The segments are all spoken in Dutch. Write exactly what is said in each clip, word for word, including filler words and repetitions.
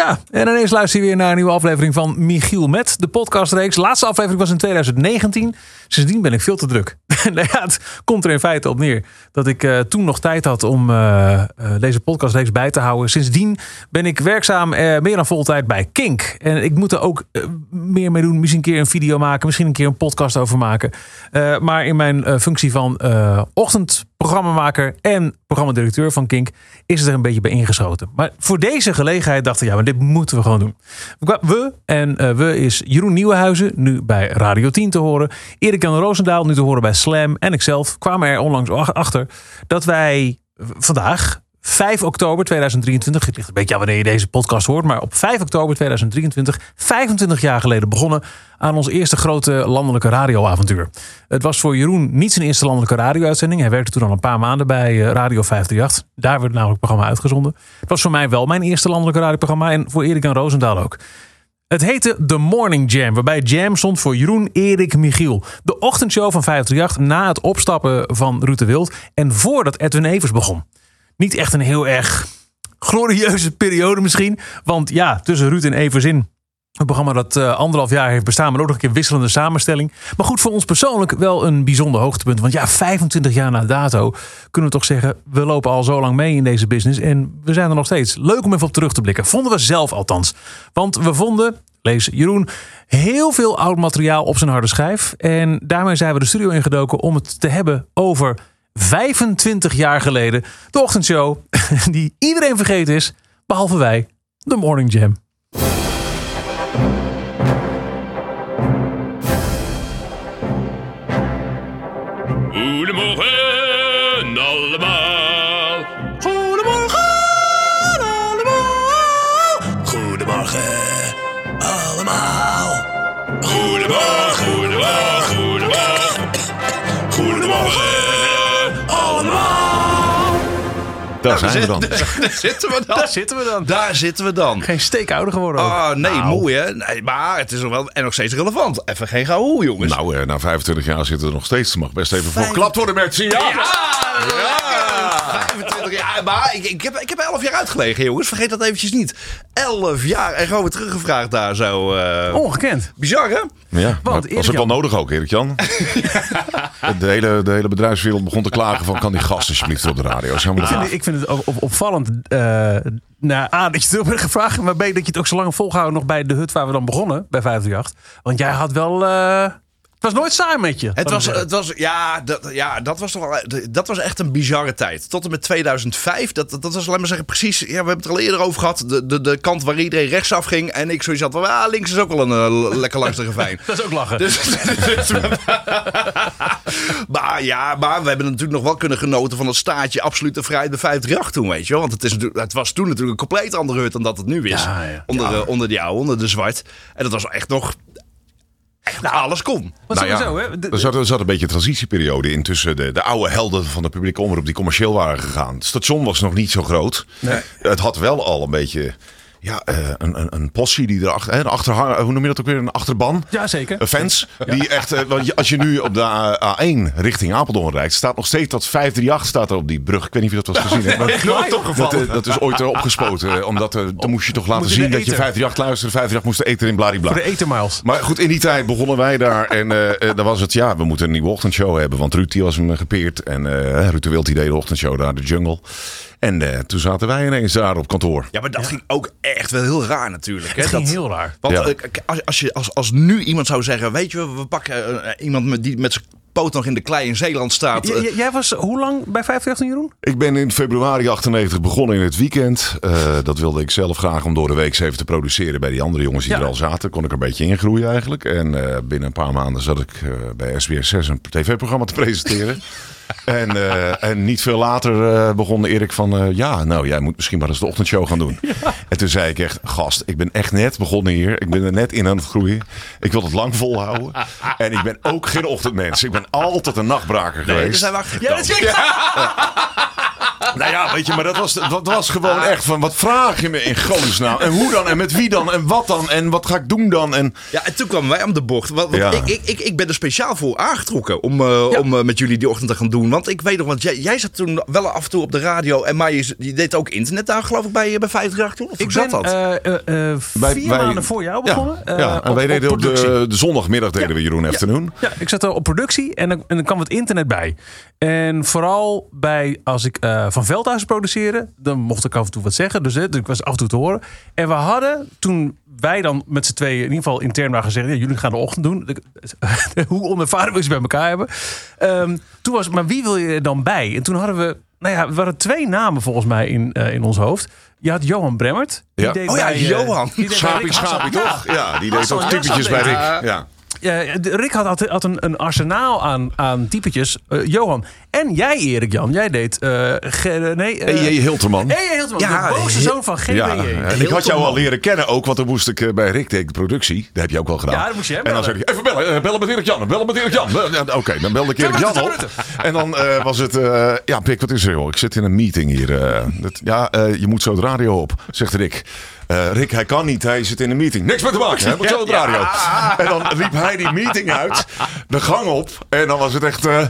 Ja, en ineens luister je weer naar een nieuwe aflevering van Michiel Met, de podcastreeks. De laatste aflevering was in twintig negentien. Sindsdien ben ik veel te druk. Nou ja, het komt er in feite op neer dat ik uh, toen nog tijd had om uh, uh, deze podcastreeks bij te houden. Sindsdien ben ik werkzaam uh, meer dan voltijd bij Kink. En ik moet er ook uh, meer mee doen. Misschien een keer een video maken, misschien een keer een podcast over maken. Uh, maar in mijn uh, functie van uh, ochtendprogrammamaker en programmadirecteur van Kink is het er een beetje bij ingeschoten. Maar voor deze gelegenheid dachten we, ja, maar dit moeten we gewoon doen. We, en uh, we is Jeroen Nieuwenhuizen, nu bij Radio tien te horen. Erik-Jan Roosendaal, nu te horen bij Slam. En ikzelf kwamen er onlangs achter dat wij vandaag, vijf oktober tweeduizend drieëntwintig... het ligt een beetje aan wanneer je deze podcast hoort, maar op vijf oktober tweeduizend drieëntwintig, vijfentwintig jaar geleden begonnen aan ons eerste grote landelijke radioavontuur. Het was voor Jeroen niet zijn eerste landelijke radio-uitzending. Hij werkte toen al een paar maanden bij Radio vijfhonderdachtig. Daar werd namelijk het programma uitgezonden. Het was voor mij wel mijn eerste landelijke radioprogramma en voor Erik en Roosendaal ook. Het heette The Morning Jam, waarbij Jam stond voor Jeroen, Erik, Michiel. De ochtendshow van vijfhonderdachtig na het opstappen van Ruud de Wild en voordat Edwin Evers begon. Niet echt een heel erg glorieuze periode misschien. Want ja, tussen Ruud en Evers in. Een programma dat uh, anderhalf jaar heeft bestaan, maar ook nog een keer wisselende samenstelling. Maar goed, voor ons persoonlijk wel een bijzonder hoogtepunt. Want ja, vijfentwintig jaar na dato kunnen we toch zeggen, we lopen al zo lang mee in deze business. En we zijn er nog steeds. Leuk om even op terug te blikken. Vonden we zelf althans. Want we vonden, lees Jeroen, heel veel oud materiaal op zijn harde schijf. En daarmee zijn we de studio ingedoken om het te hebben over vijfentwintig jaar geleden. De ochtendshow die iedereen vergeten is, behalve wij, The Morning Jam. Goedemorgen allemaal. Goedemorgen allemaal. Goedemorgen allemaal. Goedemorgen, goedemorgen, goedemorgen. Goedemorgen allemaal. Daar zijn we dan. Daar zitten we dan. Daar zitten we dan. Daar zitten we dan. Geen steek ouder geworden ook. Oh, nee, Nou. mooi hè. Nee, maar het is nog wel en nog steeds relevant. Even geen gehoor, jongens. Nou, eh, na vijfentwintig jaar zitten we nog steeds. Er mag best even voor geklapt worden, mensen. Ja! vijfentwintig jaar. Maar ik, ik, heb, ik heb elf jaar uitgelegen, jongens. Vergeet dat eventjes niet. Elf jaar en gewoon weer teruggevraagd daar zo. Uh... Ongekend. Bizar, hè? Ja, maar Want, was ook wel nodig ook, Erik-Jan. de, hele, de hele bedrijfswereld begon te klagen van, kan die gast alsjeblieft op de radio? Is helemaal Ik vind, gaaf. ik vind het ook op, opvallend. Uh, nou, A, dat je het erop hebt gevraagd. Maar B, dat je het ook zo lang volgehouden nog bij de hut waar we dan begonnen. Bij vijfhonderdachtig. Want jij had wel... Uh, het was nooit saai met je. Het was, het was, ja, dat, ja, dat was toch wel, dat was echt een bizarre tijd. Tot en met tweeduizend vijf, dat, dat was, laat maar zeggen, precies, ja, we hebben het er al eerder over gehad. De, de, de kant waar iedereen rechtsaf ging en ik zoiets had van, ah, links is ook wel een uh, lekker langs de ravijn. Dat is ook lachen. Dus, dus, maar ja, maar we hebben natuurlijk nog wel kunnen genoten van het staatje absolute vrijheid bij vijfhonderdachtig toen, weet je wel. Want het, is, het was toen natuurlijk een compleet andere hut dan dat het nu is. Ja, ja. Onder, Ja. De, onder die oude, onder de zwart. En dat was echt nog... Echt, nou, alles kon. Maar Nou ja, sowieso, hè? De- er, zat, er zat een beetje een transitieperiode in tussen de, de oude helden van de publieke omroep die commercieel waren gegaan. Het station was nog niet zo groot. Nee. Het had wel al een beetje ja, uh, een, een, een possie die erachter, hè, een achterhang, hoe noem je dat ook weer, een achterban? Ja, zeker. Uh, fans. Die echt, uh, want je- als je nu op de A één richting Apeldoorn rijdt, staat nog steeds dat vijfhonderdachtig staat er op die brug. Ik weet niet of je dat wel eens gezien hebt. Maar dat, uh, dat is ooit erop gespoten. uh, Omdat uh, dan moest je toch laten Moest je zien de dat je eten. vijfhonderdachtig luisterde. vijfhonderdachtig moest eten in bladibla. Voor de Etermiles. Maar goed, in die tijd begonnen wij daar. En uh, uh, dan was het, ja, we moeten een nieuwe ochtendshow hebben. Want Ruud die was hem gepeerd. En uh, Ruud de Wild die deed de ochtendshow daar, de Jungle. En uh, toen zaten wij ineens daar op kantoor. Ja, maar dat ging ook echt wel heel raar natuurlijk. Hè? Het ging dat, heel raar. Want Ja. eh, k- als, als, je, als, als nu iemand zou zeggen, weet je, we pakken uh, iemand met, die met zijn poot nog in de klei in Zeeland staat. J- uh, j- jij was hoe lang bij vijfhonderdachtig, Jeroen? Ik ben in februari achtennegentig begonnen in het weekend. Uh, dat wilde ik zelf graag om door de week even te produceren bij die andere jongens die Ja. er al zaten. Kon ik er een beetje ingroeien eigenlijk. En uh, binnen een paar maanden zat ik uh, bij S B S zes een tv-programma te presenteren. En, uh, en niet veel later uh, begon Erik van... Uh, ja, nou, jij moet misschien maar eens de ochtendshow gaan doen. Ja. En toen zei ik echt... Gast, ik ben echt net begonnen hier. Ik ben er net in aan het groeien. Ik wil het lang volhouden. En ik ben ook geen ochtendmens. Ik ben altijd een nachtbraker nee, geweest. dus zijn we achter Ja, dat is Nou ja, weet je, maar dat was, dat was gewoon echt van, wat vraag je me in godesnaam? En hoe dan? En met wie dan? En wat dan? En wat ga ik doen dan? En Ja, en toen kwamen wij om de bocht. Want, want Ja. ik, ik, ik, ik ben er speciaal voor aangetrokken om, uh, Ja. om uh, met jullie die ochtend te gaan doen. Want ik weet nog, want jij, jij zat toen wel af en toe op de radio. En maar je, je deed ook internet daar, geloof ik, bij, bij vijfendertig toen? Of hoe Ik zat ben dat? uh, uh, uh, vier Wij- wij- maanden voor jou begonnen. ja, uh, ja. En op- wij deden op productie. de, de zondagmiddag deden Ja. we Jeroen Afternoon. Ja, ik zat er op productie en dan, en dan kwam het internet bij. En vooral bij, als ik uh, van Veldhuis produceerde, dan mocht ik af en toe wat zeggen. Dus, hè, dus ik was af en toe te horen. En we hadden, toen wij dan met z'n tweeën in ieder geval intern waren gezegd, ja, jullie gaan de ochtend doen. Hoe onervaren we ze bij elkaar hebben. Um, toen was maar wie wil je er dan bij? En toen hadden we, nou ja, we hadden twee namen volgens mij in, uh, in ons hoofd. Je had Johan Bremmert. Die Ja. deed Oh ja, bij, uh, Johan. die deed bij Schapie, Rick Schapie, Hassel. toch? Ja, die deed Hassel, ook ja, typetjes zo bij deed Rick. hij. Ja. Ja, de- Rick had, had, had een, een arsenaal aan, aan typetjes. Uh, Johan. En jij, Erik Jan. Jij deed... Uh, Ge, nee, uh, E J Hilterman. E J Hilterman. Ja, de boze he- zoon van G B J. Ja, en ik had jou al leren kennen ook, want dan moest ik uh, bij Rick deed ik de productie. Dat heb je ook wel gedaan. Ja, dan moest je hem En dan bellen. zei ik, even bellen, uh, bellen met Erik Jan, bellen met Erik Jan. Ja, Oké, okay, dan belde ik Erik Jan op. En dan uh, was het, uh, ja Pik, wat is er joh? Ik zit in een meeting hier. Uh, dat, ja, uh, je moet zo de radio op, zegt Rick. Uh, Rick, hij kan niet, hij zit in een meeting. Niks meer te maken, hij moet zo de radio. Ja. En dan liep hij die meeting uit, de gang op. En dan was het echt... Uh,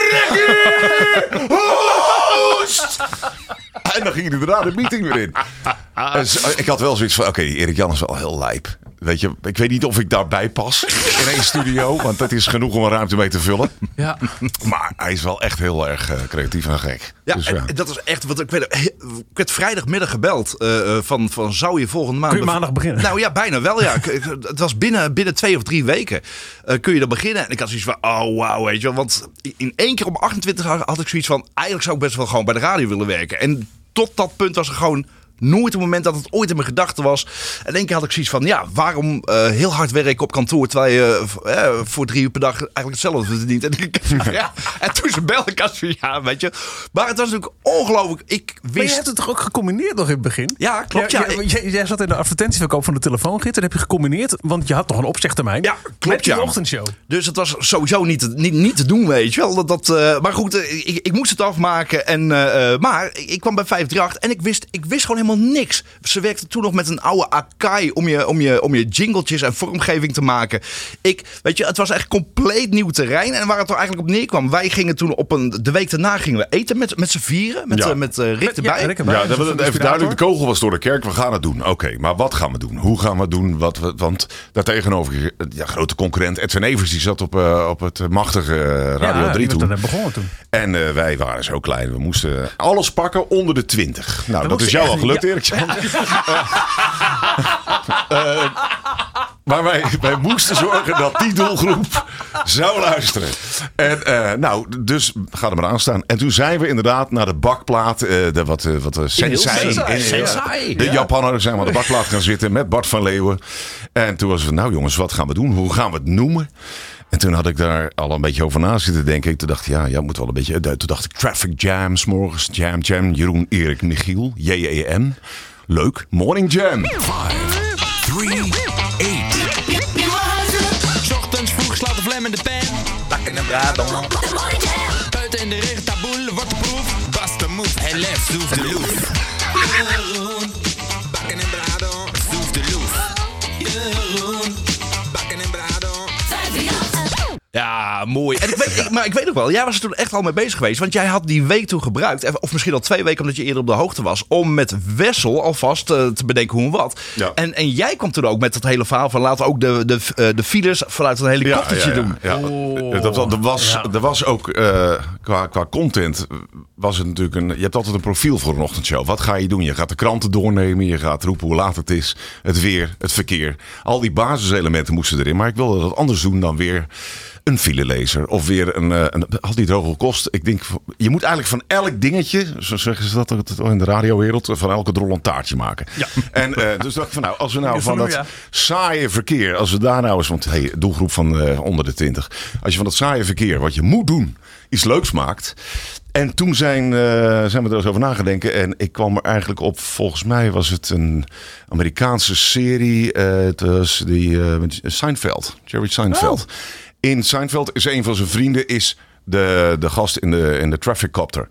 Ricky! Hoest! En dan ging hij daarna de meeting weer in. En zo, ik had wel zoiets van, oké, okay, Erik Jan is wel heel lijp. Weet je, ik weet niet of ik daarbij pas in één studio. Want dat is genoeg om een ruimte mee te vullen. Ja. Maar hij is wel echt heel erg uh, creatief en gek. Ja, dus, en, ja. en dat is echt, wat ik weet, ik werd vrijdagmiddag gebeld uh, van, van zou je volgende maand... Kun je maandag beginnen? Nou ja, bijna wel ja. Het was binnen, binnen twee of drie weken uh, kun je dan beginnen. En ik had zoiets van, oh wauw, weet je wel. Want in één keer op achtentwintig had ik zoiets van, eigenlijk zou ik best wel gewoon bij de radio willen werken. En tot dat punt was er gewoon... nooit een moment dat het ooit in mijn gedachten was. En één keer had ik zoiets van, ja, waarom uh, heel hard werken op kantoor... terwijl je uh, voor drie uur per dag eigenlijk hetzelfde verdient. En, ik, ja, en toen ze belde ik had zo, ja, weet je. Maar het was natuurlijk ongelooflijk. Ik wist... Maar je hebt het toch ook gecombineerd nog in het begin? Ja, klopt. Ja, ja, jij, jij zat in de advertentieverkoop van de telefoongids. En heb je gecombineerd, want je had toch een opzegtermijn. Ja, klopt, met die ja. ochtendshow. Dus het was sowieso niet, te- niet, niet te doen, weet je wel. Dat, dat, uh, maar goed, uh, ik, ik moest het afmaken. En, uh, maar ik kwam bij vijf drie acht en ik wist, ik wist gewoon helemaal niks. Ze werkte toen nog met een oude Akai om je, om je, om je jingletjes en vormgeving te maken. Ik, weet je, het was echt compleet nieuw terrein. En waar het er eigenlijk op neerkwam, wij gingen toen op een, de week daarna gingen we eten met, met z'n vieren. Met, Ja. uh, met uh, Rick Met- erbij. ja, Rick erbij. Ja, dat Van was de even duidelijk. De inspirator. kogel was door de kerk. We gaan het doen. Oké, okay, maar wat gaan we doen? Hoe gaan we het doen? Wat, we- want daartegenover, ja, grote concurrent Edwin Evers, die zat op, uh, op het machtige uh, Radio ja, drie die was toen. net begonnen toen. En uh, wij waren zo klein. We moesten alles pakken onder de twintig. Nou, dat moest is je jou al echt gelukt, niet. Erik Jan. Uh, maar wij, wij moesten zorgen dat die doelgroep zou luisteren. En uh, nou, dus ga er maar aan staan. En toen zijn we inderdaad naar de bakplaat, uh, de wat, uh, wat uh, Sensei. Sensei, in- Sensei, de ja. Japaner zijn we aan de bakplaat gaan zitten met Bart van Leeuwen. En toen was het van, nou jongens, wat gaan we doen? Hoe gaan we het noemen? En toen had ik daar al een beetje over na zitten denken. Toen dacht ik, ja, ja, moet wel een beetje. Toen dacht ik, Traffic Jam, 's morgens Jam Jam, Jeroen, Erik, Michiel, J E M. Leuk. Morning Jam. Three, eight. Ochtends vroeg slaat de vlam in de pen. Bakken en braden. Buiten in de regen, taboel, wordt de proef. Bust the move en let's zoef de loef. Jeroen, bakken en braden, zoef de loef. Jeroen, bakken en braden. Ja, mooi. En ik weet, ik, maar ik weet nog wel, jij was er toen echt al mee bezig geweest. Want jij had die week toen gebruikt, of misschien al twee weken omdat je eerder op de hoogte was, om met Wessel alvast uh, te bedenken hoe en wat. Ja. En, en jij kwam toen ook met dat hele verhaal van laten we ook de, de, uh, de files vanuit een helikoptertje doen. Ja, Oh. dat, dat, er, was, Ja. er was ook uh, qua, qua content was het natuurlijk een. Je hebt altijd een profiel voor een ochtendshow. Wat ga je doen? Je gaat de kranten doornemen. Je gaat roepen hoe laat het is. Het weer, het verkeer. Al die basiselementen moesten erin. Maar ik wilde dat anders doen dan weer een filelezer. Of weer een, een, een altijd hoge kost. Ik denk, je moet eigenlijk van elk dingetje, zo zeggen ze dat in de radiowereld, van elke drol een taartje maken. Ja. En uh, dus dacht ik van nou, als we nou Ja, van van dat ja. saaie verkeer, als we daar nou eens, want hey, doelgroep van uh, onder de twintig. Als je van dat saaie verkeer, wat je moet doen, iets leuks maakt. En toen zijn, uh, zijn we er eens over nagedenken. En ik kwam er eigenlijk op, volgens mij was het een Amerikaanse serie. Uh, het was die uh, met Seinfeld, Jerry Seinfeld. Oh. In Seinfeld is een van zijn vrienden is de, de gast in de, in de traffic copter.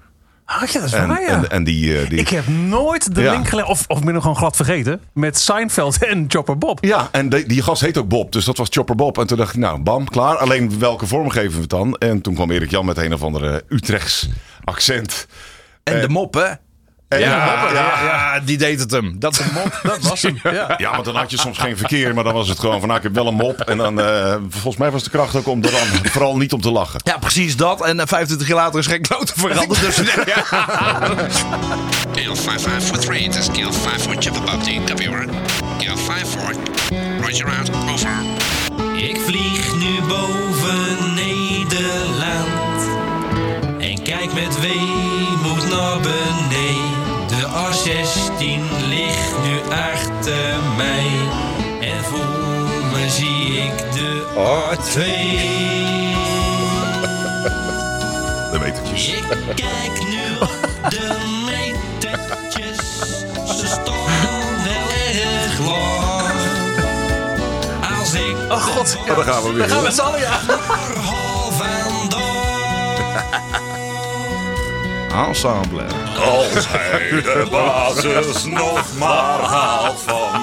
Oh, ja, dat is En, waar, ja. en, en die, uh, die... Ik heb nooit de Ja. link gelegd, of, of ik ben hem gewoon glad vergeten, met Seinfeld en Chopper Bob. Ja, en die, die gast heet ook Bob, dus dat was Chopper Bob. En toen dacht ik, nou, bam, klaar. Alleen welke vorm geven we het dan? En toen kwam Erik Jan met een of andere Utrechts accent. En de mop, hè? En Ja, de mop, ja, ja, die deed het hem. Dat is een mop. Dat was hem. Ja. Ja, maar dan had je soms geen verkeer, maar dan was het gewoon van, nou, ik heb wel een mop. En dan, uh, volgens mij was de kracht ook om er dan vooral niet om te lachen. Ja, precies dat. En uh, vijfentwintig jaar later is geen klote veranderd. Dus, ja. Gale five five four three, this is Gale five four Chipper Bob Team, copy over. Gale five four, roger out, over. Ik vlieg nu boven Nederland en kijk met weemoed naar beneden. De A zestien ligt nu achter mij en voor me zie ik de A twee. De metertjes. Ik kijk nu op de metertjes, ze staan wel erg laag. Als ik Oh god, ja. Oh, daar gaan we weer. Daar gaan we met z'n allen, ja. half aan Ensemble. Als hij de basis nog maar haalt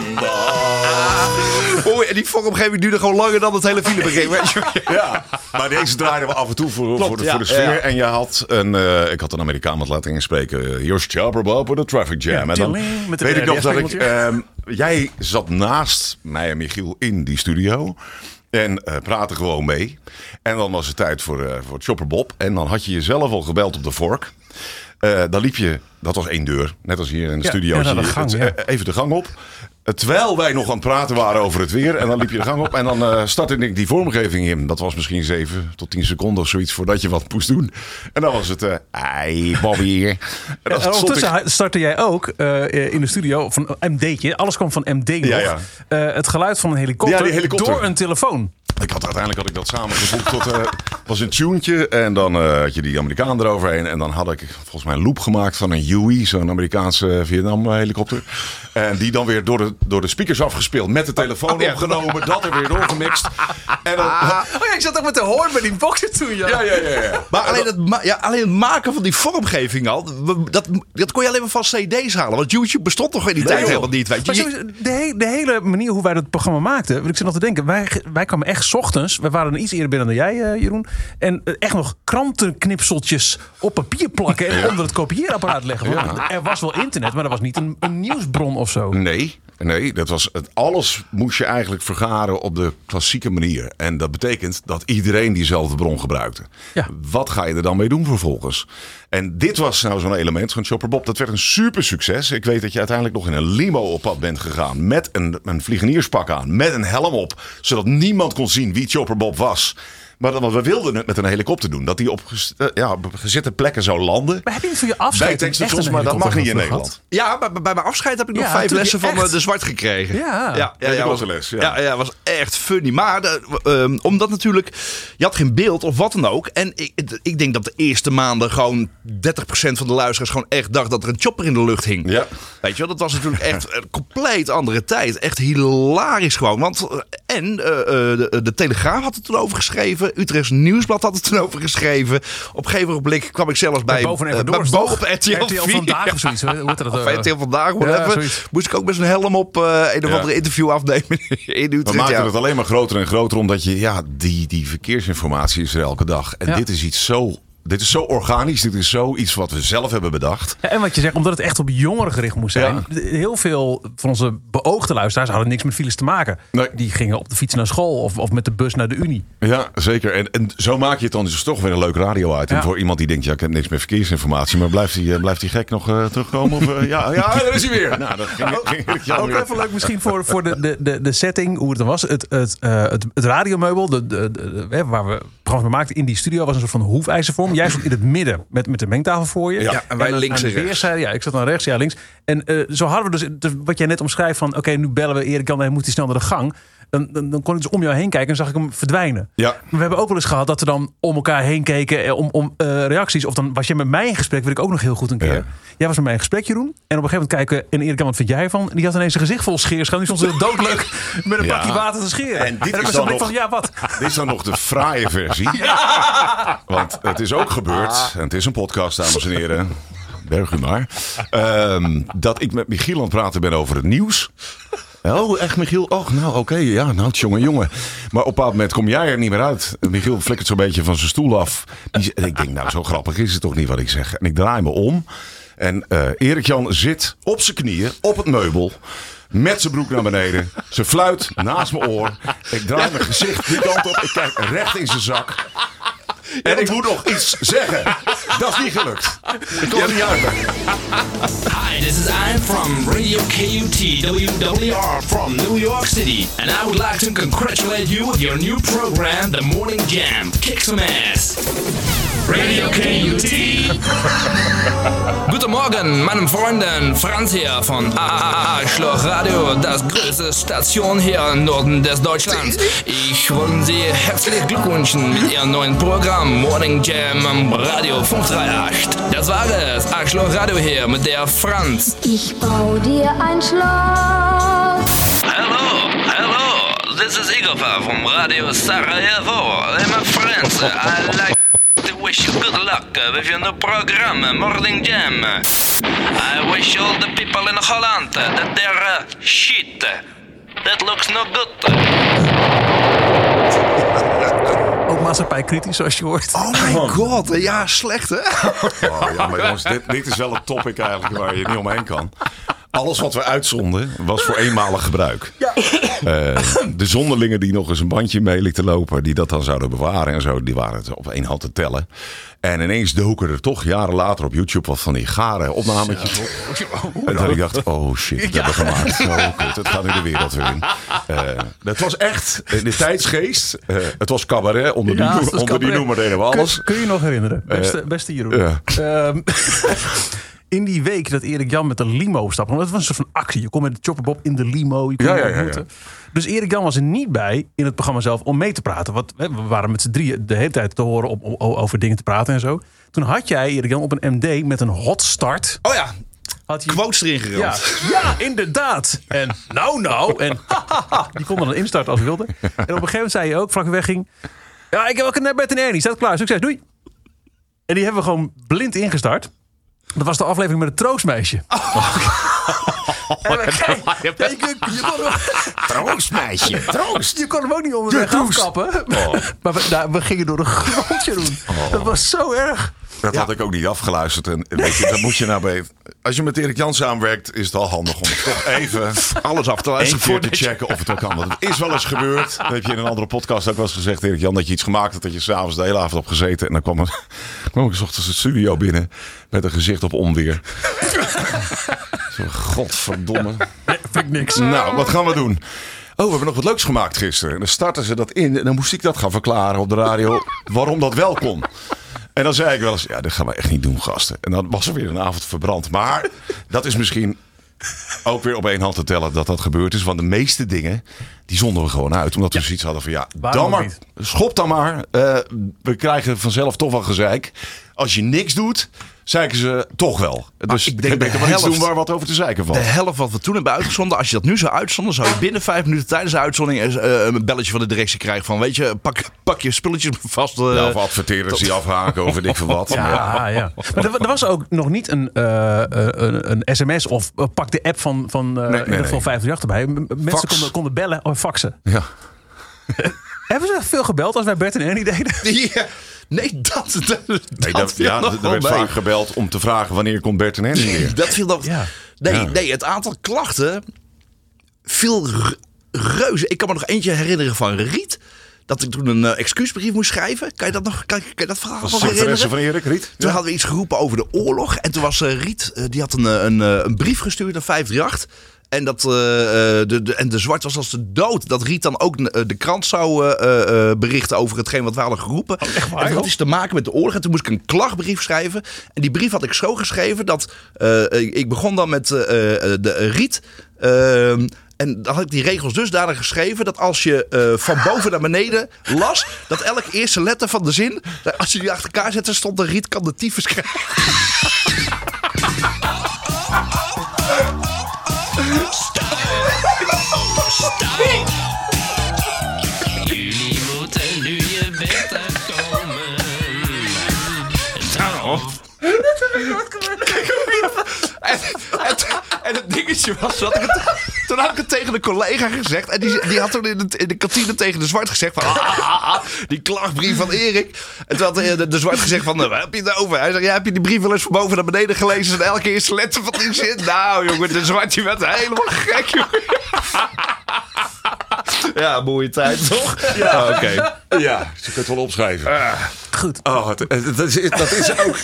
vandaag. Oei, en die vormgeving duurde gewoon langer dan het hele filmbegin. Weet je? Ja, maar deze draaiden we af en toe voor, voor, de, ja. voor de sfeer. Ja. En je had een, uh, ik had een Amerikaan wat laten inspreken. Here's Chopper Bob with a traffic jam. Ja, en dan tjalling, met de weet ik nog dat ik, R D S-spiegeltje. um, jij zat naast mij en Michiel in die studio. En uh, praatte gewoon mee. En dan was het tijd voor, uh, voor Chopper Bob. En dan had je jezelf al gebeld op de vork. Uh, dan liep je, dat was één deur, net als hier in de Ja, studio. ja, naar zie de je gang, het, ja. uh, even de gang op. Uh, terwijl wij nog aan het praten waren over het weer. En dan liep je de gang op. En dan uh, startte ik die vormgeving in. Dat was misschien zeven tot tien seconden of zoiets voordat je wat moest doen. En dan was het, uh, hey Bobby hier. En dan En stond ondertussen ik- startte jij ook uh, in de studio van M D'tje. Alles kwam van M D nog. Ja, ja. Uh, het geluid van een helikopter, Ja, die helikopter. door een telefoon. Ik had, uiteindelijk had ik dat samengevoegd tot uh, was een tunetje. En dan uh, had je die Amerikaan eroverheen. En dan had ik volgens mij een loop gemaakt van een Huey. Zo'n Amerikaanse Vietnam helikopter. En die dan weer door de, door de speakers afgespeeld. Met de telefoon Oh, ja. opgenomen. Dat er weer doorgemixt. En dan, Oh ja, ik zat ook met de hoorn bij die boxer toen. Ja. ja, ja, ja, ja. Maar alleen het, ma- ja, alleen het maken van die vormgeving al, we- dat, dat kon je alleen maar van cd's halen. Want YouTube bestond toch in die tijd joh. helemaal niet. Weet je. Maar Je- sowieso, de, he- de hele manier hoe wij dat programma maakten, wil ik zit nog te denken. Wij, wij kwamen echt 's ochtends, wij waren er iets eerder binnen dan jij, uh, Jeroen. En uh, echt nog krantenknipseltjes op papier plakken en onder het kopieerapparaat leggen. Want er was wel internet, maar er was niet een, een nieuwsbron of zo. Nee, nee, dat was het. Alles moest je eigenlijk vergaren op de klassieke manier. En dat betekent dat iedereen diezelfde bron gebruikte. Ja. Wat ga je er dan mee doen vervolgens? En dit was nou zo'n element van Chopper Bob. Dat werd een super succes. Ik weet dat je uiteindelijk nog in een limo op pad bent gegaan. Met een, een vliegenierspak aan. Met een helm op. Zodat niemand kon zien wie Chopper Bob was. Maar dan, want we wilden het met een helikopter doen. Dat die op, ges- uh, ja, op gezette plekken zou landen. Maar heb je niet voor je Bij afscheid tankstations, echt een maar dat mag niet in helikopter Nederland. Ja, bij, bij mijn afscheid heb ik nog Ja, vijf toen je lessen van echt- eh, de Zwart gekregen. Ja. ja, ja, ja, was, Helikopterles, ja. ja, ja, was echt funny. Maar de, um, omdat natuurlijk, je had geen beeld of wat dan ook. En ik, ik denk dat de eerste maanden gewoon dertig procent van de luisteraars gewoon echt dacht dat er een chopper in de lucht hing. Ja. Weet je wel, dat was natuurlijk echt een compleet andere tijd. Echt hilarisch gewoon. Want, uh, en uh, uh, de, de Telegraaf had het toen over geschreven. Utrechts Nieuwsblad had het toen over geschreven. Op een gegeven moment kwam ik zelfs bij, Bij Boven en uh, Even bij Door, Bo op toch? R T L R T L vier. Vandaag of zoiets. Hoe heet dat? Of uh, R T L Vandaag, Ja, whatever. zoiets. Moest ik ook met zo'n helm op uh, een of Ja. andere interview afnemen in We Utrecht. maken Ja. het alleen maar groter en groter. Omdat je, ja, die, die verkeersinformatie is er elke dag. En Ja. dit is iets zo... Dit is zo organisch. Dit is zoiets wat we zelf hebben bedacht. Ja, en wat je zegt, omdat het echt op jongeren gericht moest zijn. Ja. Heel veel van onze beoogde luisteraars hadden niks met files te maken. Nee. Die gingen op de fiets naar school of, of met de bus naar de Unie. Ja, zeker. En, en zo maak je het dan dus toch weer een leuk radio-item. Ja. Voor iemand die denkt, ja, ik heb niks met verkeersinformatie. Maar blijft die, eh, blijft die gek nog uh, terugkomen? Of, uh, ja, ja, daar is hij weer. Nou, dat ging, ging, ging Jan Ook weer. even leuk misschien voor, voor de, de, de, de setting, hoe het dan was. Het, het, uh, het, het radiomeubel, de, de, de, de, waar we programma's mee maakten in die studio, was een soort van hoefijzervorm. Jij stond in het midden met, met de mengtafel voor je. Ja, en wij aan- links aan en de rechts. weerszijde, ja, ik zat aan rechts, ja, links. En uh, zo hadden we dus, dus wat jij net omschrijft van, oké, okay, nu bellen we Erik Jan en hij moet hij snel naar de gang. Dan, dan, dan kon ik dus om jou heen kijken en zag ik hem verdwijnen. Ja. Maar we hebben ook wel eens gehad dat we dan om elkaar heen keken eh, om, om uh, reacties. Of dan was jij met mij in gesprek, weet ik ook nog heel goed een keer. Ja. Jij was met mij in gesprek, Jeroen. En op een gegeven moment kijken en Erik Jan, wat vind jij van? En die had ineens zijn gezicht vol scheerschuim. Die stond zo doodleuk met een Ja. pakje water te scheren. En dit dan is was dan blik nog- van, ja, wat? Dit is dan nog de fraaie versie. Want het is ook gebeurd. En het is een podcast, dames en heren. berg u maar. Um, dat ik met Michiel aan het praten ben over het nieuws. Oh, echt Michiel? Och, nou oké, okay, ja, nou jongen, jongen. Maar op een bepaald moment kom jij er niet meer uit. Michiel flikkert zo'n beetje van zijn stoel af. Die, en ik denk, nou zo grappig is het toch niet wat ik zeg. En ik draai me om. En uh, Erik-Jan zit op zijn knieën, op het meubel. Met zijn broek naar beneden. Zijn fluit naast mijn oor. Ik draai mijn gezicht die kant op. Ik kijk recht in zijn zak. En ik moet nog iets zeggen. Dat is niet gelukt. Ik kon het niet uit. Hi, this is Ian from Radio K U T W W R from New York City. And I would like to congratulate you with your new program, The Morning Jam. Kick some ass. Radio K U T. Guten Morgen, meine Freunde. Franz hier von Arschloch Radio, das größte Station hier im Norden des Deutschlands. Ich wollte Sie herzlich glückwünschen mit Ihrem neuen Programm Morning Jam am Radio fünf drei acht. Das war es, Arschloch Radio hier mit der Franz. Ich bau dir ein Schloss. Hello, hello, this is Igor from Radio Sarajevo. Hey, my friends, I like to wish you good luck with your new program, Morning Jam. I wish all the people in Holland that they're uh, shit. That looks no good. Ook maatschappijkritisch, zoals je hoort. Oh my god, ja, slecht hè? Oh, ja, maar jongens, dit, dit is wel een topic eigenlijk waar je niet omheen kan. Alles wat we uitzonden was voor eenmalig gebruik. Ja. Uh, de zonderlingen die nog eens een bandje mee lieten lopen, die dat dan zouden bewaren en zo, die waren het op één hand te tellen. En ineens doken er toch jaren later op YouTube wat van die gare opnametjes op. En toen ik dacht, oh shit, dat hebben we gemaakt. Oh, kut, het gaat nu de wereld weer in. Uh, het was echt de tijdsgeest. Uh, het was cabaret. Onder die, ja, onder cabaret. die noemer deden we alles. Kun, kun je je nog herinneren? Beste, beste Jeroen. Uh. Um, in die week dat Erik-Jan met de limo stapte. Want het was een soort van actie. Je kon met de chopperbob in de limo. Je kon ja, ja, ja, ja. Dus Erik-Jan was er niet bij in het programma zelf om mee te praten. Want we waren met z'n drieën de hele tijd te horen om, om, over dingen te praten en zo. Toen had jij, Erik-Jan, op een M D met een hot start. Oh ja, had je quotes erin geramd. Ja, ja, inderdaad. En nou nou. En hahaha. Die kon dan instarten als wilde. En op een gegeven moment zei je ook, vlak wegging. Ja, ik heb ook een Bert en Ernie. Staat klaar. Succes. Doei. En die hebben we gewoon blind ingestart. Dat was de aflevering met het troostmeisje. Oh. Troostmeisje. Troost. Je kon hem ook niet onderweg ja, afkappen. Oh. Maar we, nou, we gingen door de grond, Jeroen. Oh. Dat was zo erg. Dat ja. had ik ook niet afgeluisterd. En weet je, dat moet je nou bij. Als je met Erik Jan samenwerkt, is het al handig om toch even alles af te luisteren. Eén keer te checken of het ook kan. Want het is wel eens gebeurd. Dat heb je in een andere podcast ook wel eens gezegd, Erik Jan, dat je iets gemaakt hebt, dat je s'avonds de hele avond op gezeten. En dan kwam, er, kwam ik 's ochtends de studio binnen met een gezicht op onweer. Zo, godverdomme. Nee, vind ik niks. Nou, wat gaan we doen? Oh, we hebben nog wat leuks gemaakt gisteren. En dan starten ze dat in. En dan moest ik dat gaan verklaren op de radio. Waarom dat wel kon. En dan zei ik wel eens, ja, dat gaan we echt niet doen, gasten. En dan was er weer een avond verbrand. Maar dat is misschien ook weer op één hand te tellen dat dat gebeurd is. Want de meeste dingen, die zonden we gewoon uit. Omdat we ja. zoiets hadden van, ja, dan maar, niet? schop dan maar. Uh, we krijgen vanzelf toch wel gezeik. Als je niks doet, zeiken ze toch wel. Dus ik denk dat we iets doen waar wat over te zeiken valt. De helft wat we toen hebben uitgezonden, als je dat nu zou uitzonden, zou je binnen vijf minuten tijdens de uitzondering uh, een belletje van de directie krijgen van, weet je, pak, pak je spulletjes vast. Uh, ja, of adverteerders die afhaken over dik veel wat. Ja, ja. ja. Maar er, er was ook nog niet een, uh, een, een sms of uh, pak de app van, van uh, nee, nee, in ieder geval vijf drie acht erbij. M- mensen konden, konden bellen of faxen. Ja. Hebben ze veel gebeld als wij Bert en Ernie deden? Ja. Nee, dat, dat, nee, dat ja, er werd mee. vaak gebeld om te vragen wanneer komt Bert en Ernie weer. Dat viel dan. Ja. Nee, ja. nee, het aantal klachten viel reuze. Ik kan me nog eentje herinneren van Riet. Dat ik toen een uh, excuusbrief moest schrijven. Kan je dat nog? Kan, kan je dat verhaal nog herinneren? Van Erik, Riet? Toen ja. hadden we iets geroepen over de oorlog. En toen was uh, Riet, uh, die had een, een, een brief gestuurd naar vijf drie acht. En, dat, uh, de, de, en de zwart was als de dood. Dat Riet dan ook de krant zou uh, uh, berichten over hetgeen wat we hadden geroepen. Oh, echt waar, en dat had iets te maken met de oorlog. En toen moest ik een klachtbrief schrijven. En die brief had ik zo geschreven dat... Uh, ik begon dan met uh, de Riet... Uh, En dan had ik die regels dusdanig geschreven dat als je uh, van boven naar beneden las, dat elk eerste letter van de zin, als je die achter elkaar zette, stond er Riet kan de tyfus krijgen. Jullie moeten nu je bed uitkomen. En, en, en het dingetje was, dat ik het, toen had ik het tegen een collega gezegd. En die, die had toen in, het, in de kantine tegen de Zwart gezegd van... Ah, ah, ah, die klachtbrief van Erik. En toen had de, de Zwart gezegd van... Waar heb je het over? Hij zei, ja, heb je die brief wel eens van boven naar beneden gelezen? En elke keer is letter van die zin. Nou, jongen, de Zwart die werd helemaal gek, jongen. Ja, mooie tijd, toch? Ja, oké. Okay. Ja, je kunt het wel opschrijven. Uh, Goed. Oh, het, het, dat, is, dat is ook...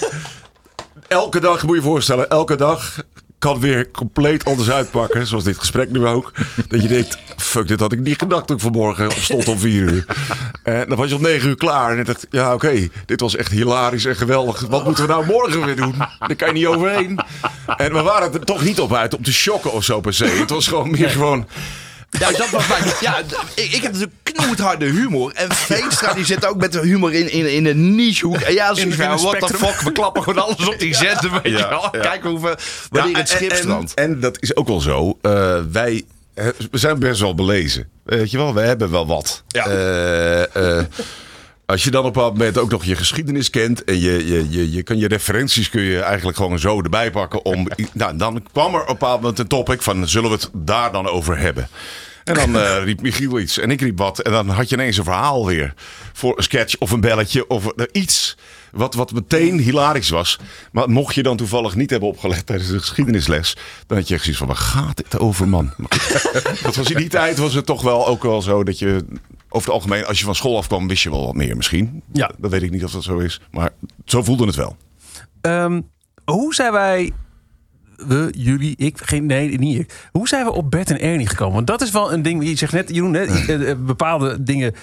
Elke dag, moet je je voorstellen, elke dag kan weer compleet anders uitpakken. Zoals dit gesprek nu ook. Dat je denkt, fuck, dit had ik niet gedacht toen ik vanmorgen opstond om vier uur. En dan was je om negen uur klaar. En ik dacht, ja oké, okay, dit was echt hilarisch en geweldig. Wat moeten we nou morgen weer doen? Daar kan je niet overheen. En we waren er toch niet op uit om te shocken of zo per se. Het was gewoon meer gewoon... Ja, dat was mijn, ja, ik, ik heb natuurlijk knoetharde humor. En Veenstra die zit ook met de humor in, in, in een nichehoek. En ja, zoiets van, what the fuck, we klappen gewoon alles op die zender. Weet ja, je wel. Ja. Kijken hoe we, wanneer ja, het schip strandt. En, en, en dat is ook wel zo. Uh, wij we zijn best wel belezen. Weet je wel, we hebben wel wat. Ja. Uh, uh, Als je dan op een bepaald moment ook nog je geschiedenis kent en je, je, je, je kan je referenties kun je eigenlijk gewoon zo erbij pakken. Om, nou, dan kwam er op een bepaald moment een topic van zullen we het daar dan over hebben. En dan uh, riep Michiel iets en ik riep wat. En dan had je ineens een verhaal weer voor een sketch of een belletje of uh, iets wat, wat meteen hilarisch was. Maar mocht je dan toevallig niet hebben opgelet tijdens de geschiedenisles, dan had je echt zoiets van, waar gaat dit over, man? Dat was in die tijd was het toch wel ook wel zo dat je... Over het algemeen, als je van school afkwam, wist je wel wat meer misschien. Ja. Dat weet ik niet of dat zo is. Maar zo voelde het wel. Um, hoe zijn wij... We, jullie, ik, geen, nee, niet ik. Hoe zijn we op Bert en Ernie gekomen? Want dat is wel een ding, je zegt net, Jeroen, hè, bepaalde dingen...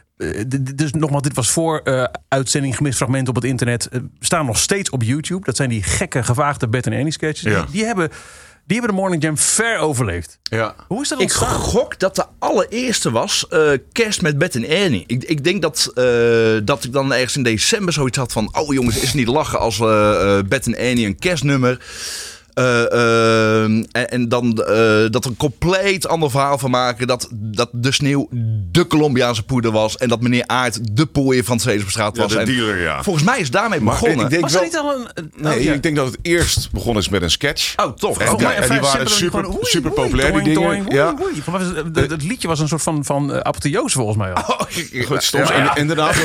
Dus nogmaals, dit was voor uh, uitzending, gemist fragmenten op het internet. Uh, staan nog steeds op YouTube. Dat zijn die gekke, gevaagde Bert en Ernie sketches. Ja. Die, die hebben... Die hebben de Morning Jam ver overleefd. Ja. Hoe is dat ontstaan? Ik gok dat de allereerste was uh, Kerst met Bert en Ernie. Ik, ik denk dat, uh, dat ik dan ergens in december zoiets had van... Oh jongens, is niet lachen als uh, uh, Bert en Ernie een kerstnummer... Uh, uh, en, en dan uh, dat er een compleet ander verhaal van maken. Dat, dat de sneeuw de Colombiaanse poeder was. En dat meneer Aert de pooier van Sesamstraat was. Ja, de dealer, ja. Volgens mij is daarmee maar begonnen. Ik denk was wel, niet al een... Nee, oh, ja. Ik denk dat het eerst begonnen is met een sketch. Oh, tof. En, ja, en die waren super, gewoon, oei, super populair, oei, die dingen. Oei, oei, ja. oei. Het, het, het liedje was een soort van, van uh, apotheose volgens mij. Oh, goed, stoms. Ja, ja. Inderdaad.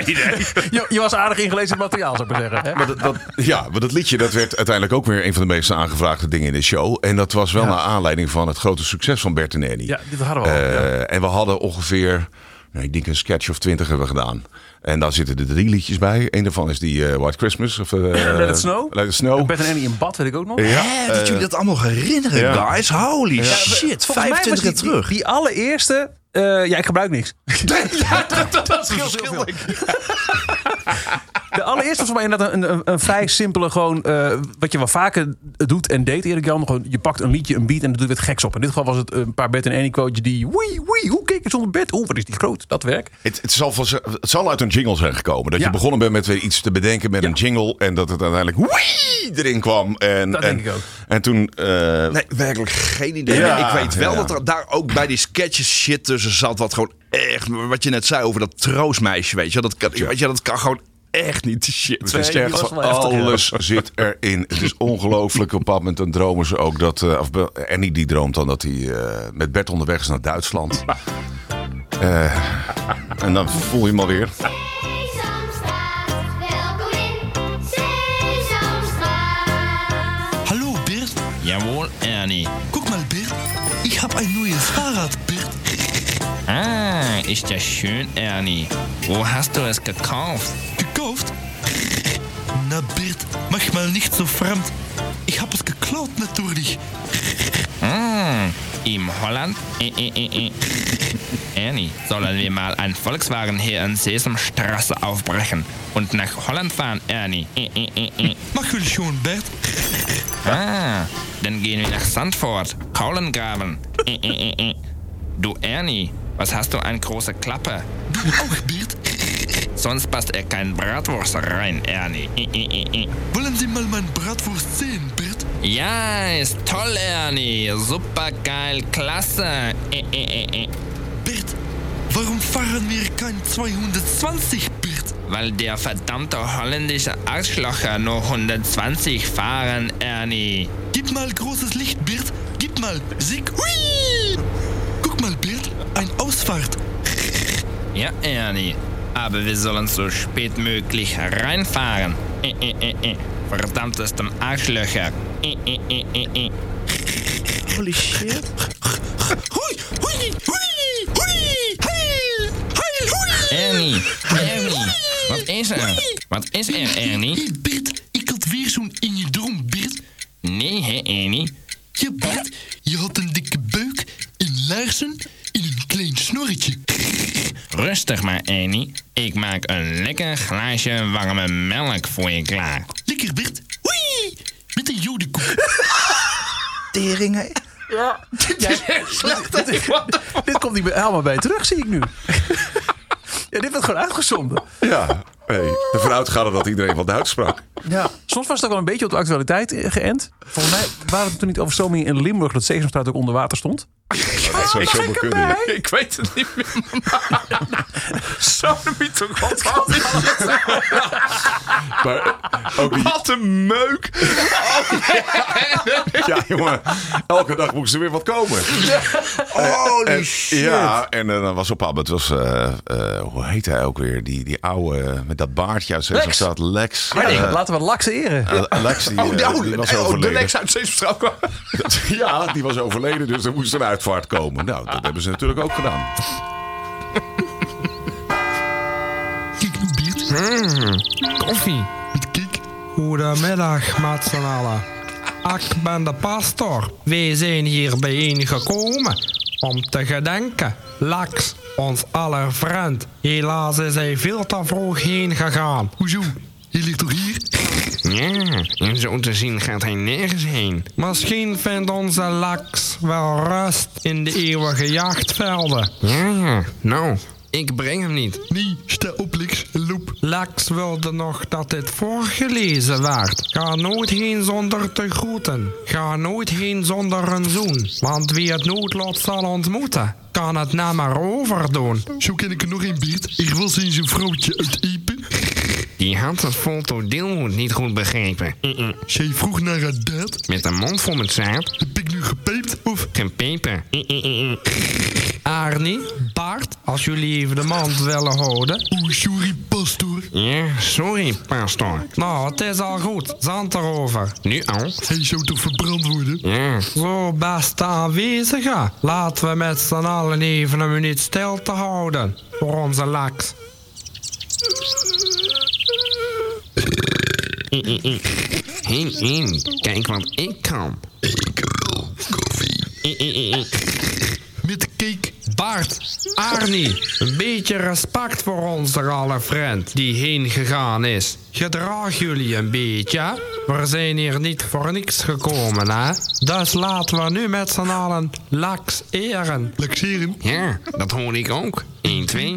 je, je was aardig ingelezen materiaal, zou ik maar zeggen. Hè? Maar dat, dat, ja, maar dat liedje dat werd uiteindelijk ook weer een van de meest aangevraagde dingen in de show. En dat was wel ja. naar aanleiding van het grote succes van Bert en Ernie. Ja, dit hadden we al. Uh, ja. En we hadden ongeveer, nou, ik denk een sketch of twintig hebben we gedaan. En daar zitten er drie liedjes bij. Eén daarvan is die uh, White Christmas. Of, uh, Let It Snow. Let It Snow. Bert en Ernie in bad, weet ik ook nog. Ja, Hè, dat uh, jullie dat allemaal herinneren, ja. guys. Holy ja. shit, vijfentwintig jaar terug. Die, die allereerste... Uh, ja, ik gebruik niks. ja, dat, dat, dat scheelt heel veel. De allereerste was voor mij inderdaad een, een, een vrij simpele gewoon... Uh, wat je wel vaker doet en deed, Erik Jan. Gewoon, je pakt een liedje, een beat en dan doe je het geks op. In dit geval was het een paar Bert en Ernie quotejes die... Wee, wee, hoe keek je zonder Bert? Oeh, wat is die groot, dat werk. Het, het, zal van, het zal uit een jingle zijn gekomen. Dat ja. je begonnen bent met weer iets te bedenken met ja. een jingle. En dat het uiteindelijk wee erin kwam. En, dat en, denk ik ook. En toen... Uh, nee, werkelijk geen idee. Ja, ik weet wel ja. dat er daar ook bij die sketches shit tussen zat. Wat gewoon echt, wat je net zei over dat troostmeisje, weet je. Dat kan, weet je, dat kan gewoon echt niet, shit. Het is echt van alles ja. zit erin. Het is ongelooflijk. Op een bepaald moment dan dromen ze ook dat... Uh, of Ernie die droomt dan dat hij uh, met Bert onderweg is naar Duitsland. Uh, en dan voel je hem alweer. Hallo Bert. Jawohl, Ernie. Guck mal Bert, ich hab ein neues Fahrrad, Bert. Ah, ist ja schön, Ernie. Wo hast du es gekauft? Gekauft? Na Bert, mach mal nicht so fremd. Ich hab es geklaut, natürlich. Ah, in Holland? Äh, äh, äh. Ernie, sollen wir mal ein Volkswagen hier in Sesamstraße aufbrechen und nach Holland fahren, Ernie? Äh, äh, äh, äh. Mach will schon, Bert. Ah, dann gehen wir nach Sandford, Kohlen graben. Äh, äh, äh, äh. Du, Ernie, was hast du eine große Klappe? Du auch, Bert. Sonst passt er kein Bratwurst rein, Ernie. Äh, äh, äh. Wollen Sie mal mein Bratwurst sehen, Bert? Ja, ist toll, Ernie. Super geil, klasse. Äh, äh, äh. Bert, warum fahren wir kein zweihundertzwanzig, Bert? weil der verdammte holländische Arschlocher nur hundertzwanzig fahren, Ernie. Gib mal großes Licht, Bert. Gib mal. Sieg. Hui! Guck mal, Bert. Ein Ausfahrt. Ja, Ernie. Aber wir sollen so spät möglich reinfahren. Äh, äh, äh, äh. Verdammteste Arschlöcher. Äh, äh, äh, äh, äh. Holy shit. Hui, hui, hui, hui, heil, heil, hui. Ernie, Ernie. Wat is er? Wat is er, Ernie? Hey, Bert, ik had weer zo'n in je droom, Bert. Nee, hè, Ernie? Ja, Bert, je had een dikke buik, in laarzen en een klein snorretje. Rustig maar, Ernie. Ik maak een lekker glaasje warme melk voor je klaar. Lekker, Bert. Hui! Met een jodenkoek. Tering, hè? Ja. Dit is echt slecht. Dit, dit, dit komt niet bij, helemaal bij terug, zie ik nu. Ja, dit werd gewoon uitgezonden. Ja, hey, ervan uitgaande dat iedereen wat Duits sprak. Ja. Soms was het ook wel een beetje op de actualiteit geënt. Volgens mij waren het toen niet overstromingen in Limburg dat Sesamstraat ook onder water stond. Dat zou zo maar kunnen. Ik weet het niet meer. Zo de mythe god. Maar ook die... Wat een meuk. Ja, jongen. Elke dag moest er weer wat komen. Holy en, shit. Ja, en uh, dan was op het was, uh, uh, hoe heet hij ook weer? Die, die oude, uh, met dat baardje uit Sesamstraat, Lex. Ja, Uh, laten we Lex eren. uh, Lex, die, uh, Oh, die, die was oh, de overleden. Lex uit Sesamstraat. Ja, die was overleden, dus er moest een uitvaart komen. Nou, dat hebben ze natuurlijk ook gedaan. Kijk nu, Bert. Mm, koffie. Met kijk. Goedemiddag met z'n allen. Ik ben de pastor. Wij zijn hier bijeengekomen om te gedenken. Lex, ons aller vriend. Helaas is hij veel te vroeg heen gegaan. Hoezo? Je ligt toch hier? Ja, en zo te zien gaat hij nergens heen. Misschien vindt onze Lex wel rust in de eeuwige jachtvelden. Ja, ja. Nou, ik breng hem niet. Nee, sta op, Lex. Loop. Lex wilde nog dat dit voorgelezen werd. Ga nooit heen zonder te groeten. Ga nooit heen zonder een zoen. Want wie het noodlot zal ontmoeten, kan het na maar overdoen. Zo ken ik er nog een, Bert. Er was eens een vrouwtje uit Epe. Die had het foto deelmoed niet goed begrepen. Uh-uh. Zij vroeg naar haar dad. Met een mond vol met zaad. Heb ik nu gepijpt of... Gepeper. Uh-uh. Arnie, Bart, als jullie even de mand willen houden. Oh, sorry, pastor. Ja, sorry, pastor. Nou, het is al goed. Zand erover. Nu al. Hij zou toch verbrand worden? Ja. Zo, beste aanwezigen. Laten we met z'n allen even een minuut stil te houden. Voor onze Lex. Heen, heen. Kijk wat ik kan. Ik wil koffie. Met de cake. Bart, Arnie, een beetje respect voor onze aller vriend die heen gegaan is. Gedraag jullie een beetje. We zijn hier niet voor niks gekomen, hè? Dus laten we nu met z'n allen Lex eren. Lexeren? Ja, dat hoor ik ook. Eén, twee.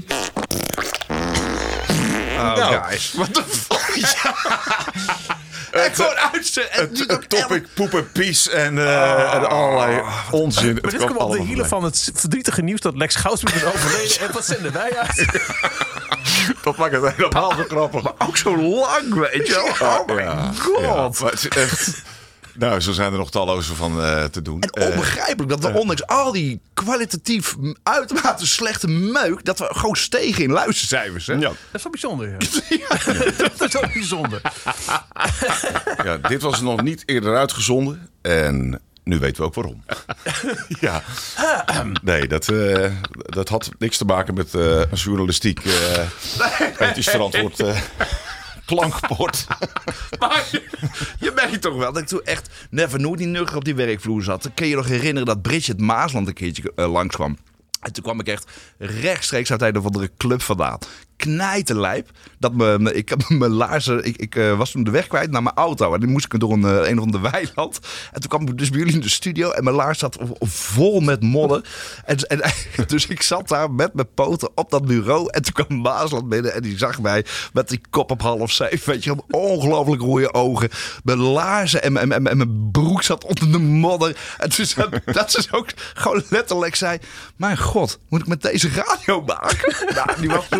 Oh, Nou. guys. What the fuck? Ja. En gewoon uitzetten. Het, het topic poep en pies en, uh, en allerlei onzin. Maar dit komt op de hielen van het verdrietige nieuws dat Lex Goudsburg is overleden. En wat zenden wij uit? Dat maakt het helemaal zo grappig. Maar ook zo lang, weet je wel. Oh my Ja, god. ja, maar het is echt... Nou, zo zijn er nog talloze van uh, te doen. En onbegrijpelijk dat we ondanks al die kwalitatief uitermate slechte meuk, dat we gewoon stegen in luistercijfers. Hè? Ja. Dat is wel bijzonder. Ja. Ja. Dat is wel bijzonder. Ja, dit was nog niet eerder uitgezonden. En nu weten we ook waarom. Ja. Nee, dat, uh, dat had niks te maken met uh, een journalistiek uh, ethisch verantwoord uh, klankbord. Maar je merkt toch wel dat ik toen echt never nooit niet nuchter op die werkvloer zat. Kun je je nog herinneren dat Bridget Maasland een keertje uh, langskwam? En toen kwam ik echt rechtstreeks uit een of andere club vandaan. Knijterlijp. Dat me, me, ik heb mijn laarzen. Ik, ik uh, was toen de weg kwijt naar mijn auto. En die moest ik door een, uh, een of ander weiland. En toen kwam ik dus bij jullie in de studio. En mijn laars zat vol met modder. En, en, dus ik zat daar met mijn poten op dat bureau. En toen kwam Maasland binnen. En die zag mij met die kop op half zeven. Weet je, ongelooflijk rode ogen. Mijn laarzen en, en, en, en mijn broek zat onder de modder. En toen zat, dat ze ook gewoon letterlijk zei: mijn god, moet ik met deze radio maken? Nou, die was toen echt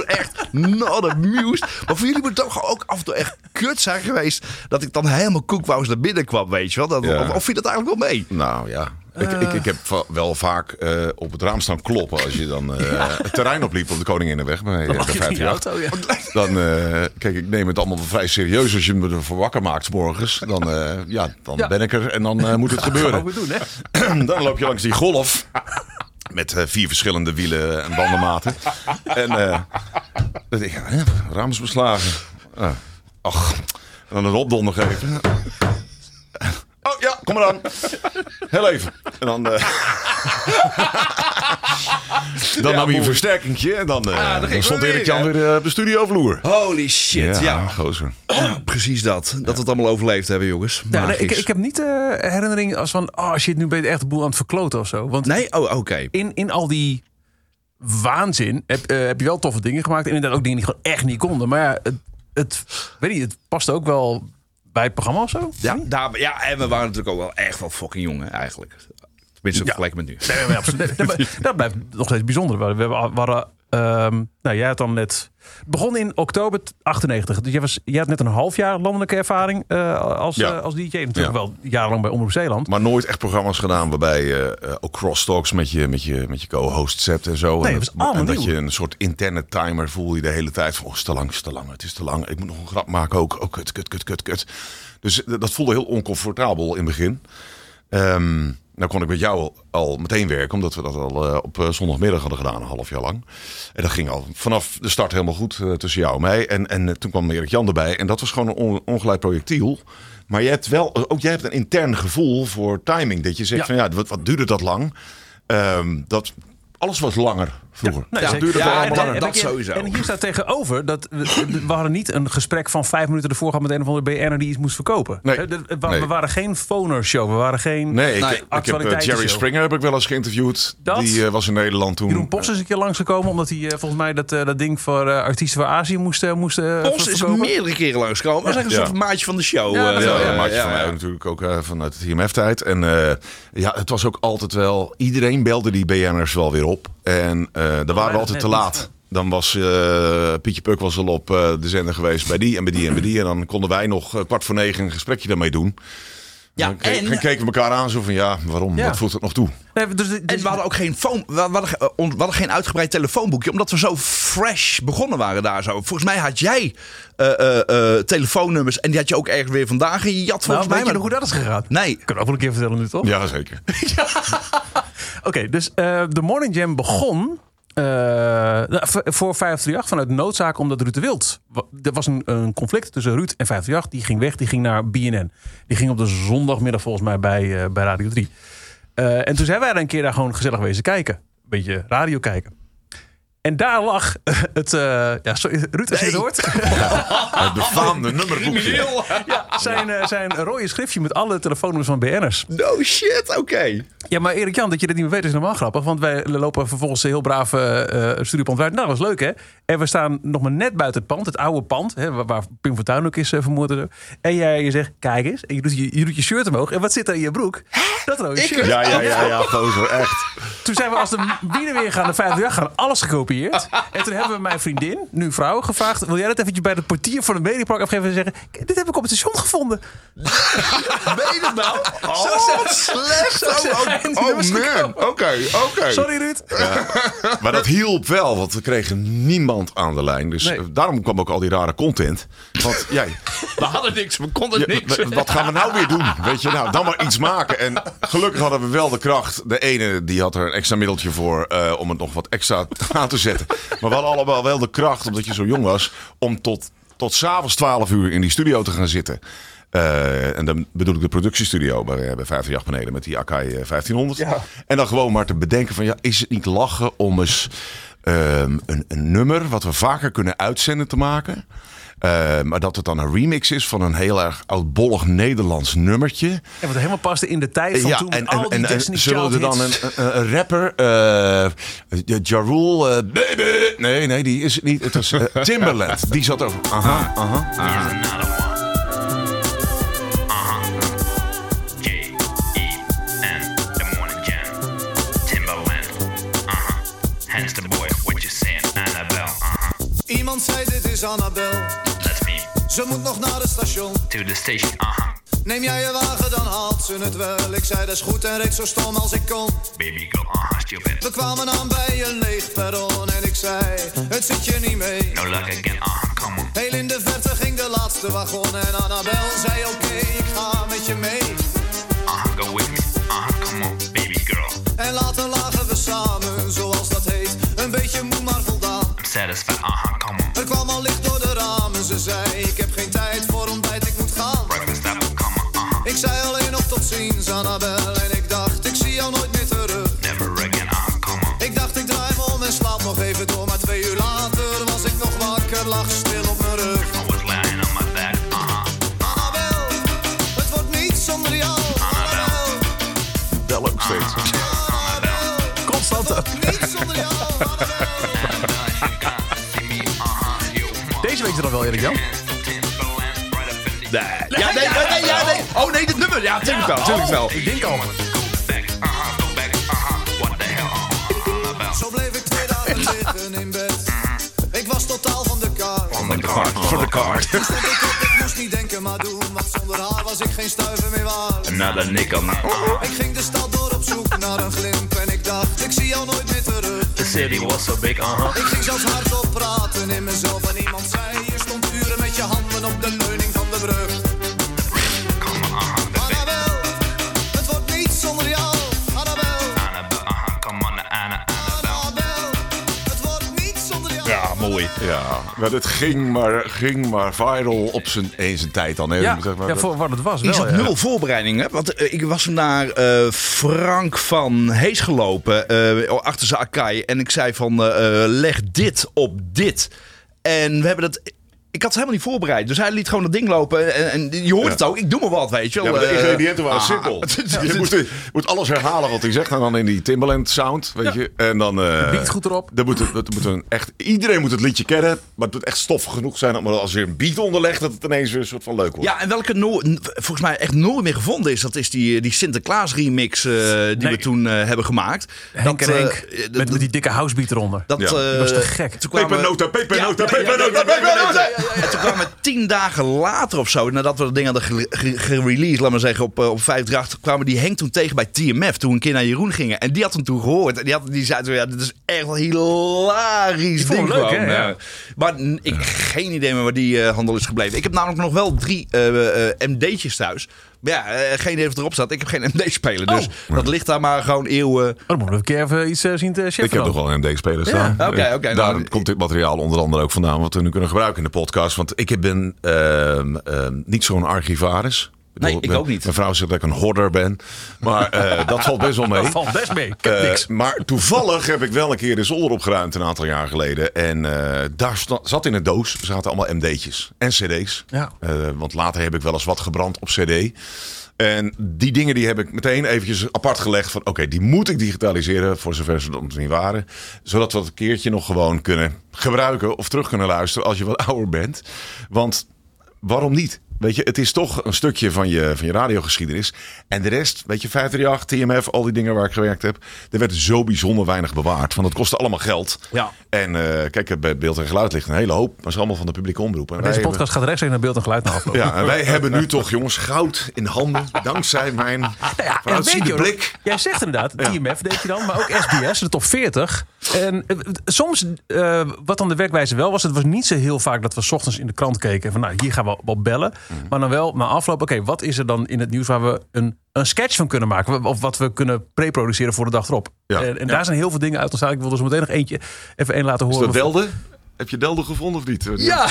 not amused. Maar voor jullie moet het toch ook af en toe echt kut zijn geweest... dat ik dan helemaal koekwous naar binnen kwam, weet je wel. Dat, Ja. of, of vind je dat eigenlijk wel mee? Nou ja, ik, ik, ik heb va- wel vaak uh, op het raam staan kloppen... als je dan uh, ja. het terrein opliep op de Koninginnenweg bij uh, de vijfenveertig. Dan, uh, kijk, ik neem het allemaal vrij serieus als je me ervoor wakker maakt 's morgens. Dan, uh, ja, dan ja. ben ik er en dan uh, moet het gebeuren. Dat gaan we doen, hè? Dan loop je langs die golf... met uh, vier verschillende wielen en bandenmaten. En uh, dan denk ik, ja, raam is beslagen. Uh, ach, en dan een opdonder geven. Oh ja, kom maar aan. Heel even. En dan... Uh, dan ja, nam je een versterkingje en dan, uh, ah, dan, dan stond Erik Jan weer uh, op de studiovloer. Holy shit, ja. Ja, gozer. Ja, precies dat. Dat we het allemaal overleefd hebben, jongens. Ja, nee, ik, ik heb niet uh, herinnering als van... oh shit, nu ben je echt de boel aan het verkloten of zo. Want nee? Oh, oké. Okay. In, in al die waanzin heb, uh, heb je wel toffe dingen gemaakt. En inderdaad ook dingen die gewoon echt niet konden. Maar ja, het, het, weet je, het past ook wel bij het programma of zo. Ja, daar, ja, en we waren natuurlijk ook wel echt wel fucking jong, hè, eigenlijk. Tenminste, vergelijken met nu. Nee, nee, absoluut. Nee, dat blijft nog steeds bijzonder. We waren... Um, nou, jij had dan net... begon in oktober achtennegentig. Dus jij, was, jij had net een half jaar landelijke ervaring uh, als, ja. uh, als D J. Natuurlijk ja. wel jarenlang bij Omroep Zeeland. Maar nooit echt programma's gedaan waarbij je uh, ook crosstalks met je, met je, met je co-hosts hebt en zo. Nee, en dat, was en nieuw. dat je een soort interne timer voel je de hele tijd van... oh, het is te lang, het is te lang, het is te lang. Ik moet nog een grap maken ook. Oh, kut, kut, kut, kut, kut. Dus dat voelde heel oncomfortabel in het begin. Um, Nou kon ik met jou al meteen werken, omdat we dat al uh, op uh, zondagmiddag hadden gedaan, een half jaar lang. En dat ging al vanaf de start helemaal goed uh, tussen jou en mij. En, en uh, toen kwam Erik Jan erbij en dat was gewoon een on, ongeleid projectiel. Maar je hebt wel, ook jij hebt een intern gevoel voor timing. Dat je zegt ja. van ja, wat, wat duurde dat lang? Um, dat... Alles was langer vroeger. Ja, nee, dat duurde ja, allemaal langer. En, dat sowieso. En hier staat tegenover dat we, we hadden niet een gesprek van vijf minuten ervoor gehad met een of andere B N'er die iets moest verkopen. Nee, we, we, nee. we waren geen phoner-show. We waren geen nee, ik, nee, ik heb uh, Jerry Springer heb ik wel eens geïnterviewd. Dat? Die uh, was in Nederland toen. Jeroen Post is een keer langsgekomen omdat hij uh, volgens mij dat, uh, dat ding voor uh, artiesten voor Azië moest, uh, moest uh, Post is meerdere keren langsgekomen. Dat is echt een soort maatje van de show. Ja, uh, ja, ja, een maatje ja, van ja. mij natuurlijk ook uh, vanuit de T M F-tijd. En uh, ja, het was ook altijd wel... Iedereen belde die B N'ers wel weer op. En uh, daar waren we altijd te laat. Dan was uh, Pietje Puk was al op uh, de zender geweest bij die en bij die en bij die. En dan konden wij nog uh, kwart voor negen een gesprekje daarmee doen. Ja, dan en... dan keken we elkaar aan zo van ja, waarom? Ja. Wat voegt het nog toe? Nee, dus, dus... En we hadden ook geen, phone, we hadden, we hadden geen uitgebreid telefoonboekje. Omdat we zo fresh begonnen waren daar zo. Volgens mij had jij uh, uh, uh, telefoonnummers. En die had je ook ergens weer vandaag in je jat volgens nou, mij. Weet je nog hoe dat is gegaan? Nee. Ik kan ook wel een keer vertellen nu, toch? Ja, zeker. ja. Oké, okay, dus uh, de Morning Jam begon... Uh, voor vijfhonderdachtendertig vanuit noodzaak omdat Ruud de Wild... Er was een, een conflict tussen Ruud en vijfhonderdachtendertig. Die ging weg, die ging naar B N N. Die ging op de zondagmiddag volgens mij bij, uh, bij Radio drie. Uh, en toen zijn wij er een keer daar gewoon gezellig wezen kijken. Een beetje radio kijken. En daar lag het... Uh, ja, sorry, Ruud, als nee. je het hoort. Het befaamde nummerboekje. Ja, zijn, uh, zijn rode schriftje met alle telefoonnummers van B N'ers. No shit, oké. Okay. Ja, maar Erik Jan, dat je dat niet meer weet is normaal grappig. Want wij lopen vervolgens heel braaf uh, studiopand uit. Nou, dat was leuk, hè? En we staan nog maar net buiten het pand. Het oude pand, hè, waar, waar Pim Fortuyn ook is uh, vermoord. En jij je zegt, kijk eens. En je doet je, je doet je shirt omhoog. En wat zit er in je broek? Dat rode shirt. Ja, ja, ja, ja, gozer, echt. Toen zijn we als de bieden weer gaan de vijfde gaan. Alles gekopieerd. En toen hebben we mijn vriendin, nu vrouw, gevraagd... wil jij dat eventjes bij de portier van het Mediapark afgeven en zeggen... dit heb ik op het station gevonden. Meen het nou? Oh, zo slecht. Oh, oh, oh man. Oké, okay, oké. Okay. Sorry, Ruud. Ja. Maar dat hielp wel, want we kregen niemand aan de lijn. Dus nee. daarom kwam ook al die rare content. Want jij... We hadden niks, we konden ja, niks. We, wat gaan we nou weer doen? Weet je, nou, dan maar iets maken. En gelukkig hadden we wel de kracht. De ene die had er een extra middeltje voor... Uh, om het nog wat extra aan te zetten. Maar we hadden allemaal wel de kracht, omdat je zo jong was... om tot, tot 's avonds twaalf uur in die studio te gaan zitten. Uh, en dan bedoel ik de productiestudio bij, bij vijfhonderdachtendertig beneden met die Akai vijftienhonderd. Ja. En dan gewoon maar te bedenken van ja, is het niet lachen om eens um, een, een nummer wat we vaker kunnen uitzenden te maken. Uh, maar dat het dan een remix is van een heel erg oudbollig Nederlands nummertje. En wat helemaal paste in de tijd van ja, toen. En, al en, die en, en zullen er dan een, een, een rapper, uh, Ja Rule, uh, baby. Nee, nee, die is het niet. Het was uh, Timbaland. Die zat over. Aha, aha. aha. Iemand Annabel. That's me. Ze moet nog naar het station. To the station, aha. Neem jij je wagen, dan haalt ze het wel. Ik zei dat is goed en reed zo stom als ik kon. Baby girl, aha, stupid. We kwamen aan bij een leeg perron en ik zei, het zit je niet mee. No luck again, aha, come on. Heel in de verte ging de laatste wagon en Annabel zei oké, okay, ik ga met je mee. Aha, go with me, aha, come on, baby girl. En later lagen we samen, zoals dat heet, een beetje moe maar voldaan. I'm satisfied, aha, come on. Er kwam al licht door de ramen, ze zei, ik heb geen tijd voor ontbijt, ik moet gaan. Breakfast up, come on, aha. Ik zei alleen nog tot ziens, Annabel, en ik dacht, ik zie jou nooit meer terug. Never again, aha, come on. Ik dacht, ik draai me om en slaap nog even door, maar twee uur later was ik nog wakker, lag stil op mijn rug. I was lying on my back, aha. Annabel, het wordt niet zonder jou, Annabel. Bel ook steeds. Constant. Niet zonder jou, Annabel. Deze weet je nog wel, Erik Jan? Nee. Ja, nee, nee, nee, ja, nee. Oh nee, dit nummer. Ja, natuurlijk wel, natuurlijk wel. Ik denk al. Zo bleef ik twee dagen liggen in bed. Ik was totaal van de kaart. Van de kaart, voor de kaart. Toen stond ik op, ik moest niet denken maar doen. Want zonder haar was ik geen stuiver meer waard. Another nickel. Ik ging de stad door op zoek naar een glimp. En ik dacht, ik zie jou nooit meer terug. The city was so big, uh-huh. Ik ging zelfs hardop praten in mezelf. En iemand zei, je stond uren met je handen op de leuning van de brug. Annabel, het wordt niet zonder jou. Annabel, Annabel, uh-huh, come on, Anna, Annabel, het wordt niet zonder jou. Ja, mooi. Ja, maar het ging maar, ging maar viral op zijn, in zijn tijd dan. Hè? Ja, Zeg maar, ja, voor wat het was Je wel. zat ja. nul voorbereidingen. Want uh, ik was naar uh, Frank van Hees gelopen. Uh, achter zijn Akai. En ik zei van uh, leg dit op dit. En we hebben dat... Ik had het helemaal niet voorbereid. Dus hij liet gewoon dat ding lopen. En, en je hoort Ja. het ook. Ik doe maar wat, weet je wel. Ja, maar de Uh, ingrediënten waren ah. simpel. Je moet, je moet alles herhalen wat hij zegt. En dan in die Timbaland sound, weet je. En dan... Uh, beat goed erop. Dat moet, dat moet een echt, iedereen moet het liedje kennen. Maar het moet echt stoffig genoeg zijn. Maar als je een beat onderlegt, dat het ineens weer een soort van leuk wordt. Ja, en welke no- volgens mij echt nooit meer gevonden is. Dat is die, die Sinterklaas remix uh, die Nee. we toen uh, hebben gemaakt. Henk dat, en uh, Henk, d- met, d- met die dikke housebeat eronder. Dat, Ja. uh, Die was te gek. Toen kwamen- Pepernota, pepernota, Ja, ja, ja, ja, pepernota, ja, ja, ja, ja, pepernota. ja, ja, ja. En toen kwamen we tien dagen later of zo, nadat we dat ding hadden ge- ge- gereleased, laat maar zeggen, op, uh, op vijf drie acht, kwamen die Henk toen tegen bij T M F, toen we een keer naar Jeroen gingen. En die had hem toen gehoord. En die, had, die zei toen, ja, dit is echt een hilarisch Die vond ding hem leuk, gewoon. hè? Ja. Ja. Maar n- ik heb geen idee meer waar die uh, handel is gebleven. Ik heb namelijk nog wel drie uh, uh, M D'tjes thuis. Maar ja, uh, geen idee of het erop staat. Ik heb geen M D-speler. Dus Oh. dat ligt daar maar gewoon eeuwen. Oh, dan moeten we een keer even iets uh, zien te cheffen. Ik heb dan. nog wel een M D-speler staan. Ja, oké, oké, Daar nou, komt dit materiaal onder andere ook vandaan. Wat we nu kunnen gebruiken in de podcast. Want ik ben uh, uh, niet zo'n archivaris. Nee, ik ben, ook niet. Mijn vrouw zegt dat ik een hoarder ben. Maar uh, dat valt best wel mee. Dat valt best mee. Ik heb Uh, niks. maar toevallig heb ik wel een keer de zolder opgeruimd een aantal jaar geleden. En uh, daar sta- zat in een doos, zaten allemaal M D'tjes en C D's. Ja. Uh, want later heb ik wel eens wat gebrand op C D. En die dingen die heb ik meteen eventjes apart gelegd van oké, okay, die moet ik digitaliseren voor zover ze dat niet waren. Zodat we dat een keertje nog gewoon kunnen gebruiken of terug kunnen luisteren als je wat ouder bent. Want waarom niet? Weet je, het is toch een stukje van je, van je radiogeschiedenis. En de rest, weet je, vijf drie acht, T M F, al die dingen waar ik gewerkt heb. Er werd zo bijzonder weinig bewaard. Want het kostte allemaal geld. Ja. En uh, kijk, bij Beeld en Geluid ligt een hele hoop. Maar het is allemaal van de publieke omroep. En Deze wij podcast gaat rechtstreeks naar beeld en geluid na afloop. hebben, ja, en wij hebben nu toch, jongens, goud in handen. Dankzij mijn Nou ja, en weet vooruitziende je, hoor, blik. jij zegt inderdaad, T M F deed je dan, maar ook S B S, de top veertig. En uh, soms, uh, wat dan de werkwijze wel was, het was niet zo heel vaak dat we 's ochtends in de krant keken van nou, hier gaan we wel bellen. Mm. Maar dan wel na afloop, oké, okay, wat is er dan in het nieuws waar we een, een sketch van kunnen maken? Of wat we kunnen preproduceren voor de dag erop. Ja. En, en Ja. daar zijn heel veel dingen uit ontstaan. Ik wil er zo meteen nog eentje, even één laten Is horen. dat Delde? Heb je Delde gevonden of niet? Ja!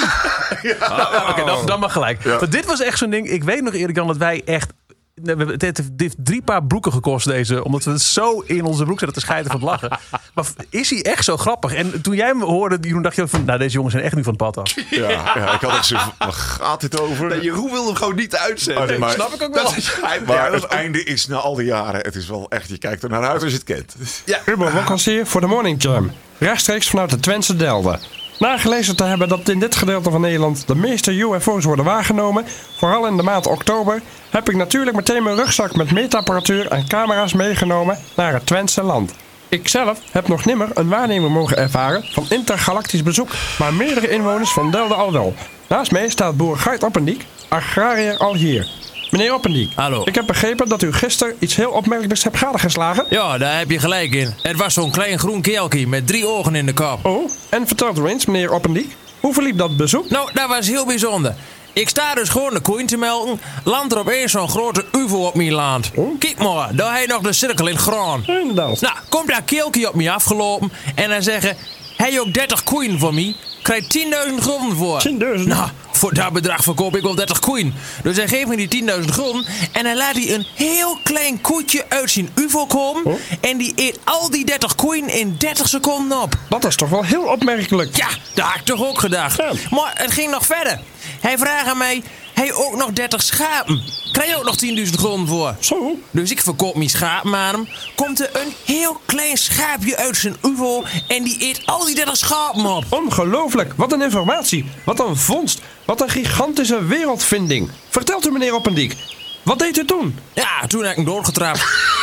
ja. Nou, oké, dan, dan maar gelijk. Ja. Maar dit was echt zo'n ding. Ik weet nog, Erik Jan, dat wij echt... Het heeft, het heeft drie paar broeken gekost deze. Omdat we het zo in onze broek zetten te scheiden van het lachen. Maar is hij echt zo grappig? En toen jij hem hoorde, Jeroen, dacht je ook van... Nou, deze jongens zijn echt nu van het pad af. Ja, ja, ik had ook zo van, waar gaat dit over? Nee, Jeroen wilde hem gewoon niet uitzetten. Oh, nee, maar- Snap ik ook wel. Dat is- hij- Maar ja, dat het is ook- einde is na al die jaren, het is wel echt, je kijkt er naar uit als je het kent. Ruben Wokkels hier voor de Morning Jam. Rechtstreeks vanuit de Twentse Delden. Na gelezen te hebben dat in dit gedeelte van Nederland de meeste U F O's worden waargenomen, vooral in de maand oktober, heb ik natuurlijk meteen mijn rugzak met meetapparatuur en camera's meegenomen naar het Twentse land. Ik zelf heb nog nimmer een waarnemer mogen ervaren van intergalactisch bezoek, maar meerdere inwoners van Delden al wel. Naast mij staat boer Gart Oppendiek, agrariër al hier. Meneer Oppendiek, hallo. Ik heb begrepen dat u gisteren iets heel opmerkelijks hebt gadegeslagen. Ja, daar heb je gelijk in. Het was zo'n klein groen keelkie met drie ogen in de kop. Oh, en vertelt u eens, meneer Oppendiek, hoe verliep dat bezoek? Nou, dat was heel bijzonder. Ik sta dus gewoon de koeien te melken. Landt er opeens zo'n grote U F O op mijn land. Oh. Kijk maar, daar heb je nog de cirkel in het graan. Inderdaad. Nou, komt daar keelkie op me afgelopen en dan zeggen... Heb je ook dertig koeien voor mij? Krijg tienduizend gulden voor. tienduizend? Nou, voor dat bedrag verkoop ik wel dertig koeien. Dus hij geeft me die tienduizend gulden en dan laat hij een heel klein koetje uit zijn U F O komen. Oh. En die eet al die dertig koeien in dertig seconden op. Dat is toch wel heel opmerkelijk. Ja, dat had ik toch ook gedacht. Ja. Maar het ging nog verder. Hij vraagt aan mij, hij ook nog dertig schapen. Krijg je ook nog tienduizend gulden voor. Zo. Dus ik verkoop mijn schapen aan hem. Komt er een heel klein schaapje uit zijn U F O en die eet al die dertig schapen op. Ongelooflijk. Wat een informatie. Wat een vondst. Wat een gigantische wereldvinding. Vertelt u, meneer Oppendiek. Wat deed u toen? Ja, toen heb ik hem doodgetrapt.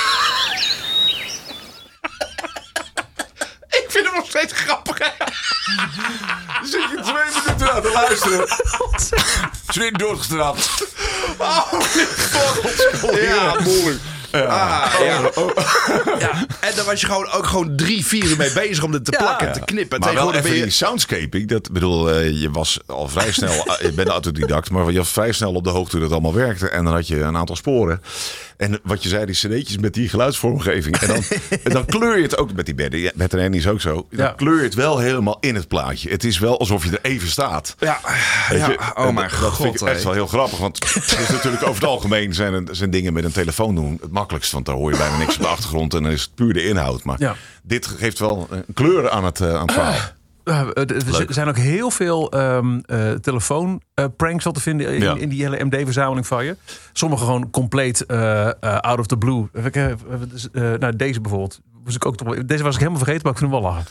Ik vind hem nog steeds grappig. Hè? Dan zit je twee minuten aan te luisteren. Zwin doodgestrapt. Oh, god. Ja, mooi. Ja. Ah, ja. Oh, oh. Ja. En dan was je gewoon ook gewoon drie, vier uur mee bezig om dit te plakken, Ja. te knippen. Maar wel Tegenwoordig even ben je... die soundscaping. Dat bedoel, uh, je was al vrij snel, je bent autodidact, maar je was vrij snel op de hoogte hoe dat allemaal werkte. En dan had je een aantal sporen. En wat je zei, die cd'tjes met die geluidsvormgeving. En dan, en dan kleur je het ook met die bedden. Ja, met Rennie is ook zo. Dan Ja. kleur je het wel helemaal in het plaatje. Het is wel alsof je er even staat. Ja, Weet ja. je? Oh En mijn dat god. vind ik echt hé. wel heel grappig. Want het is natuurlijk over het algemeen zijn, zijn dingen met een telefoon doen het makkelijkst. Want daar hoor je bijna niks op de achtergrond. En dan is het puur de inhoud. Maar Ja. dit geeft wel een kleur aan het, uh, aan het verhaal. Uh, er Leuk. zijn ook heel veel um, uh, telefoonpranks al te vinden in, Ja. in die hele M D-verzameling van je. Sommige gewoon compleet uh, uh, out of the blue. Uh, uh, nou, deze bijvoorbeeld. Was ik ook toch, deze was ik helemaal vergeten, maar ik vind hem wel lachen.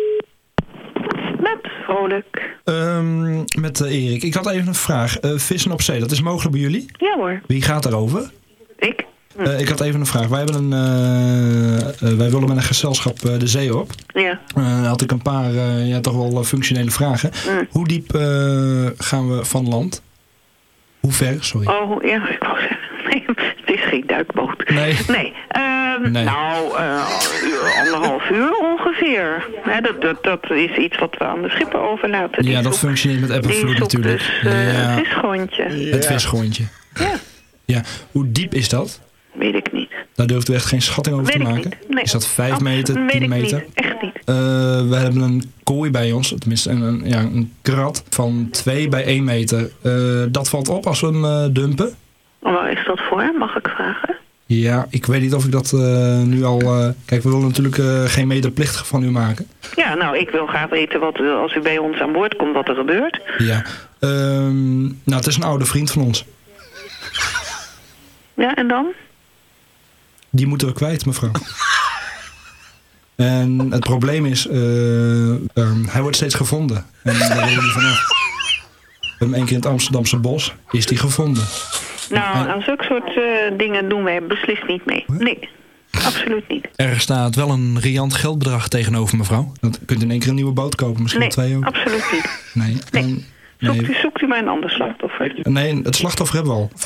Met vrolijk. Um, met uh, Erik. Ik had even een vraag. Uh, vissen op zee, dat is mogelijk bij jullie? Ja hoor. Wie gaat daarover? Ik. Hm. Uh, ik had even een vraag. Wij, hebben een, uh, uh, wij willen met een gezelschap uh, de zee op. Ja. Uh, had ik een paar uh, ja, toch wel uh, functionele vragen. Hm. Hoe diep uh, gaan we van land? Hoe ver? Sorry. Oh, ja, ik wou zeggen. Nee, het is geen duikboot. Nee. Nee. Um, Nee. Nou, uh, anderhalf uur ongeveer. Ja, dat, dat, dat is iets wat we aan de schipper overlaten. Die Ja, dat zoekt- functioneert met eb en die vloed zoekt natuurlijk. Dus, uh, Ja. een visgrondje. Het visgrondje. Ja. Ja. Hoe diep is dat? Weet ik niet. Daar durft u echt geen schatting over Weet te ik maken? niet. Nee. Is dat vijf Oh, meter, weet tien ik meter? niet. Echt niet. Uh, we hebben een kooi bij ons, tenminste een, een, ja, een krat van twee bij één meter. Uh, dat valt op als we hem uh, dumpen. Oh, waar is dat voor, mag ik vragen? Ja, ik weet niet of ik dat uh, nu al... Uh, kijk, we willen natuurlijk uh, geen medeplichtig van u maken. Ja, nou, ik wil graag weten wat, uh, als u bij ons aan boord komt, wat er gebeurt. Ja. Um, nou, het is een oude vriend van ons. Ja, en dan? Die moeten we kwijt, mevrouw. En het probleem is, uh, um, hij wordt steeds gevonden. En daar willen we niet vanaf. We hebben hem één keer in het Amsterdamse bos, is die gevonden. Nou, aan zulke soort uh, dingen doen wij beslist niet mee. Nee, absoluut niet. Er staat wel een riant geldbedrag tegenover, mevrouw. Dat kunt u in één keer een nieuwe boot kopen, misschien Nee, twee ook. absoluut niet. Nee. Nee. En- Zoekt, nee. u, zoekt u maar een ander slachtoffer. Nee, het slachtoffer hebben we al.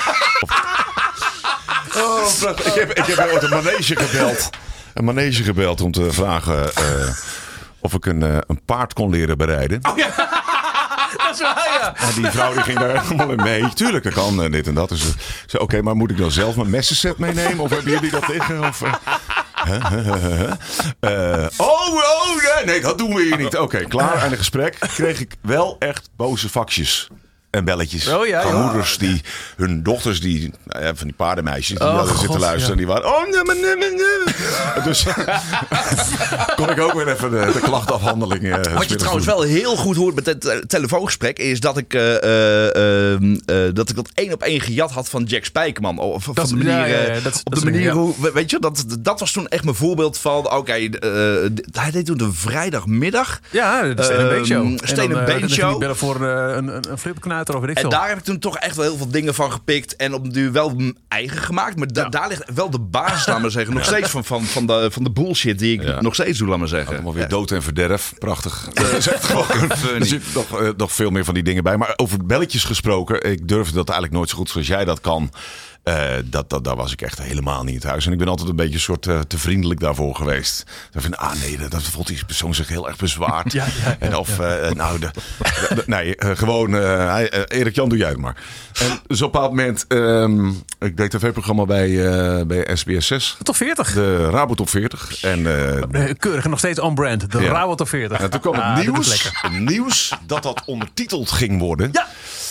Oh, prachtig. Ik heb, ik heb ooit een manege gebeld. Een manege gebeld om te vragen uh, of ik een, uh, een paard kon leren bereiden. Oh ja, dat is waar, ja. En die vrouw die ging daar helemaal in mee. Tuurlijk, dat kan, uh, dit en dat. Dus ik zei, oké, maar moet ik dan zelf mijn messenset meenemen? Of hebben jullie dat liggen? Of, uh, huh, huh, huh, huh. Uh, oh, oh, nee, nee, dat doen we hier niet. Oké, okay, klaar. Aan het gesprek kreeg ik wel echt boze vakjes. En belletjes Oh, ja, van ja. moeders die hun dochters, die, nou ja, van die paardenmeisjes, die Oh, hadden zitten God, luisteren. ja. En die waren, oh nee, maar nee, nee, nee. Dus kon ik ook weer even de, de klachtafhandeling. Uh, Wat je trouwens wel heel goed hoort met het uh, telefoongesprek is dat ik, uh, uh, uh, uh, dat ik dat één op één gejat had van Jack Spijkerman. Of, van Dat- de manier, ja, ja, ja, uh, dat- op dat de is- manier ja. hoe, weet je, dat, dat was toen echt mijn voorbeeld van, oké, okay, uh, hij deed toen een vrijdagmiddag. Ja, de Steen en Been Show. Um, Steen en dan, uh, Been dan ging Show. hij bellen voor uh, een, een, een flipkanaal Snuiter of weet ik En veel. daar heb ik toen toch echt wel heel veel dingen van gepikt. En op nu wel m- eigen gemaakt. Maar da- ja. daar ligt wel de basis, laat maar zeggen. Nog steeds van, van, van, de, van de bullshit die ik ja. nog steeds doe, laat maar zeggen. Allemaal weer dood en verderf. Prachtig. Uh, is echt gewoon, er zitten nog, uh, nog veel meer van die dingen bij. Maar over belletjes gesproken. Ik durfde dat eigenlijk nooit zo goed zoals jij dat kan. Uh, dat, dat, daar was ik echt helemaal niet in thuis. En ik ben altijd een beetje een soort uh, te vriendelijk daarvoor geweest. Dan vind ik, ah nee, dat, dat voelt die persoon zich heel erg bezwaard. Ja, ja, ja, en of, uh, nou, de, de, de, nee, uh, gewoon, uh, uh, Erik-Jan, doe jij het maar. En dus op een bepaald moment, um, ik deed tv-programma bij, uh, bij S B S zes. Top veertig. De Rabo Top veertig. En, uh, Keurig, nog steeds on brand. De ja. Rabo Top veertig. En toen kwam het, ah, nieuws, het nieuws dat dat ondertiteld ging worden. Ja.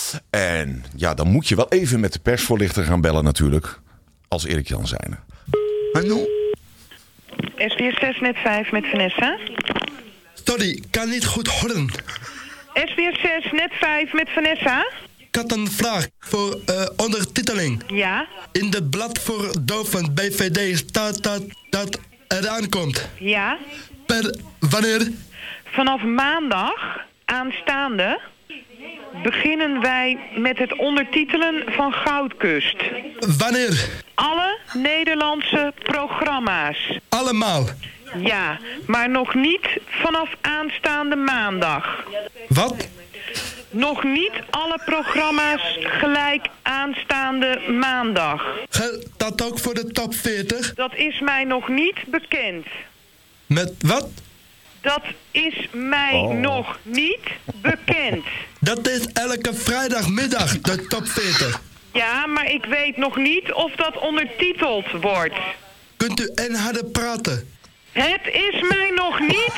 En ja, dan moet je wel even met de persvoorlichter gaan bellen natuurlijk. Als Erik-Jan zijnde. Hallo? S B S zes net vijf met Vanessa. Sorry, kan niet goed horen. S B S zes net vijf met Vanessa. Ik had een vraag voor uh, ondertiteling. Ja? In het blad voor doven B V D staat dat dat eraan komt. Ja? Per wanneer? Vanaf maandag aanstaande beginnen wij met het ondertitelen van Goudkust. Wanneer? Alle Nederlandse programma's. Allemaal? Ja, maar nog niet vanaf aanstaande maandag. Wat? Nog niet alle programma's gelijk aanstaande maandag. Geldt dat ook voor de top veertig? Dat is mij nog niet bekend. Met wat? Dat is mij oh. nog niet bekend. Dat is elke vrijdagmiddag, de top veertig. Ja, maar ik weet nog niet of dat ondertiteld wordt. Kunt u en harder praten? Het is mij nog niet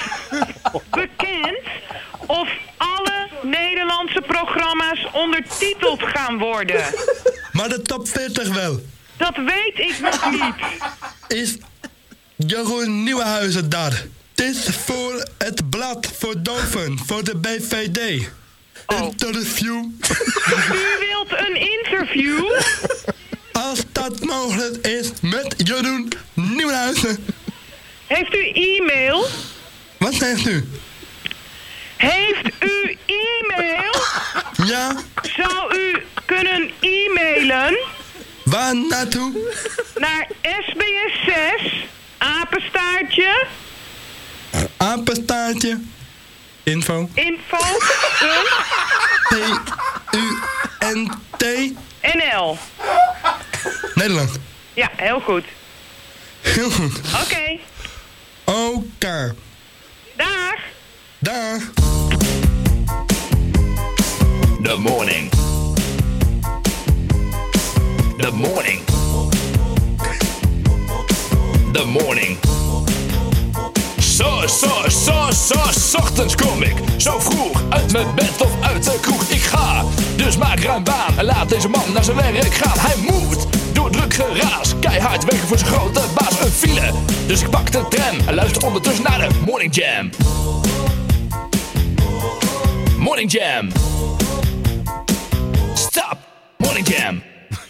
bekend of alle Nederlandse programma's ondertiteld gaan worden. Maar de top veertig wel. Dat weet ik nog niet. Is Jeroen Nieuwenhuizen daar? Het is voor het blad voor doven, voor de B V D. Oh. Interview. U wilt een interview? Als dat mogelijk is met Jeroen Nieuwenhuizen. Heeft u e-mail? Wat zegt u? Heeft u e-mail? Ja. Zou u kunnen e-mailen? Waar naartoe? Naar S B S zes, apenstaartje. Apenstaartje. Info. Info. T U N T. N L. Nederland. Ja, heel goed. Heel goed. Oké. Okay. Oké. Okay. Dag. Dag. The morning. The morning. The morning. Zo, zo, zo, zo, ochtends kom ik zo vroeg uit mijn bed of uit de kroeg. Ik ga, dus maak ruim baan en laat deze man naar zijn werk gaan. Hij moet door druk geraas, keihard werken voor zijn grote baas. Een file, dus ik pak de tram en luister ondertussen naar de Morning Jam. Morning Jam. Stop, Morning Jam.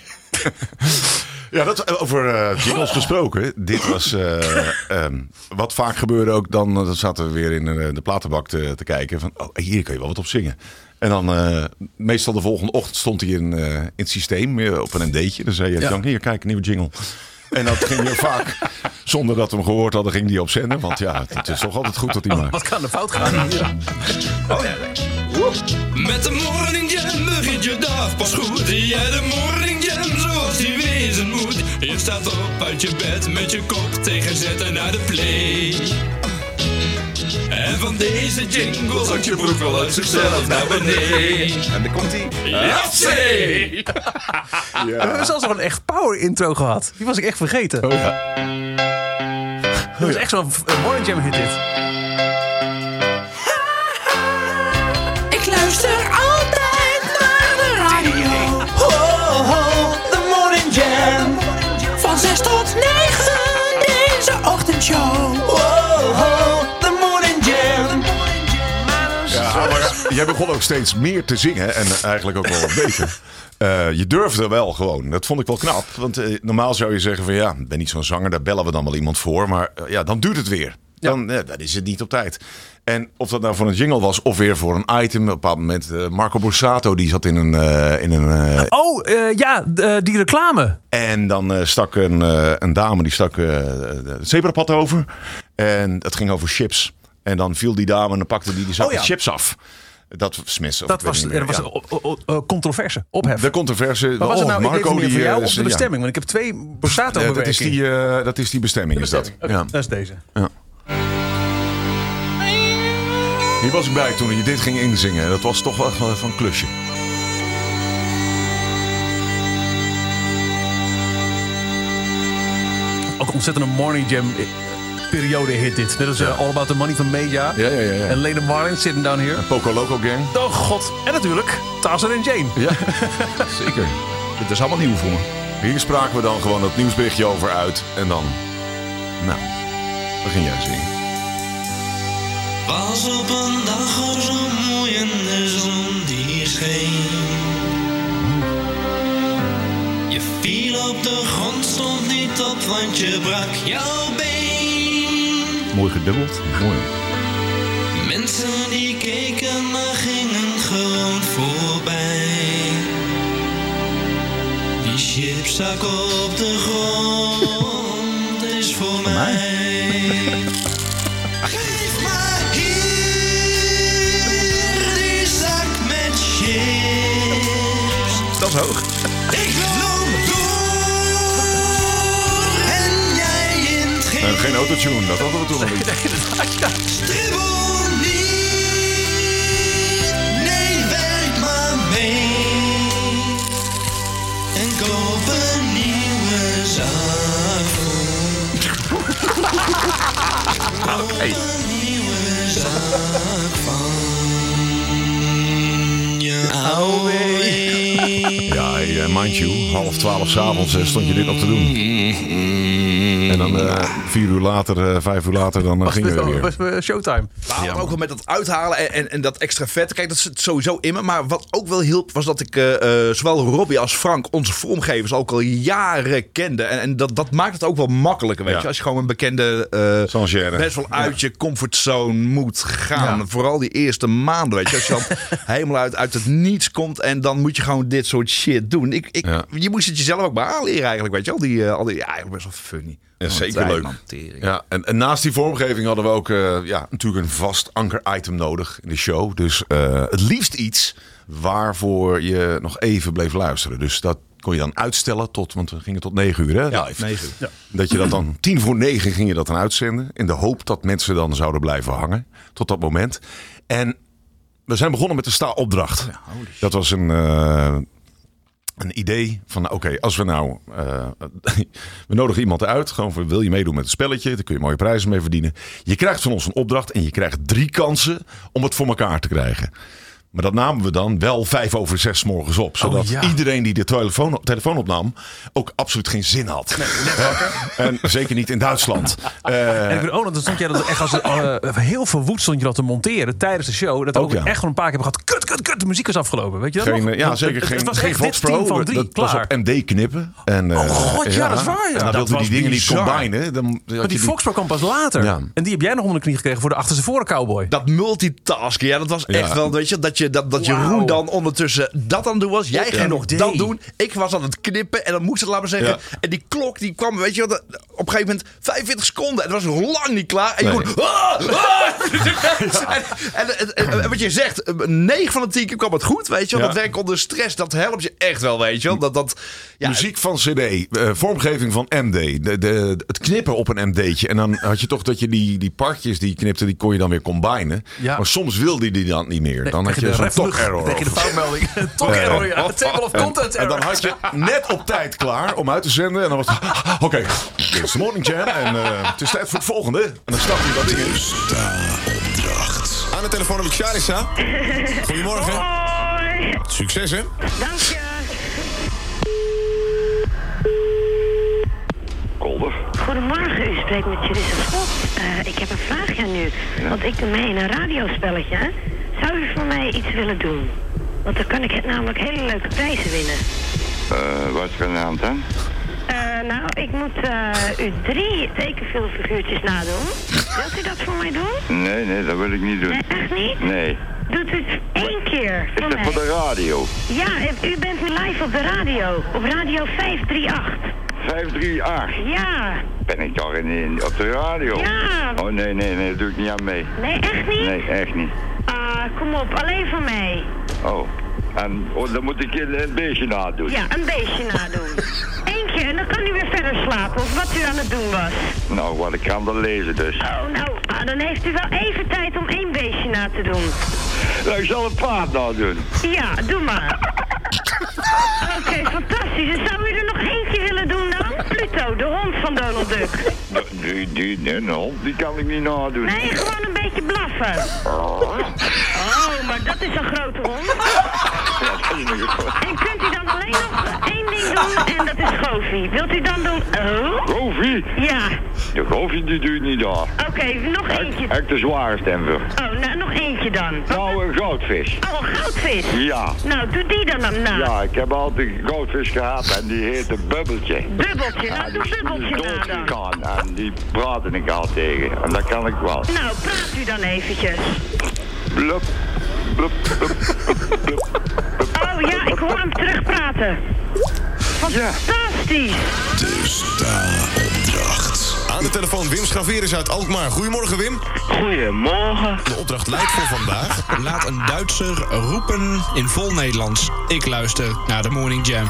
Ja, dat over uh, jingles gesproken. Dit was uh, um, wat vaak gebeurde ook. Dan, dan zaten we weer in uh, de platenbak te, te kijken. Van, oh, hier kun je wel wat op zingen. En dan uh, meestal de volgende ochtend stond hij in, uh, in het systeem uh, op een N'tje. Dan zei je, ja. hier, kijk, een nieuwe jingle. En dat ging je vaak, zonder dat we hem gehoord hadden, ging die op zenden. Want ja, het is toch altijd goed dat hij maakt. Wat kan er fout gaan? Ja. Oh ja. Met de Morning Jam begint je dag pas goed. Ja, de Morning Jam zoals die wezen moet. Je staat op uit je bed met je kop tegen zetten naar de play. En van deze jingle zakt je broek wel uit zichzelf naar beneden. En daar komt hij. Japsee! Ja. We hebben zelfs nog een echt power intro gehad. Die was ik echt vergeten. Oh ja. Dat is echt zo'n Morning Jam hit dit. Ik luister altijd naar de radio. Ho, ho, de Morning Jam. Van zes tot negen, deze ochtendshow. Ho, ho, de Morning Jam. Ja, maar jij begon ook steeds meer te zingen en eigenlijk ook wel wat beter. Uh, je durfde wel gewoon. Dat vond ik wel knap. Want uh, normaal zou je zeggen van ja, ik ben niet zo'n zanger, daar bellen we dan wel iemand voor. Maar uh, ja, dan duurt het weer. dan, ja. Ja, dan is het niet op tijd. En of dat nou voor een jingle was of weer voor een item. Op een bepaald moment uh, Marco Borsato, die zat in een... Uh, in een uh, oh, uh, ja, uh, die reclame. En dan uh, stak een, uh, een dame, die stak uh, het zebrapad over. En dat ging over chips. En dan viel die dame en dan pakte die die zak oh, ja. chips af. Dat Smith. Dat was, er was een ja. uh, controverse, ophef. De controverse. Maar was het nou, oh, Marco, ik die, voor jou uh, of de bestemming? Ja. Want ik heb twee Borsato ja, dat is die, uh, dat is die bestemming, de bestemming. is dat. Okay, ja. Dat is deze. Ja. Hier was ik bij toen je dit ging inzingen. Dat was toch wel van een klusje. Ook ontzettend een Morning Jam periode hit dit. Net als uh, All About The Money van Meja. Ja, ja, ja, ja. En Lena Marlin, Sitting Down Here. En Poco Loco Gang. Oh god. En natuurlijk Tarzan en Jane. Ja, zeker. Dit is allemaal nieuw voor me. Hier spraken we dan gewoon dat nieuwsberichtje over uit. En dan, nou, begin jij zingen. Was op een dag er zo'n mooi en de zon die scheen. Je viel op de grond, stond niet op, want je brak jouw been. Mooi gedubbeld, mooi. Mensen die keken, maar gingen gewoon voorbij. Die chipzak op de grond is voor mij. Geef maar hier die zak met chips. Dat is hoog. Ik loop door en jij in het geen. Uh, geen autotune, dat hadden we toen nog niet. Stribbel niet, nee werk maar mee. En koop een nieuwe zak. Koop een nieuwe zak van je oude. Ja, hey, mind you, half twaalf 's avonds uh, stond je dit nog te doen. En dan uh, vier uur later, uh, vijf uur later, dan uh, gingen we weer. Was uh, showtime. Maar ja, ook wel met dat uithalen en, en, en dat extra vet. Kijk, dat zit sowieso in me. Maar wat ook wel hielp, was dat ik uh, uh, zowel Robbie als Frank, onze vormgevers, ook al jaren kende. En, en dat, dat maakt het ook wel makkelijker, weet ja. je. Als je gewoon een bekende, uh, best wel uit ja. je comfortzone moet gaan. Ja. Vooral die eerste maanden, weet je. Als je dan helemaal uit, uit het niets komt en dan moet je gewoon dit soort shit doen. Ik, ik, ja. Je moest het jezelf ook maar aanleren eigenlijk, weet je. Al die, uh, al die ja, eigenlijk best wel funny. Ja, zeker leuk. Ja, en, en naast die vormgeving hadden we ook uh, ja, natuurlijk een vast anker-item nodig in de show. Dus uh, het liefst iets waarvoor je nog even bleef luisteren. Dus dat kon je dan uitstellen tot, want we gingen tot negen uur, hè? Ja, negen uur. Ja. Dat je dat dan tien voor negen ging je dat dan uitzenden. In de hoop dat mensen dan zouden blijven hangen tot dat moment. En we zijn begonnen met de sta-opdracht. Ja, dat was een... Uh, Een idee van, oké, okay, als we nou... Uh, we nodigen iemand uit. Gewoon van, wil je meedoen met het spelletje? Daar kun je mooie prijzen mee verdienen. Je krijgt van ons een opdracht en je krijgt drie kansen om het voor elkaar te krijgen. Maar dat namen we dan wel vijf over zes morgens op. Zodat oh, ja. iedereen die de telefoon, telefoon opnam ook absoluut geen zin had. Nee, net wakker. En zeker niet in Duitsland. Uh, en ik weet ook nog, dan stond jij dat echt als uh, heel verwoed stond je dat te monteren tijdens de show. Dat we ook, ook ja. echt gewoon een paar keer hebben gehad. Kut, kut, kut, de muziek is afgelopen. Weet je dat geen, nog? Ja, zeker. Het, geen, het was geen Vox Pro. Van drie, dat klaar. Was op M D knippen. En, uh, oh god, ja, ja, dat is waar. Ja. En dan wilden die dingen bizar. niet combinen. Dan, maar die Vox Pro kwam pas later. Ja. En die heb jij nog onder de knie gekregen voor de achterste voren cowboy. Dat multitasken, ja, dat was echt ja. wel, weet je, dat je, dat, dat wow. Jeroen dan ondertussen dat aan het doen was. Jij ging ja, nog day. dat doen. Ik was aan het knippen en dan moest het, laten we zeggen. Ja. En die klok die kwam, weet je wat, op een gegeven moment vijfenveertig seconden. En dat was nog lang niet klaar. En je nee. kon, ah, ah. en, en, en, en wat je zegt, negen van de tien keer kwam het goed, weet je wel. Ja. Dat werk onder stress, dat helpt je echt wel, weet je wel. Dat, dat, ja. Muziek van C D, uh, vormgeving van M D, de, de, het knippen op een M D'tje. En dan had je toch dat je die, die partjes die je knipte, die kon je dan weer combinen. Ja. Maar soms wilde die dan niet meer. Dan nee, had je, je zo'n top error. Tegen de foutmelding. Top uh, error, ja. Table of content error. En dan had je net op tijd klaar om uit te zenden. En dan was het, oké, okay, dit is de Morning Jam. En uh, het is tijd voor het volgende. En dan stap je dat ding in. Sta-opdracht. Aan de telefoon heb ik Charissa. Goedemorgen. Hoi. Succes, hè? Dank je. Kolder. Goedemorgen, u spreekt met Charissa Schot. Uh, ik heb een vraagje aan u. Ja. Want ik doe mee in een radiospelletje. Zou u voor mij iets willen doen? Want dan kan ik het namelijk hele leuke prijzen winnen. Uh, wat is er aan de hand dan? Uh, nou, ik moet uh, u drie tekenfilmfiguurtjes nadoen. Wilt u dat voor mij doen? Nee, nee, dat wil ik niet doen. Nee, echt niet? Nee. Doet u het één keer voor Is dat mij? voor de radio? Ja, u bent nu live op de radio. Op radio vijf drie acht. vijf drie acht? Ja. Ben ik toch in, in, op de radio? Ja. Oh nee, nee, nee, dat doe ik niet aan mee. Nee, echt niet? Nee, echt niet. Ah, kom op, alleen voor mij. Oh. En oh, dan moet ik een, een beestje nadoen. Ja, een beestje nadoen. Eén keer en dan kan u weer verder slapen, of wat u aan het doen was. Nou, wat ik kan dan lezen dus. Oh, nou, ah, dan heeft u wel even tijd om één beestje na te doen. Nou, ik zal een paard nadoen. Ja, doe maar. Oké, okay, fantastisch. En zou u er nog eentje willen doen dan? Pluto, de hond van Donald Duck. Die, die, nee, een hond, die kan ik niet nadoen. Nee, gewoon een beetje blaffen. Oh, maar dat is een grote hond. Ja, dat is een grote. En kunt u dan alleen nog één ding doen en dat is Goofy. Wilt u dan doen... Oh? Goofy? Ja. De Goofy die doe ik niet aan. Oké, okay, nog eentje. Echt de zware stem voor. Oh, nou, nog eentje dan. Nou, een goudvis. Oh, een goudvis? Ja. Nou, doe die dan dan na. Ja, ik heb altijd een goudvis gehad en die heette Bubbeltje. Bubbeltje? Nou, doe Bubbeltje na dan. Gegaan, en die praatte ik al tegen. En dat kan ik wel. Nou, praat u dan eventjes. Blup, blup, blup, blup, blup. Oh ja, ik hoor hem terugpraten. Fantastisch. De sta-opdracht. Aan de telefoon Wim Schaveris uit Alkmaar. Goedemorgen, Wim. Goedemorgen. De opdracht luidt voor vandaag. Laat een Duitser roepen in vol Nederlands. Ik luister naar de Morning Jam.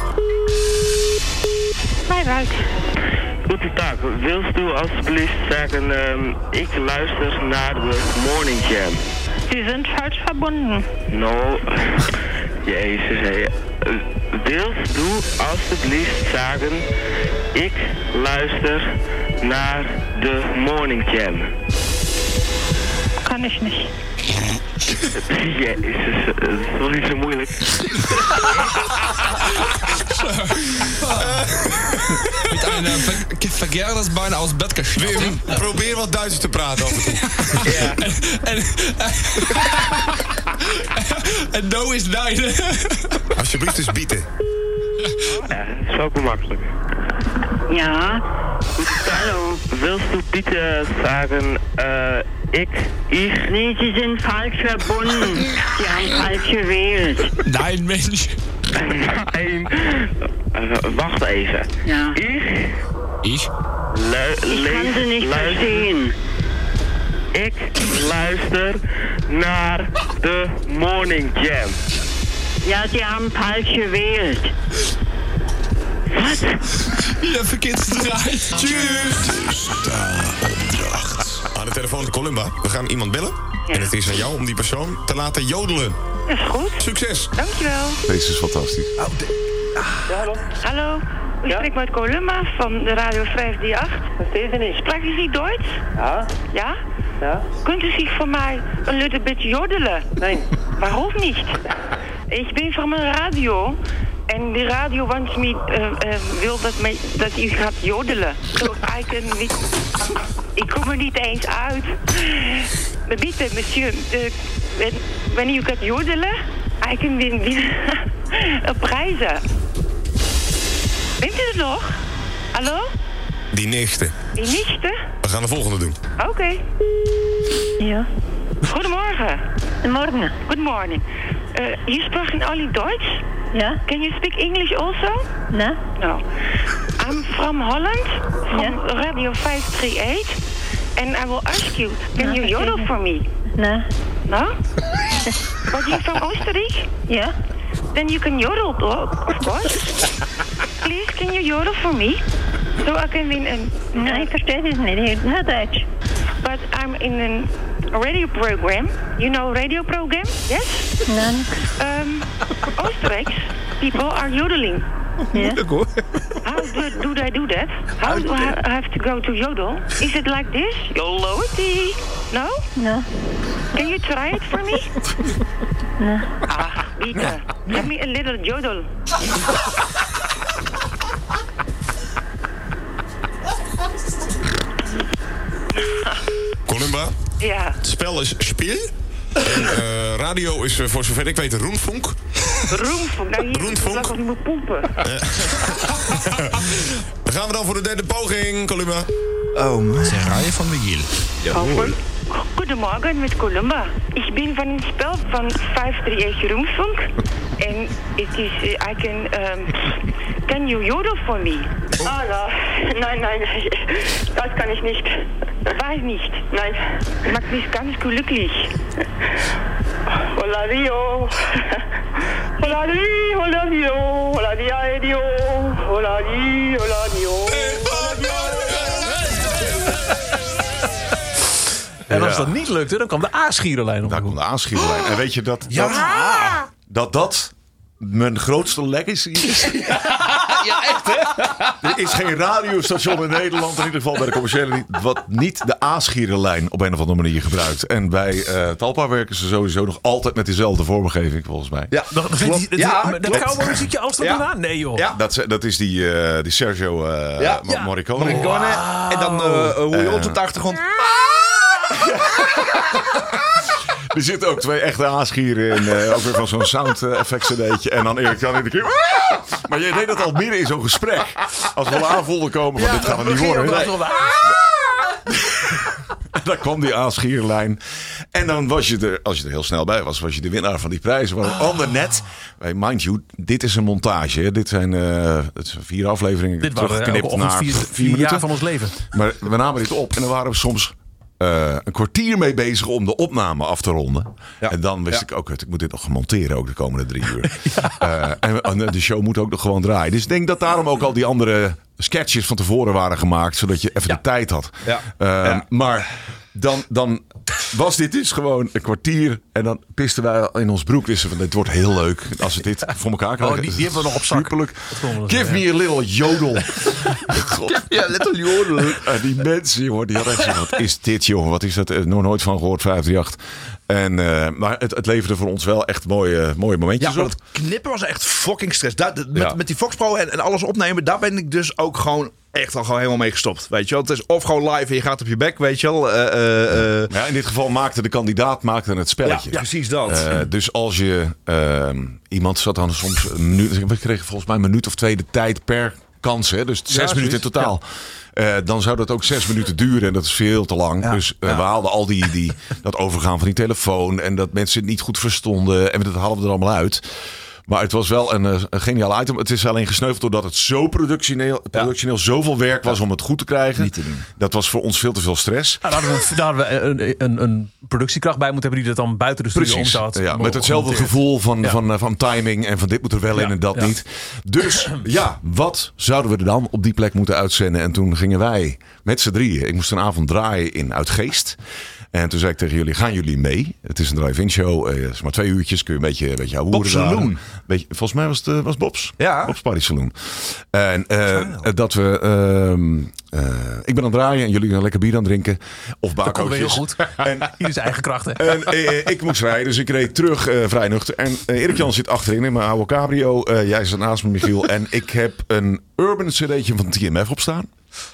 Mij ruikt. Goedendag, wilst u alsjeblieft zeggen, um, ik luister naar de Morning Jam? Sie sind falsch verbunden. No, jezus, hé. Uh, wilst u alsjeblieft zeggen, ik luister naar de Morning Jam? Kan ik niet. Jezus, dat is toch niet zo moeilijk. Mit einer Ver Verkehrsbeine aus Bett geschnappt. Wim, probeer wat Duits te praten af en toe. Ja. En, en, en no is nine. Alsjeblieft eens bieten. Ja, dat is ook makkelijk. Ja. Hallo, willst du bitte sagen, äh, ich, ich? Nee, Sie sind falsch verbunden. Sie haben falsch gewählt. Nein, Mensch. Nein. Uh, wacht even. Ja. Ich? Ich? Lu ich kann Sie nicht luister, verstehen. Ik luister naar de Morning Jam. Ja, Sie haben falsch gewählt. Wat? Ja, verkeerd gedraaid. Tjus. De sta-opdracht. Aan de telefoon Columba. We gaan iemand bellen. Ja. En het is aan jou om die persoon te laten jodelen. Is goed. Succes. Dankjewel. Deze is fantastisch. Oh, de... Ja, hallo. Hallo, u Ja? spreekt met Columba van de Radio vijf drie acht. Verstehe nicht. Spreekt u niet Duits? Ja? Ja? Ja? Kunt u zich voor mij een little bit jodelen? Nee. Waarom niet? Ik ben van mijn radio. En de radio wants me, uh, uh, wil dat, me, dat u gaat jodelen. Zo, ik kan niet... Ik kom er niet eens uit. Maar bitte, monsieur, uh, wanneer u gaat jodelen, ik kan weer op prijzen. Bent u er nog? Hallo? Die nächste. Die nichtste? We gaan de volgende doen. Oké. Okay. Ja. Goedemorgen. Goedemorgen. Good morning. Uh, you sprechen only Deutsch? Yeah. Can you speak English also? No. No. I'm from Holland, from yeah. Radio five three eight, and I will ask you, can no, you yodel for me? No. No? But you're from Oostenrijk? Yeah. Then you can yodel, of course. Please, can you yodel for me? So I can win a... No, ik verstehe het niet. No Dutch. But I'm in a radio program. You know radio program? Yes? No. Um, Oostenrijks people are yodeling. Yeah. How do, do they do that? How do I have to go to yodel? Is it like this? Yodel-ity? No? No. Can you try it for me? No. Ah, Bieke, give me a little yodel. Columba? Ja. Het spel is Spiel. En uh, radio is, uh, voor zover ik weet, Roenfunk. Roenfunk? Nou, hier Roenfunk. Ik moet pompen. We Dan gaan we dan voor de derde poging, Columba. Oh, man. Serraille van Miguel. Open. Goedemorgen met Columba. Ik ben van een spel van vijf drie een Rundfunk. En het is, uh, I can, um, can you yodel for me? Ah, ja. Nein, nein, das kann ich nicht. Weiß nicht. Nein. Macht mich ganz glücklich. Hola Dio. Hola Dio, hola Dio. Hola Dio. Hola Dio, hola Dio. En als dat niet lukte, dan kwam de A-schierenlijn op. Daar kwam de A-schierenlijn. En weet je dat Ja. dat, dat dat mijn grootste legacy is? Ja, echt hè? Er is geen radiostation in Nederland, in ieder geval bij de commerciële niet, wat niet de A-schierenlijn op een of andere manier gebruikt. En bij uh, Talpa werken ze sowieso nog altijd met dezelfde vormgeving, volgens mij. Ja, Dat, klopt. dat, Ja, dat klopt. koude muziekje als dat Ja. daarna? Nee joh. Ja. Dat, is- dat is die, uh, die Sergio uh, Ja. Ma- Ja. Morricone. Morricone. En dan uh, hoe je Uh. ons op de achtergrond. Er zitten ook twee echte aanschieren in. Uh, ook weer van zo'n sound effects cd'tje. En dan Erik Jan in de keer. Maar jij deed dat al midden in zo'n gesprek. Als we al aanvoelden komen van dit gaat het niet worden. Nee. Dan kwam die aanschierlijn. En dan was je er, als je er heel snel bij was, was je de winnaar van die prijzen. Maar on the net. Mind you, dit is een montage. Hè. Dit zijn uh, het zijn vier afleveringen. Dit waren teruggeknipt ook naar vier, vier, vier minuten jaar van ons leven. Maar we namen dit op en dan waren we soms uh, een kwartier mee bezig om de opname af te ronden. Ja. En dan wist Ja. ik ook, ik moet dit nog monteren ook de komende drie uur. Uh, en, en de show moet ook nog gewoon draaien. Dus ik denk dat daarom ook al die andere sketches van tevoren waren gemaakt, zodat je even Ja. de tijd had. Ja. Uh, Ja. Maar dan, dan was dit dus gewoon een kwartier en dan pisten wij in ons broek. Wisten van, dit wordt heel leuk als we dit voor elkaar krijgen. Oh, die, die hebben we nog op zak. Superleuk. komen we nog Give zeggen, me a little jodel. God. Ja, little jodel. En die mensen, jongen, die hadden echt zo, wat is dit, jongen? Wat is dat? Er nog nooit van gehoord, vijf drie acht. En, uh, maar het, het leverde voor ons wel echt mooie, mooie Ja, momentjes maar op. het knippen was echt fucking stress. Daar, met, Ja. met die Fox Pro en, en alles opnemen, daar ben ik dus ook gewoon echt al gewoon helemaal mee gestopt. Weet je wel, het is of gewoon live en je gaat op je bek, weet je wel. Uh, uh, uh. Ja, in dit geval maakte de kandidaat maakte het spelletje. Ja, precies dat. Uh, dus als je uh, iemand zat dan soms een minuut, we kregen volgens mij een minuut of twee de tijd per kans, hè? Dus zes Ja, minuten in zoiets. totaal. Uh, dan zou dat ook zes minuten duren en dat is veel te lang. Ja. Dus uh, Ja. we haalden al die, die, dat overgaan van die telefoon en dat mensen het niet goed verstonden en dat haalden we er allemaal uit. Maar het was wel een, een geniaal item. Het is alleen gesneuveld doordat het zo productioneel, productioneel zoveel werk was om het goed te krijgen. Niet te doen. Dat was voor ons veel te veel stress. Nou, daar hadden we, daar hadden we een, een, een productiekracht bij moeten hebben die dat dan buiten de studio Precies, omzat. ja, met hetzelfde gevoel van, Ja. van, van timing en van dit moet er wel in Ja, en dat ja. niet. Dus ja, wat zouden we er dan op die plek moeten uitzenden? En toen gingen wij met z'n drieën. Ik moest een avond draaien in Uitgeest. En toen zei ik tegen jullie, gaan jullie mee? Het is een drive-in show. Het is maar twee uurtjes. Kun je een beetje, een beetje houden. Bob's Saloon. Beetje, volgens mij was het uh, was Bob's. Ja. Bob's Party Saloon. En uh, dat we... Uh, uh, ik ben aan het draaien en jullie gaan lekker bier aan het drinken. Of Dat komt weer heel bakootjes. goed. En Ieder zijn eigen krachten. en uh, ik moest rijden, dus ik reed terug uh, vrij nuchter. En uh, Erik Jan zit achterin in mijn oude cabrio. Uh, jij zit naast me, Michiel. En ik heb een urban cd'tje van T M F op staan.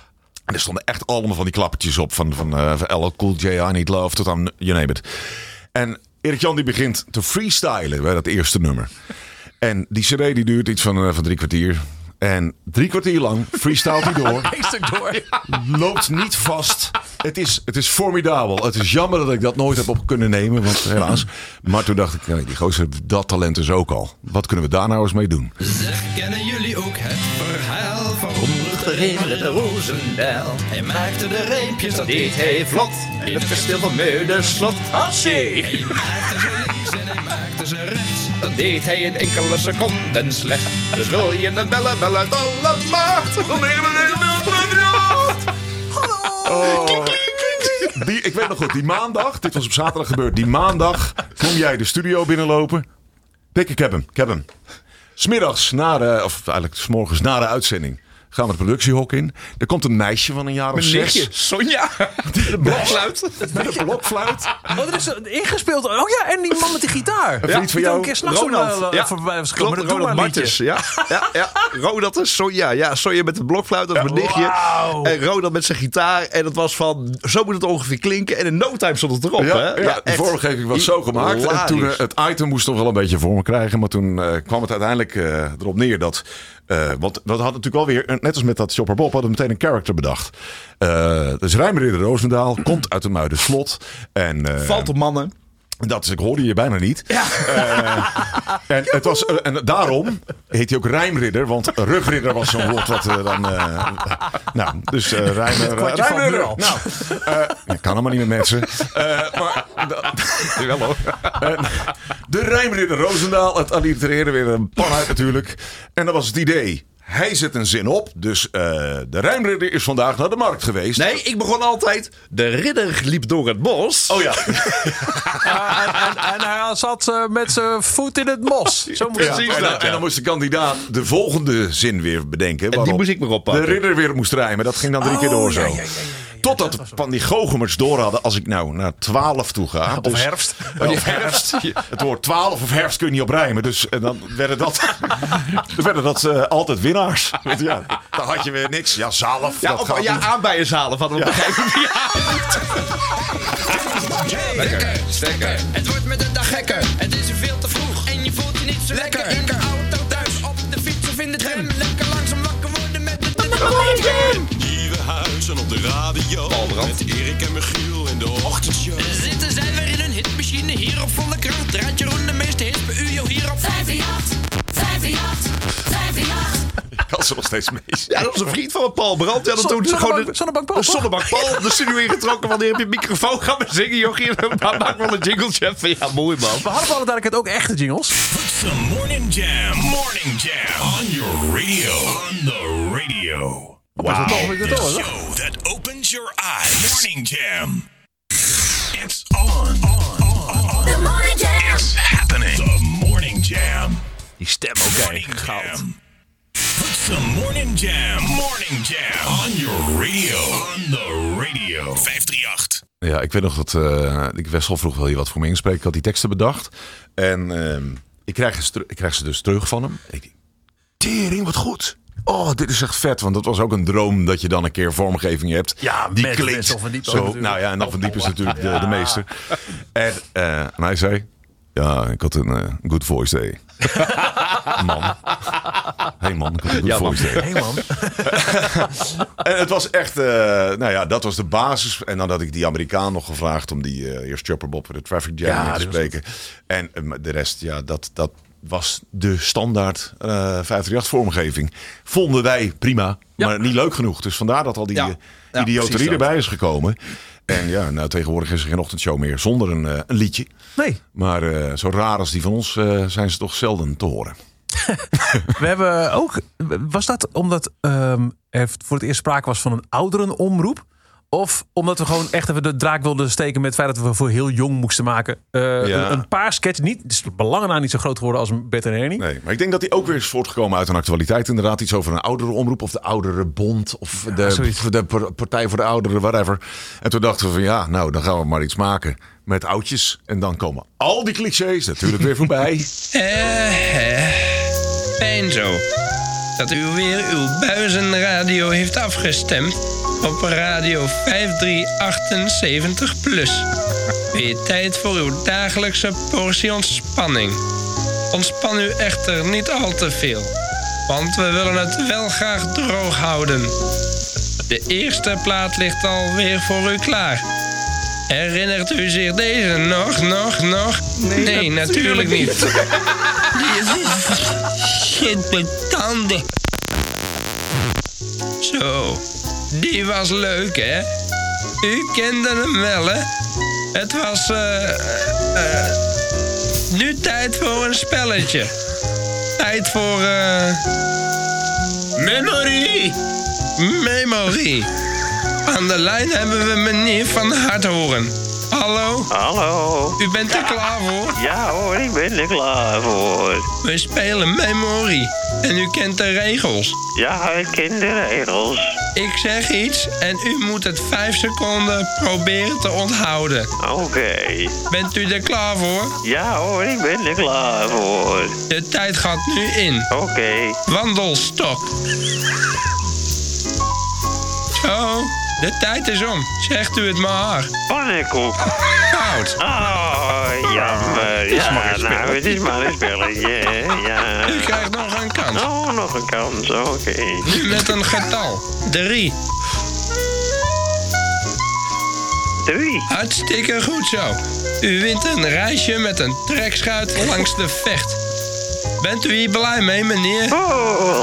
En er stonden echt allemaal van die klappertjes op. Van, van, uh, van L L Cool J, I Need Love, tot aan you name it. En Erik Jan die begint te freestylen bij dat eerste nummer. En die cd die duurt iets van, uh, van drie kwartier. En drie kwartier lang freestylt hij door. Eén stuk door. Loopt niet vast. Het is, het is formidabel. Het is jammer dat ik dat nooit heb op kunnen nemen. Want helaas. Maar toen dacht ik, nee, die gozer heeft dat talent dus ook al. Wat kunnen we daar nou eens mee doen? Zeg, kennen jullie ook het verhaal van Roerig de Remer in de Roosendel? Hij maakte de reepjes, dat deed hij vlot, in het kasteel van Muiderslot. Hatsé! Hij maakte ze links en hij maakte ze rechts, dat deed hij in enkele seconden slecht. Dus wil je het bellen, bellen het allemaal. Dan nemen we een Oh. Die, ik weet nog goed, die maandag, dit was op zaterdag gebeurd. Die maandag kom jij de studio binnenlopen. Pik, ik heb hem, ik heb hem. 'Smiddags, na de, of eigenlijk 's morgens na de uitzending, gaan we het productiehok in. Er komt een meisje van een jaar of Mijn zes. nichtje, Sonja. De blokfluit. Met een blokfluit. Oh, er is een ingespeeld. Oh ja, en die man met die gitaar. Een vriend van Die ook jou, een keer s'nachts Ronald. uh, Ja. voorbij was Klopt, gekomen. Dat Ronald doe maar een Martens. liedje. Ja, ja, ja. Ronald en Sonja. Ja, Sonja met de blokfluit als mijn nichtje. Wauw. En Ronald met zijn gitaar. En dat was van, zo moet het ongeveer klinken. En in no time stond het erop. Ja, hè? ja, de echt. vormgeving was zo gemaakt. En toen, uh, Hilarisch. het item moest nog wel een beetje vorm krijgen. Maar toen uh, kwam het uiteindelijk uh, erop neer dat Uh, want we hadden natuurlijk wel weer, net als met dat Chopper Bob, hadden we meteen een character bedacht. Uh, dus Rijmridder Roosendaal komt uit de Muiderslot. En, uh, valt op mannen. Dat is, ik hoorde je bijna niet. Ja. Uh, en, het was, uh, en daarom heet hij ook Rijmridder. Want rugridder was zo'n woord wat uh, dan... Uh, nou, dus uh, Rijmer, uh, Rijmridder. Nou, uh, ik kan helemaal niet met mensen. Uh, maar... Wel hoor. Uh, de Rijmridder Roosendaal. Het allitereerde weer een pan uit natuurlijk. En dat was het idee. Hij zet een zin op, dus uh, de Rijmridder is vandaag naar de markt geweest. Nee, ik begon altijd... De ridder liep door het bos. Oh ja. ja en, en, en hij zat uh, met zijn voet in het mos. Zo moest ja, het en, dan, en dan moest de kandidaat de volgende zin weer bedenken. En die moest ik weer oppakken. De ridder weer moest rijmen. Dat ging dan drie oh, keer door zo. Ja, ja, ja, ja. Totdat ja, van die goochemers door hadden. Als ik nou naar twaalf toe ga. Of dus, herfst. Uh, of herfst. Het woord twaalf of herfst kun je niet op rijmen. Dus en dan werden dat, dan werden dat uh, altijd winnaars. Want ja, dan had je weer niks. Ja, zalf. Ja, dat of, gaat ja niet. aanbijen zalf hadden we op een gegeven moment. Lekker, stekker. Het wordt met de dag gekker. Het is er veel te vroeg en je voelt je niet zo lekker. In de auto thuis, op de fiets of in de tram. Lekker langzaam wakker worden met de tram. Huizen op de radio. Met Erik en Michiel in de ochtendshow. Zitten zij weer in een hitmachine hier op volle kracht. Draait Jeroen de meeste hits per uur hier op vijf vier acht. vijf vier acht. vijf vier acht. Ik had ze nog steeds mee. Ja, dat was een vriend van Paul Brandt. Ja, dat toen ze gewoon de Zonnebank Paul. Zonnebank Paul de studio ingetrokken. Want die heb je microfoon gaan zingen. Joh, hier maak wel een jingletje. Ja, mooi man. We hadden alle duidelijkheid ook echte jingles. Put some morning jam. Morning jam. On your radio. On the radio. Wow. The show that opens your eyes. Morning Jam. It's on. on, on. The Morning Jam. It's happening. The Morning Jam. Die stem ook okay. Goud. Put some Morning Jam. Morning Jam. On your radio. On the radio. vijf drie acht. Ja, ik weet nog dat uh, ik Wessel vroeg, wil je wat voor me inspreken? Ik had die teksten bedacht. En uh, ik, krijg ze, ik krijg ze dus terug van hem. Ik denk, tering, wat goed. Oh, dit is echt vet, want dat was ook een droom dat je dan een keer vormgeving hebt. Ja, die met klinkt zo. Van Diep zo. Nou ja, en dan Van Diep is natuurlijk de, de meester. En, uh, en hij zei, ja, ik had een uh, good voice day. Man. Hey man, ik had een good ja, voice day. Hey man. En het was echt, uh, nou ja, dat was de basis. En dan had ik die Amerikaan nog gevraagd om die uh, eerst Chopper Bob voor de Traffic Jam ja, te spreken. En uh, de rest, ja, dat... dat was de standaard uh, vijf drie acht vormgeving. Vonden wij prima, ja. maar niet leuk genoeg. Dus vandaar dat al die ja. Ja, idioterie erbij is gekomen. En ja, nou tegenwoordig is er geen ochtendshow meer zonder een, uh, een liedje. Nee. Maar uh, zo raar als die van ons uh, zijn ze toch zelden te horen. We hebben ook... Was dat omdat um, er voor het eerst sprake was van een ouderenomroep? Of omdat we gewoon echt even de draak wilden steken met het feit dat we voor heel jong moesten maken. Uh, ja. een, een paar sketches, niet, het is belangen na niet zo groot geworden als Bert en Ernie. Nee, maar ik denk dat die ook weer is voortgekomen uit een actualiteit. Inderdaad, iets over een oudere omroep of de oudere bond of ja, de, de Partij voor de Ouderen, whatever. En toen dachten we van ja, nou dan gaan we maar iets maken met oudjes. En dan komen al die clichés natuurlijk weer voorbij. Eh, eh, fijn zo. Dat u weer uw buizenradio heeft afgestemd op radio vijf drie achtzeventig plus. Weer tijd voor uw dagelijkse portie ontspanning. Ontspan u echter niet al te veel, want we willen het wel graag droog houden. De eerste plaat ligt alweer voor u klaar. Herinnert u zich deze nog, nog, nog? Nee, nee natuurlijk, natuurlijk niet. Shit met tanden. Zo, die was leuk, hè? U kende hem wel, hè? Het was, eh... Uh, uh, nu tijd voor een spelletje. Tijd voor, eh... Uh, memory! Memory. Aan de lijn hebben we meneer Van Harthoorn. Hallo? Hallo. U bent er klaar voor? Ja hoor, ik ben er klaar voor. We spelen Memory. En u kent de regels. Ja, ik ken de regels. Ik zeg iets en u moet het vijf seconden proberen te onthouden. Oké. Okay. Bent u er klaar voor? Ja hoor, ik ben er klaar voor. De tijd gaat nu in. Oké. Okay. Wandelstok. Zo, De tijd is om. Zegt u het maar. Pannenkoek. Fout. Oh, jammer. Ja, nou, het is maar een spelletje, hè. Ja. U krijgt nog een kans. Oh, nog een kans, oké. Nu met een getal. Drie. Drie. Hartstikke goed zo. U wint een reisje met een trekschuit langs de Vecht. Bent u hier blij mee, meneer? Oh.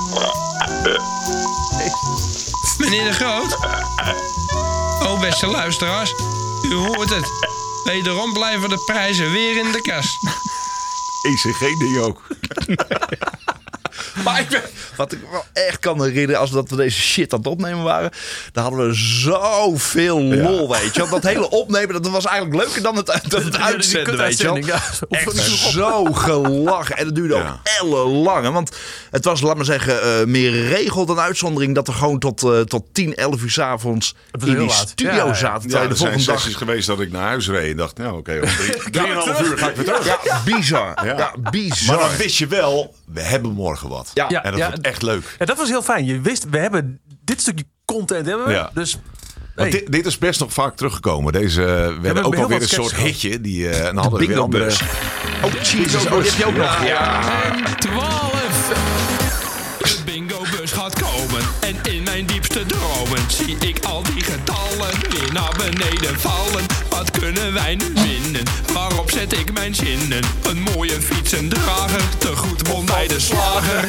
Meneer De Groot? Oh, beste luisteraars. U hoort het. Wederom blijven de prijzen weer in de kas. E C G-ding ook. Maar ik ben, wat ik wel echt kan herinneren, als we, dat we deze shit aan het opnemen waren, dan hadden we zoveel lol, ja. weet je wel. Dat hele opnemen, dat was eigenlijk leuker dan het, dan het uitzenden, weet je wel. Ja, echt zo gelachen. En het duurde ja. ook ellenlang. Hè? Want het was, laat maar zeggen, uh, meer regel dan uitzondering dat we gewoon tot, uh, tot tien, elf uur 's avonds in die studio ja, ja. zaten. Ja, de er volgende zijn dag sessies geweest dat ik naar huis reed en dacht, nou oké, okay, om drie, drieënhalf uur ga ik weer terug. Ja, bizar. Ja. Ja, bizar. Maar dan wist je wel, we hebben morgen wat. Ja. Ja, en dat ja, wordt echt leuk. Ja, dat was heel fijn. Je wist, we hebben dit stukje content hebben we. Ja. Dus, hey. dit, dit is best nog vaak teruggekomen. Deze, we ja, hebben ook alweer een soort hitje. Die, uh, en dan hadden we weer andere... Oh, Jesus. Oh, die heb je ook nog. Ja. En twaalf. De bingo-bus gaat komen. En in mijn diepste dromen zie ik al die getallen weer naar beneden vallen. Wat kunnen wij nu winnen? Waarop zet ik mijn zinnen? Een mooie fietsendrager, te goed won bij de slager.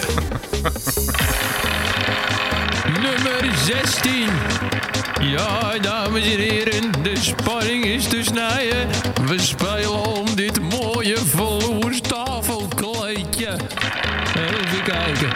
Nummer zestien. Ja, dames en heren, de spanning is te snijden. We spelen om dit mooie vloerstafelkleedje. Even kijken.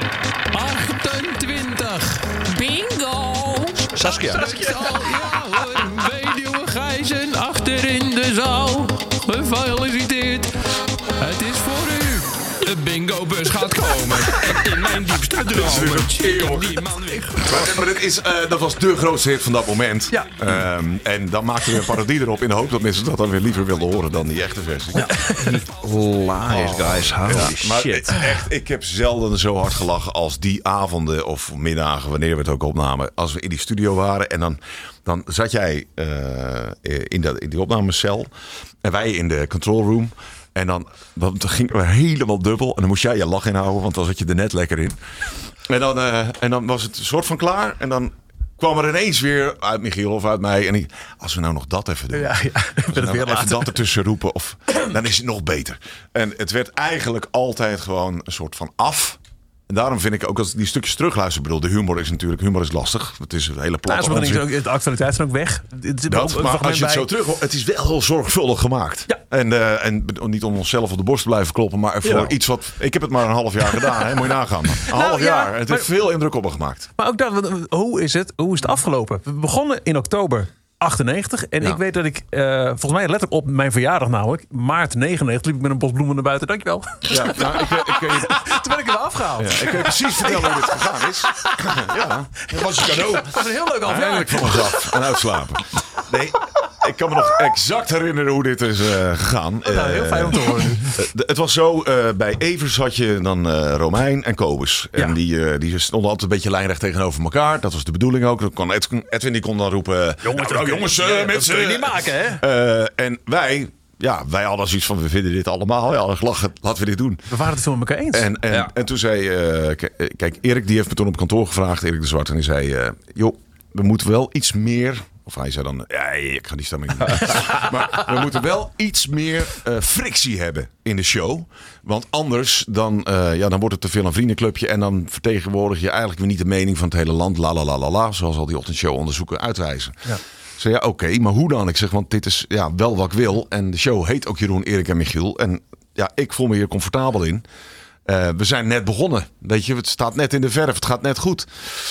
achtentwintig. Bingo! Saskia. Saskia. Ja hoor, weduwe Gijzen achter in de zaal. Gefeliciteerd. Het is voor u. De bingo-bus gaat komen. En in mijn diepste dromen zie ik die man weg. Maar, maar dit is, uh, dat was de grootste hit van dat moment. Ja. Um, en dan maakten we een parodie erop in de hoop dat mensen dat dan weer liever wilden horen dan die echte versie. Ja. Lies, guys. Holy ja, maar shit. Echt, ik heb zelden zo hard gelachen als die avonden of middagen, wanneer we het ook opnamen. Als we in die studio waren en dan, dan zat jij uh, in, dat, in die opnamecel en wij in de control room. En dan, dan gingen we helemaal dubbel. En dan moest jij je lach inhouden, want dan zat je er net lekker in. En dan, uh, en dan was het een soort van klaar. En dan kwam er ineens weer uit Michiel of uit mij. En ik, als we nou nog dat even doen. Ja, ja. Als we nou even dat ertussen roepen. Of, dan is het nog beter. En het werd eigenlijk altijd gewoon een soort van af. En daarom vind ik ook, als ik die stukjes terugluister, bedoel, de humor is natuurlijk, humor is lastig. Het is een hele platte onzin. De actualiteit is ook weg. Dat, maar als je het zo terug, het is wel heel zorgvuldig gemaakt. Ja. En, uh, en niet om onszelf op de borst te blijven kloppen, maar voor ja. iets wat, ik heb het maar een half jaar gedaan, hè? Moet je nagaan. Een nou, half ja, jaar. En het maar, heeft veel indruk op me gemaakt. Maar ook dat, hoe is het, hoe is het afgelopen? We begonnen in oktober achtennegentig. En ja. ik weet dat ik, uh, volgens mij letterlijk op mijn verjaardag namelijk, maart negenennegentig, liep ik met een bos bloemen naar buiten. Dankjewel. Ja, nou, ik, ik, ik, Toen ben ik hem afgehaald. Ja, ik kan je precies vertellen hoe dit gegaan is. Ja, dat was een cadeau. Dat was een heel leuk half jaar. Eindelijk van ons af en uitslapen. Nee, ik kan me nog exact herinneren hoe dit is uh, gegaan. Oh, nou, heel fijn om te horen. Uh, het was zo, uh, bij Evers had je dan uh, Romein en Kobus. En ja. die, uh, die stonden altijd een beetje lijnrecht tegenover elkaar. Dat was de bedoeling ook. Dan kon Edwin, Edwin die kon dan roepen... Jongens, nou, jongens, uh, ja, met dat kun je niet maken, hè? Uh, en wij... Ja, wij hadden zoiets van, we vinden dit allemaal. Ja, lachen, laten we dit doen. We waren het veel met elkaar eens. En, en, ja. en toen zei... Uh, kijk, Erik die heeft me toen op kantoor gevraagd. Erik de Zwart. En die zei... Uh, joh, we moeten wel iets meer... Of hij zei dan... Ja, ik ga die stemming niet doen. Maar we moeten wel iets meer uh, frictie hebben in de show. Want anders dan, uh, ja, dan wordt het te veel een vriendenclubje. En dan vertegenwoordig je eigenlijk weer niet de mening van het hele land. La la la la la. Zoals al die ochtendshow onderzoeken uitwijzen. Ja. Ik zei, ja, oké, okay, maar hoe dan? Ik zeg, want dit is ja, wel wat ik wil. En de show heet ook Jeroen, Erik en Michiel. En ja, ik voel me hier comfortabel in. Uh, we zijn net begonnen. Weet je, het staat net in de verf. Het gaat net goed.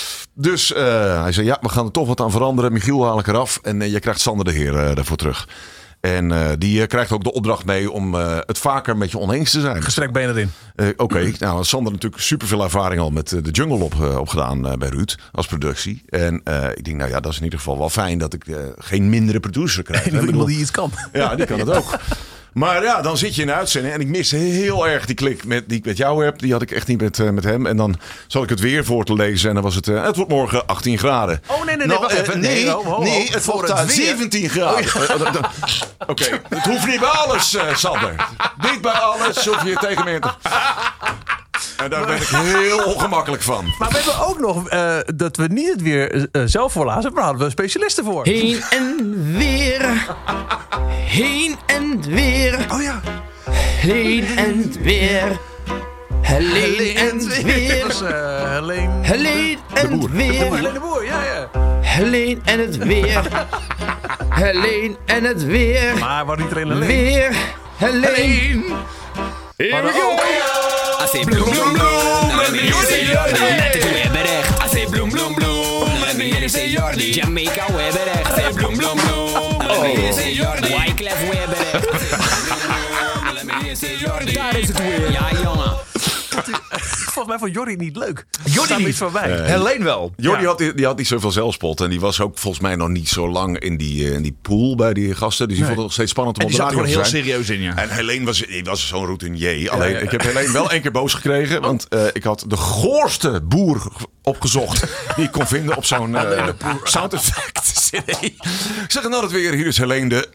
Dus uh, hij zei, ja, we gaan er toch wat aan veranderen. Michiel haal ik eraf. En uh, je krijgt Sander de Heer uh, daarvoor terug. En uh, die uh, krijgt ook de opdracht mee om uh, het vaker met je oneens te zijn. Gestrekt benen erin. Uh, Oké, okay. Nou, Sander natuurlijk superveel ervaring al met uh, de Jungle op, uh, opgedaan uh, bij Ruud als productie. En uh, ik denk, nou ja, dat is in ieder geval wel fijn dat ik uh, geen mindere producer krijg. Iemand die iets kan. Ja, die kan het ook. Maar ja, dan zit je in de uitzending en ik mis heel erg die klik met, die ik met jou heb. Die had ik echt niet met, uh, met hem. En dan zal ik het weer voor te lezen en dan was het... Uh, het wordt morgen achttien graden. Oh nee, nee, nee. Nou, wacht even. uh, nee, nee, ho, ho, nee, ho, het voor wordt uh, zeventien graden. Oh, ja. Oké, okay. Het hoeft niet bij alles, uh, Sander. Niet bij alles hoef je tegen me te... En daar ben ik heel ongemakkelijk van. Maar we hebben ook nog uh, dat we niet het weer uh, zelf voorlazen, maar hadden we specialisten voor. Heen en weer. Heen en weer. Oh ja. Heen en weer. Helene en weer. Dat was uh, Helene... Helene en weer. Helene de Boer, ja, ja. Helene en het weer. Helene en het weer. Maar waar niet alleen Helene. Weer. Helene. Here we go. I say bloem bloem bloem, let me hear you say Jordi. Net het weer berecht. I say bloem bloem bloem, let me hear you say Jordi. Jamaica weer berecht. I say bloem bloem bloem, let me hear you say Jordi. Wyclef weer berecht. Let me hear you say Jordi. Daar is het weer. Ja, jongen. Volgens mij vond Jordi niet leuk. Jordi niet van mij. Nee. Helene wel. Jordi Ja. had, die had niet zoveel zelfspot. En die was ook volgens mij nog niet zo lang in die, uh, in die pool bij die gasten. Dus die Nee. vond het nog steeds spannend om En op die de zat er radio te gewoon heel zijn. serieus in, ja. En Helene was, die was zo'n routinier. Alleen, ja, ja. ik heb Helene wel één keer boos gekregen. Want uh, ik had de goorste boer opgezocht die ik kon vinden op zo'n uh, sound effect C D. Ik zeg, nou dat weer, hier is Helene de...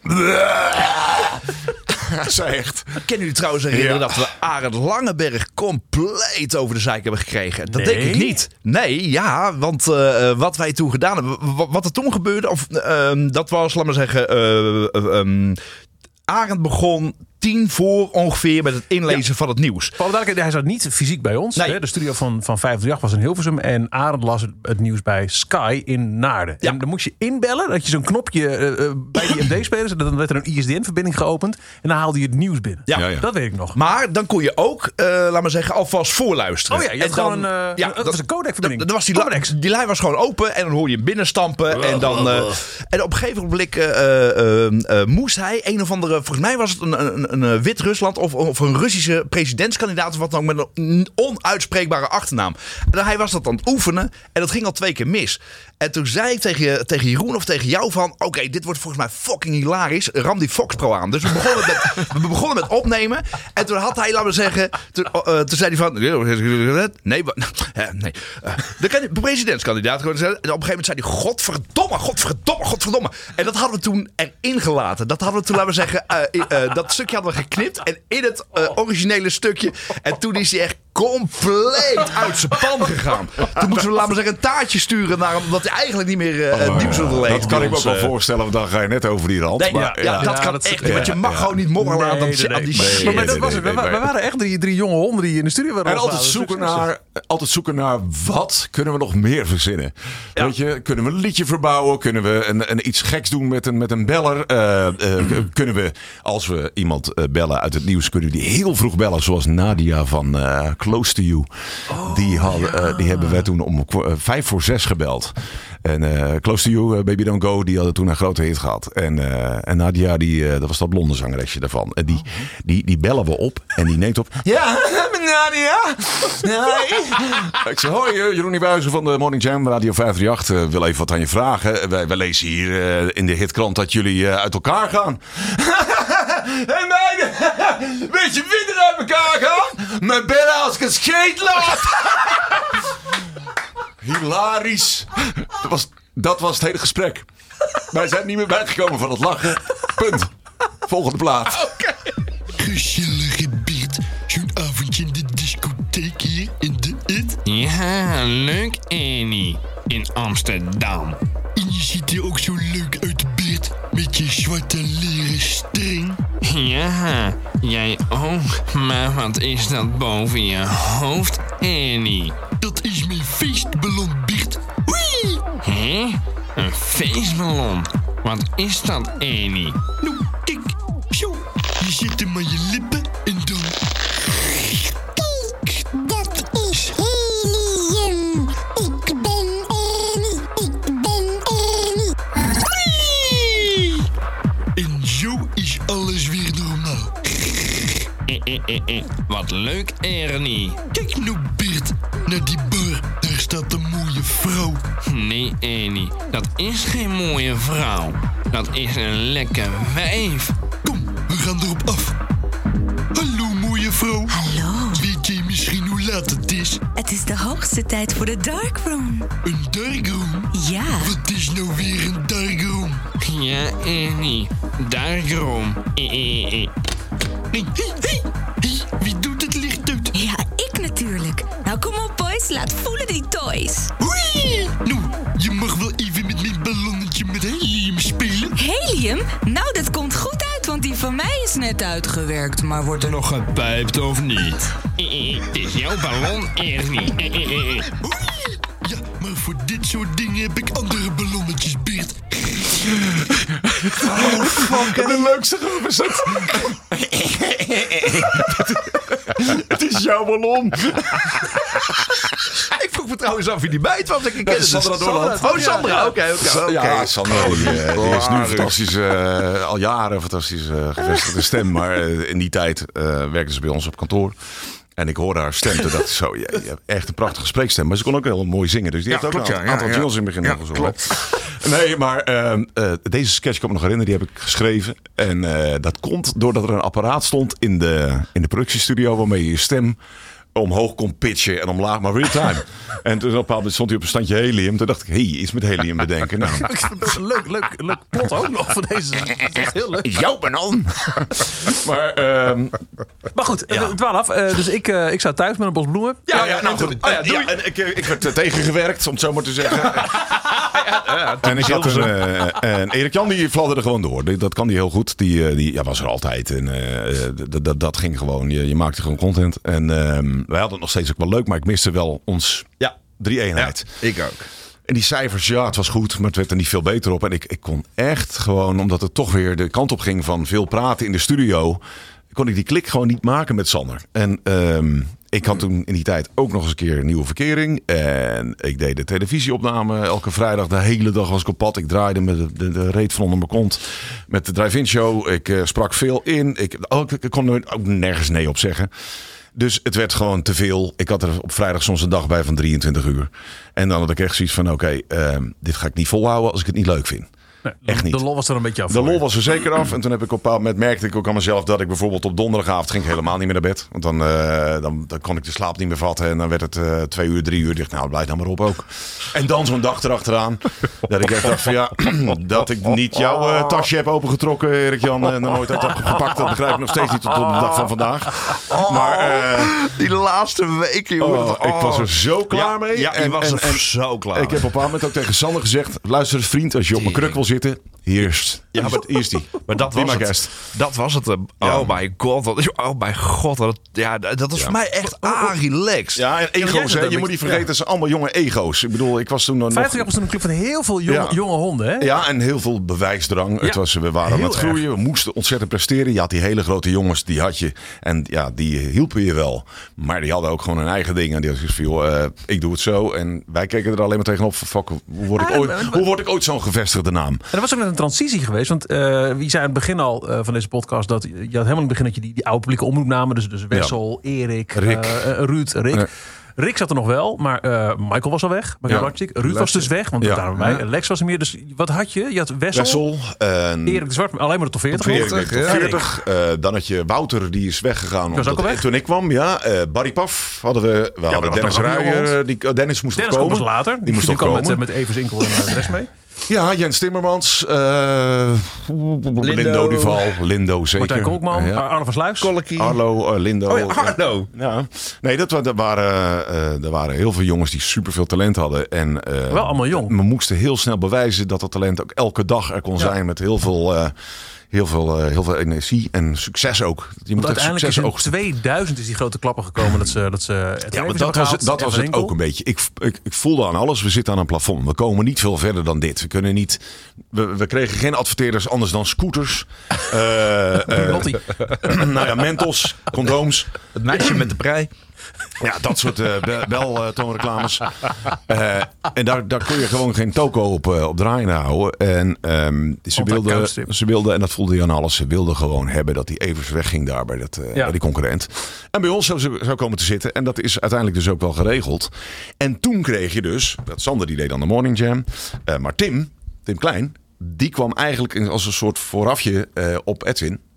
Zij echt. Kennen jullie trouwens herinneren Ja. dat we Arend Langeberg compleet over de zeik hebben gekregen? Dat Nee? denk ik niet. Nee, ja, want uh, wat wij toen gedaan hebben, w- wat er toen gebeurde, of, uh, dat was, laat maar zeggen, uh, uh, um, Arend begon tien voor ongeveer met het inlezen Ja. van het nieuws. Voor alle duidelijkheid, hij zat niet fysiek bij ons. Nee. Hè? De studio van, van vijfendertig was in Hilversum. En Arend las het, het nieuws bij Sky in Naarden. Ja. En dan moest je inbellen. Dat je zo'n knopje uh, bij die M D-spelers. Dan werd er een I S D N-verbinding geopend. En dan haalde je het nieuws binnen. Ja. Ja, ja. Dat weet ik nog. Maar dan kon je ook, uh, laat maar zeggen, alvast voorluisteren. Oh ja, je had En gewoon dan- een, uh, ja, dat, dat dat- was een codec-verbinding. Dan was die, la- die lijn was gewoon open en dan hoor je hem binnenstampen. En, dan, uh, en op een gegeven moment uh, uh, uh, moest hij een of andere, volgens mij was het een, een, een, een Wit-Rusland of, of een Russische presidentskandidaat of wat dan ook met een onuitspreekbare achternaam. En hij was dat aan het oefenen en dat ging al twee keer mis. En toen zei ik tegen, je, tegen Jeroen of tegen jou van, oké, okay, dit wordt volgens mij fucking hilarisch. Ram die Fox Pro aan. Dus we begonnen met, we begonnen met opnemen. En toen had hij, laten we zeggen, toen, uh, toen zei hij van, nee, wa- uh, nee. Uh, de, kan- de presidentskandidaat. Gewoon, en op een gegeven moment zei hij, godverdomme, godverdomme, godverdomme. En dat hadden we toen erin gelaten. Dat hadden we toen, laten we zeggen, uh, uh, dat stukje hadden we geknipt. En in het uh, originele stukje. En toen is hij echt compleet uit zijn pan gegaan. Toen moesten we, laten we zeggen, een taartje sturen naar hem. Omdat hij eigenlijk niet meer uh, Oh, nieuws wilde lezen. dat kan bij ik me ons, ook wel uh, voorstellen, want dan ga je net over die rand. Nee, maar, ja, ja, dat Ja, kan dat- echt niet. Want je ja, mag ja. gewoon niet morrelen aan, dat, Nee, nee, aan die nee. shit. Maar, maar dat nee, was het. nee, We, nee, we nee. waren echt drie, drie jonge honden die in de studio waren. En altijd opgehouden. zoeken, Succes. naar, altijd zoeken naar wat kunnen we nog meer verzinnen. Weet je, kunnen we een liedje verbouwen? Kunnen we een, een iets geks doen met een, met een beller? Uh, uh, kunnen we, als we iemand uh, bellen uit het nieuws, kunnen we die heel vroeg bellen. Zoals Nadia van uh, Close to You. Oh, die, hadden, uh, die hebben wij toen om uh, vijf voor zes gebeld. En uh, Close to You, uh, Baby Don't Go, die hadden toen een grote hit gehad. En, uh, en Nadia, die, uh, dat was dat blonde zangeresje daarvan. En die, die, die bellen we op en die neemt op. Ja, Nadia. Nee. Ik zeg, hoi, uh, Jeroen Nieuwhuizen van de Morning Jam, Radio vijf drie acht. Uh, wil even wat aan je vragen. Wij, wij lezen hier uh, in de hitkrant dat jullie uh, uit elkaar gaan. En meiden, weet je wie er uit elkaar gaan? Mijn bellen als ik een scheet laat. Hilarisch. Dat was, dat was het hele gesprek. Wij zijn niet meer bijgekomen van het lachen. Punt. Volgende plaat. Gezellige Beert, zo'n avondje in de discotheek hier in de It. Ja, leuk Annie. In Amsterdam. En je ziet er ook zo leuk uit, Beert, met je zwarte leren string. Ja, jij ook. Maar wat is dat boven je hoofd, Annie? Dat is mijn feestballon, Beert. Oei! Hé? Een feestballon? Wat is dat, Annie? Nou, kijk, zo. Je zet hem aan je lippen en dan... Kijk, dat is helium. Ik ben Annie, ik ben Annie. Oei! En zo is alles weer normaal. Eh, eh, eh, eh. Wat leuk, Ernie. Kijk nou, Beert, naar die bar. Daar staat een mooie vrouw. Nee, Annie, dat is geen mooie vrouw. Dat is een lekker wijf. Kom, we gaan gaan erop af. Hallo, mooie vrouw. Hallo. Weet jij misschien hoe laat het is? Het is de hoogste tijd voor de darkroom. Een darkroom? Ja. Wat is nou weer een darkroom? Ja, Ernie. Darkroom. Eh, eh, eh. Hey, hey, hey. Hey, wie doet het licht uit? Ja, ik natuurlijk. Nou, kom op, boys. Laat voelen die toys. Oei! Nou, je mag wel even met mijn ballonnetje met helium spelen. Helium? Nou, dat komt goed uit, want die van mij is net uitgewerkt. Maar wordt er nog gepijpt of niet? Eh, eh, Het is jouw ballon, Ernie. Eh, eh, eh, eh. Oei! Ja, maar voor dit soort dingen heb ik andere ballonnetjes, Beert. Oh, fuck. De leukste groep is het. Het is jouw ballon. Ik vroeg me trouwens af wie die bijt was. Ik ken Sandra Doorland. Oh, Sandra. Oké, oké. Ja, Sandra die, uh, die is nu een fantastische, uh, al jaren een fantastische uh, gevestigde stem. Maar uh, in die tijd uh, werkte ze bij ons op kantoor. En ik hoorde haar stem. Toen dacht ik zo, je, je hebt echt een prachtige spreekstem. Maar ze kon ook heel mooi zingen. Dus die Ja, heeft ook klopt, een ja, aantal ja, jingles ja. in het begin Ja, gezongen. klopt. Nee, maar uh, uh, deze sketch kan ik me nog herinneren. Die heb ik geschreven. En uh, dat komt doordat er een apparaat stond in de, in de productiestudio. Waarmee je je stem omhoog kon pitchen en omlaag, maar real time. En toen op een bepaald moment stond hij op een standje helium. Toen dacht ik, hé, hey, iets met helium bedenken. Nou. Ik vind het een leuk, leuk, leuk plot ook nog van deze. Dat is echt heel leuk. Jouw banan. maar, um, maar goed, ja. twaalf. Uh, dus ik, uh, ik sta thuis met een bos bloemen. Ja, ja, nou goed. Oh, ja, ja, en ik, ik werd uh, tegengewerkt, om het zo maar te zeggen. ja, en ik had een, uh, en Erik Jan, die fladderde gewoon door. Dat kan die heel goed. Die, uh, die ja, was er altijd. En uh, dat, dat ging gewoon. Je, je maakte gewoon content. En uh, wij hadden het nog steeds ook wel leuk, maar ik miste wel ons ja. drie-eenheid. Ja, ik ook. En die cijfers, ja, het was goed, maar het werd er niet veel beter op. En ik, ik kon echt gewoon, omdat het toch weer de kant op ging van veel praten in de studio, kon ik die klik gewoon niet maken met Sander. En um, ik had toen in die tijd ook nog eens een keer een nieuwe verkering. En ik deed de televisieopname elke vrijdag. De hele dag was ik op pad. Ik draaide met de, de, de reet van onder mijn kont. Met de drive-in show. Ik uh, sprak veel in. Ik, oh, ik, ik kon er ook nergens nee op zeggen. Dus het werd gewoon te veel. Ik had er op vrijdag soms een dag bij van drieëntwintig uur. En dan had ik echt zoiets van, oké, okay, uh, dit ga ik niet volhouden als ik het niet leuk vind. Nee, echt niet. De lol was er een beetje af. De lol was er zeker af. En toen heb ik op een bepaald moment merkte ik ook aan mezelf dat ik bijvoorbeeld op donderdagavond ging ik helemaal niet meer naar bed. Want dan, uh, dan, dan kon ik de slaap niet meer vatten. En dan werd het uh, twee uur, drie uur. Dicht. Nou, blijf dan maar op ook. En dan zo'n dag erachteraan. Dat ik echt dacht van ja, dat ik niet jouw uh, tasje heb opengetrokken, Erik Jan. En er nooit uit heb gepakt. Dat begrijp ik nog steeds niet tot op de dag van vandaag. Maar uh, die laatste weken, jongen. Oh, ik was er zo klaar ja, mee. Ja, en, ik was er en, zo klaar. Ik heb op een bepaald moment ook tegen Sander gezegd, luister eens vriend, als je op mijn kruk wil zitten, hier is Ja, maar, hier is die. Maar dat was het. Guest. Dat was het. Oh ja. my god. Wat, oh my god. Dat, ja, dat is ja. voor mij echt ah-relaxed. Ja, en ego's. Hè? Je moet niet vergeten, het zijn allemaal jonge ego's. Ik bedoel, ik was toen nog... vijftig jaar was toen een club van heel veel jonge, ja. jonge honden. Hè? Ja, en heel veel bewijsdrang. Ja. Het was, we waren aan het groeien. Erg. We moesten ontzettend presteren. Je had die hele grote jongens, die had je. En ja, die hielpen je wel. Maar die hadden ook gewoon hun eigen ding. En die hadden van, joh, uh, ik doe het zo. En wij keken er alleen maar tegenop van, fuck, hoe word ik, ah, ooit, maar, maar, hoe word ik ooit zo'n gevestigde naam? En er was ook net een transitie geweest. Want uh, wie zei aan het begin al uh, van deze podcast dat je had helemaal in het begin dat je die, die oude publieke omroepnamen, dus, dus Wessel, ja. Erik, Rick. Uh, uh, Ruud, Rick. Nee. Rick zat er nog wel, maar uh, Michael was al weg. Michael ja. Ruud Lastig. was dus weg, want ja. daar waren wij. Ja. Lex was er meer. Dus wat had je? Je had Wessel, Wessel uh, Erik de Zwart, alleen maar de top veertig. Erik de top veertig. Ja. Uh, dan had je Wouter, die is weggegaan. Was omdat, weg. Toen ik kwam, ja. Uh, Barry Paf hadden we. We ja, hadden Dennis Ruijer. Die, Dennis moest Dennis komen. Dennis later. Die, die moest nog komen. Met, met Evers Inkel en de rest mee. Ja, Jens Timmermans, uh, Lindo. Lindo Duval, Lindo zeker. Martijn Kolkman, ja. Arno van Sluis. Kollekie. Arlo, uh, Lindo. Oh ja, Arlo. Ja. Nee, dat, dat waren, uh, er waren heel veel jongens die superveel talent hadden. En, uh, wel allemaal jong. We moesten heel snel bewijzen dat dat talent ook elke dag er kon ja. zijn. Met heel veel... Uh, Heel veel, uh, heel veel energie en succes ook. Je moet uiteindelijk succes is in oogsten. tweeduizend is die grote klappen gekomen dat ze dat ze het ja, maar dat was, het, dat was het ook een beetje. Ik, ik, ik voelde aan alles. We zitten aan een plafond. We komen niet veel verder dan dit. We kunnen niet. We, we kregen geen adverteerders anders dan scooters. Uh, uh, nou ja, Mentos, condooms. Het meisje met de prei. Ja, dat soort uh, beltoonreclames. Uh, en daar, daar kun je gewoon geen toko op, uh, op draaien houden. En um, ze wilden, ze wilden, en dat voelde je aan alles, ze wilden gewoon hebben dat die Evers wegging daar bij, dat, uh, ja. bij die concurrent. En bij ons zou ze zou komen te zitten. En dat is uiteindelijk dus ook wel geregeld. En toen kreeg je dus, dat Sander die deed aan de Morning Jam. Uh, maar Tim, Tim Klein, die kwam eigenlijk als een soort voorafje uh, op Edwin.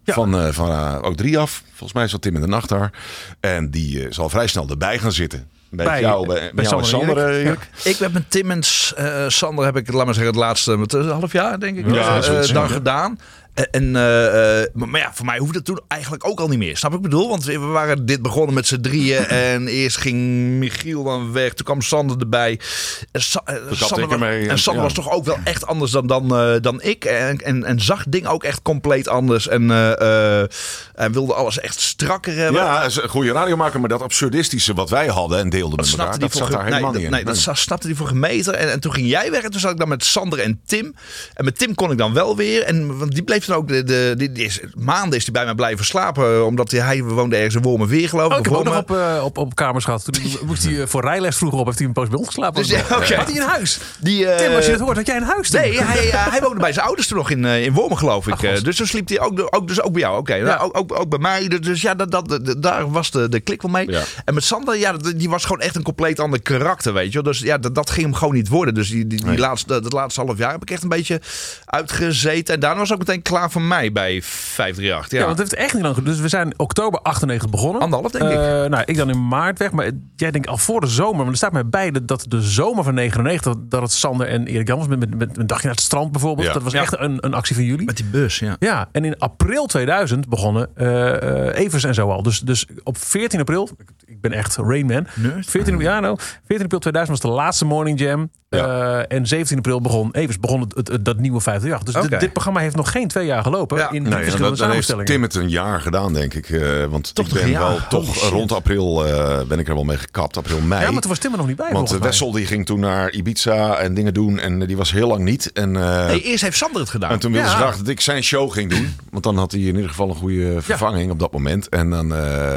Ja. Van, uh, van uh, ook drie af. Volgens mij zat Tim in de nacht daar. En die uh, zal vrij snel erbij gaan zitten. Bij, bij jou, bij, bij jou Sander en Sander, Erik. Ja. Ik heb met Tim en uh, Sander heb ik, laat maar zeggen, het laatste met, uh, half jaar denk ik. Ja, uh, uh, dan gedaan. En, uh, uh, maar ja, voor mij hoefde het toen eigenlijk ook al niet meer. Snap ik bedoel? Want we waren dit begonnen met z'n drieën. En eerst ging Michiel dan weg. Toen kwam Sander erbij. En, Sa- uh, Sander, was, mee, en Sander ja. was toch ook wel echt anders dan, dan, uh, dan ik. En, en, en zag dingen ook echt compleet anders. En, uh, uh, en wilde alles echt strakker hebben. Ja, een goede radiomaker. Maar dat absurdistische wat wij hadden en deelden met elkaar. Dat zat daar helemaal nee, niet in. Nee, nee, dat snapte hij voor gemeten. En, en toen ging jij weg. En toen zat ik dan met Sander en Tim. En met Tim kon ik dan wel weer. En want die bleef dan ook de, de, die, die is, maanden is hij bij mij blijven slapen, omdat hij, hij woonde ergens in Wormerveer geloof ik. Oh, ik heb ook nog op, uh, op, op kamers gehad. Toen moest hij uh, voor rijles vroeger op, heeft hij een poos bij ons geslapen. Dus, ja, okay. Had hij een huis? Die, uh, Tim, als je het hoort, had jij een huis toen? Nee, hij, uh, hij woonde bij zijn ouders toen nog in, uh, in Wormer geloof ik. Ach, dus toen sliep hij ook, ook, dus ook bij jou. Oké, okay. ja. ook, ook, ook bij mij. Dus ja, dat, dat, dat, daar was de, de klik wel mee. Ja. En met Sander, ja, die was gewoon echt een compleet ander karakter, weet je. Dus ja, dat, dat ging hem gewoon niet worden. Dus die, die, die nee. laatste, dat laatste half jaar heb ik echt een beetje uitgezeten. En daarna was ook meteen klaar voor mij bij vijf drie acht. Ja, ja want het heeft echt niet lang geduurd. Dus we zijn oktober achtennegentig begonnen. Anderhalf, denk ik. Uh, nou, ik dan in maart weg. Maar jij denkt al voor de zomer. Maar er staat mij bij dat de zomer van negenennegentig... dat het Sander en Erik Jan was met, met, met een dagje naar het strand bijvoorbeeld. Ja. Dat was ja. echt een, een actie van jullie. Met die bus, ja. Ja, en in april tweeduizend begonnen uh, uh, Evers en zo al. Dus, dus op veertien april... Ik ben echt Rain Man. veertien, ja, nou, veertien april tweeduizend was de laatste Morning Jam. Ja. Uh, en zeventien april begon Evers begon het, het, het, dat nieuwe vijf drie acht. Dus okay. dit, dit programma heeft nog geen twee jaar gelopen. Ja. In nee, verschillende dan heeft samenstellingen. Tim het een jaar gedaan, denk ik. Uh, want toch ik ben wel toch rond april uh, ben ik er wel mee gekapt. April, mei. Ja, maar toen was Tim er nog niet bij. Want Wessel die ging toen naar Ibiza en dingen doen. En die was heel lang niet. En, uh, nee, eerst heeft Sander het gedaan. En toen wilde ja. ze graag dat ik zijn show ging doen. Want dan had hij in ieder geval een goede vervanging ja. op dat moment. En dan, uh,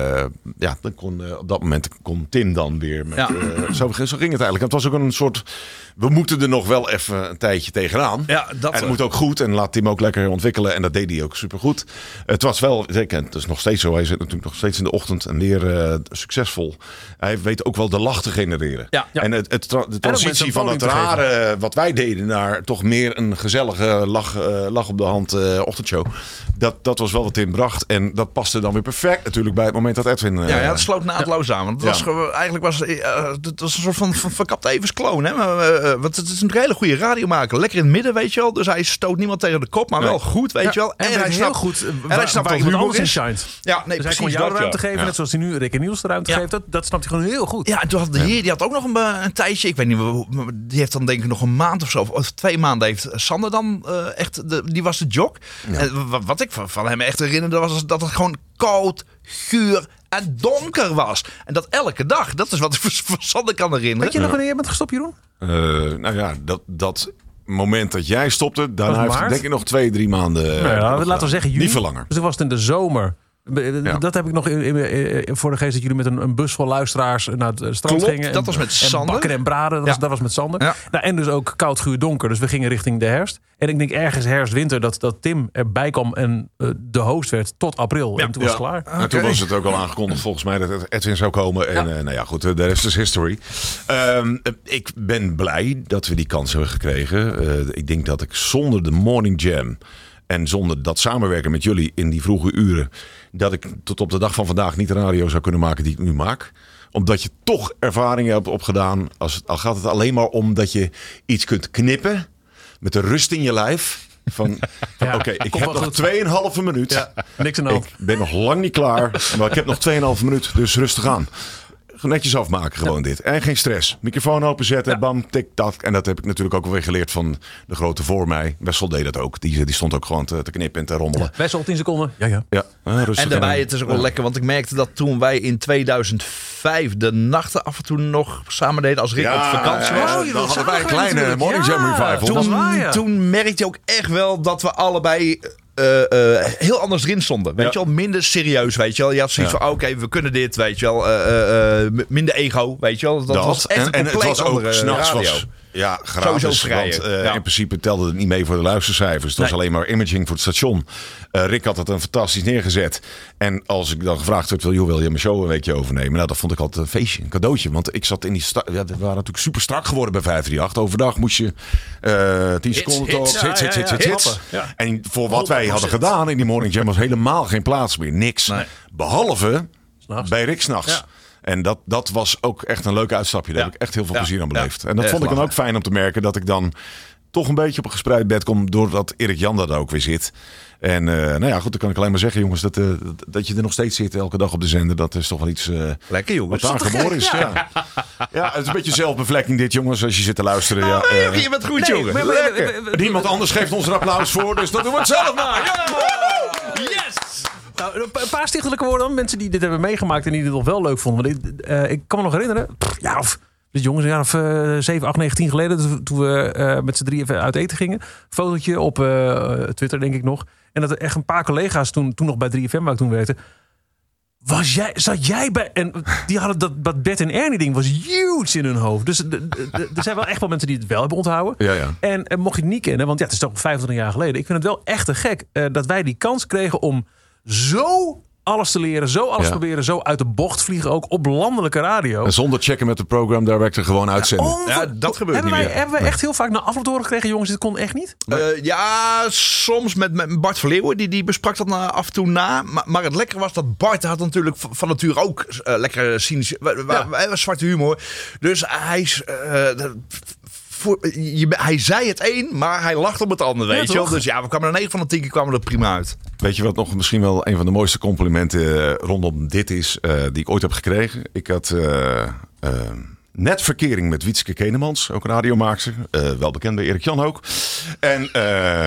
ja, dan kon uh, op dat moment kon Tim dan weer. Met, ja. uh, zo, zo ging het eigenlijk. Het was ook een soort... We moeten er nog wel even een tijdje tegenaan. Ja, dat en het moet ook goed. En laat Tim ook lekker ontwikkelen. En dat deed hij ook supergoed. Het was wel, zeker, het is nog steeds zo. Hij zit natuurlijk nog steeds in de ochtend en leer uh, succesvol. Hij weet ook wel de lach te genereren. Ja, ja. En het, het tra- de transitie van het rare uh, wat wij deden naar toch meer een gezellige lach, uh, lach op de hand uh, ochtendshow. Dat, dat was wel wat Tim bracht. En dat paste dan weer perfect natuurlijk bij het moment dat Edwin... Uh, ja, ja, dat sloot naadloos aan. Want het ja. was, eigenlijk was uh, het was een soort van, van verkapte Evers kloon. Hè? Maar, uh, want het is een hele goede radiomaker. Lekker in het midden, weet je wel. Dus hij stoot niemand tegen de kop, maar nee. wel goed, weet ja, je wel. En, en hij snapt heel goed uh, en hij snapt waar iemand anders in shined. Ja, nee, dus precies. Hij kon jou dat, ruimte ja. geven, ja. net zoals hij nu Rick en Niels de ruimte ja. geeft. Dat, dat snapt hij gewoon heel goed. Ja, en toen had de heer, die had ook nog een, een tijdje, ik weet niet, die heeft dan denk ik nog een maand of zo, of twee maanden heeft Sander dan uh, echt, de, die was de jock. Ja. En wat, wat ik van, van hem echt herinnerde was dat het gewoon koud, guur en donker was. En dat elke dag. Dat is wat ik van Sander kan herinneren. Weet je nog wanneer je bent gestopt, Jeroen? Uh, nou ja, dat... dat moment dat jij stopte, daarna heeft het denk ik nog twee, drie maanden. Nou ja, laten we zeggen juni. Niet veel langer. Dus dat was het in de zomer. Ja. Dat heb ik nog in, in, in, voor de geest dat jullie met een, een bus vol luisteraars naar het strand Klopt, gingen. En, dat was met Sander. En bakken en braden, dat, ja. was, dat was met Sander. Ja. Nou, en dus ook koud, guur, donker. Dus we gingen richting de herfst. En ik denk ergens herfst, winter dat, dat Tim erbij kwam en uh, de host werd tot april. Ja. En toen was het ja. klaar. Okay. En toen was het ook al aangekondigd volgens mij dat Edwin zou komen. En ja. uh, nou ja, goed, de rest is history. Um, ik ben blij dat we die kans hebben gekregen. Uh, ik denk dat ik zonder de Morning Jam... En zonder dat samenwerken met jullie in die vroege uren... dat ik tot op de dag van vandaag niet de radio zou kunnen maken die ik nu maak. Omdat je toch ervaringen hebt opgedaan. Als het, al gaat het alleen maar om dat je iets kunt knippen... met de rust in je lijf. Van, van ja, oké, okay, ik heb nog tweeënhalve minuut. Ja, niks aan de hand. Ik ben nog lang niet klaar, maar ik heb nog tweeënhalve minuut. Dus rustig aan. Netjes afmaken gewoon ja. dit. En geen stress. Microfoon openzetten, ja. bam, tik, tak. En dat heb ik natuurlijk ook alweer geleerd van de grote voor mij. Wessel deed dat ook. Die, die stond ook gewoon te, te knippen en te rommelen. Ja. Wessel, tien seconden. Ja, ja. ja uh, rustig en daarbij, het is ook wel ja. lekker. Want ik merkte dat toen wij in tweeduizend vijf de nachten af en toe nog samen deden als Rick ja, op vakantie was. Ja, dan hadden wij een kleine Morning Jam revival. Toen, waar, ja. toen merkte je ook echt wel dat we allebei... Uh, uh, heel anders erin stonden. Weet ja. je wel, minder serieus, weet je wel. Je had zoiets ja. van, oké, okay, we kunnen dit, weet je wel. Uh, uh, minder ego, weet je wel. Dat, dat was echt en, een compleet en het was andere ook, 's nachts radio. Was, Ja, gratis. Sowieso vrij. Want, uh, ja. in principe telde het niet mee voor de luistercijfers. Het was Nee. alleen maar imaging voor het station. Uh, Rick had het een fantastisch neergezet. En als ik dan gevraagd werd, wil, wil je mijn show een weekje overnemen? Nou, dat vond ik altijd een feestje, een cadeautje. Want ik zat in die... Sta- ja, we waren natuurlijk super strak geworden bij vijf drie acht. Overdag moest je uh, tien seconden talk, hits, hits, hits, hits, hits. Ja. En voor wat wij hadden gedaan in die Morning Jam was helemaal geen plaats meer. Niks. Nee. Behalve S'nachts. bij Rick 's nachts. Ja. En dat, dat was ook echt een leuk uitstapje. Daar Ja. heb ik echt heel veel Ja. plezier aan beleefd. Ja. En dat Echt vond ik dan lachen. ook fijn om te merken dat ik dan toch een beetje op een gespreid bed kom. Doordat Erik Jan daar ook weer zit. En uh, nou ja, goed, dan kan ik alleen maar zeggen, jongens, dat, uh, dat je er nog steeds zit elke dag op de zender. Dat is toch wel iets uh, Lekker, jongens. wat daar geboren is. Ja. Ja, het is een beetje zelfbevlekking dit, jongens, als je zit te luisteren. Ja, Nee, uh, je bent goed, Nee, jongen. maar- maar- Lekker. maar- niemand anders geeft ons er applaus voor, dus dat doen we het zelf maar. Ja! Yes! Nou, een pa- een paar stichtelijke woorden dan. Mensen die dit hebben meegemaakt en die dit nog wel leuk vonden. Want ik, uh, ik kan me nog herinneren. Pff, ja, of dit jongens, een jaar of uh, zeven, acht, negen, tien geleden. Toen- Toen we uh, met z'n drieën even uit eten gingen. Fotootje op uh, Twitter, denk ik nog. En dat er echt een paar collega's toen, toen nog bij drie F M waar ik toen werkte. Was jij, zat jij bij... En die hadden dat, dat Bert en Ernie ding was huge in hun hoofd. Dus de- de- de- er zijn wel echt wel mensen die het wel hebben onthouden. Ja, ja. En, en mocht je het niet kennen, want ja, het is toch vijfentwintig jaar geleden. Ik vind het wel echt te gek uh, dat wij die kans kregen om zo alles te leren, zo alles Ja. proberen, zo uit de bocht vliegen, ook op landelijke radio. En zonder checken met de program director gewoon uitzenden. Onver- Ja, dat gebeurt hebben niet wij, meer. Hebben we echt heel vaak naar afloop te horen gekregen, jongens, dit kon echt niet? Uh, ja, soms met, met Bart Verleeuwen. Die, die besprak dat na, af en toe na. Maar, maar het lekkere was dat Bart had natuurlijk van van nature ook uh, lekkere cynische... wa- wa- wa- zwarte humor. Dus hij is... uh, de- voor, je, hij zei het een, maar hij lacht om het ander, Ja, weet je wel. toch? Dus ja, we kwamen er negen van de tien keer kwamen er prima uit. Weet je wat nog misschien wel een van de mooiste complimenten uh, rondom dit is, uh, die ik ooit heb gekregen? Ik had uh, uh, net verkering met Wietske Kenemans, ook een radiomaakster. Uh, wel bekend bij Erik Jan ook. En uh,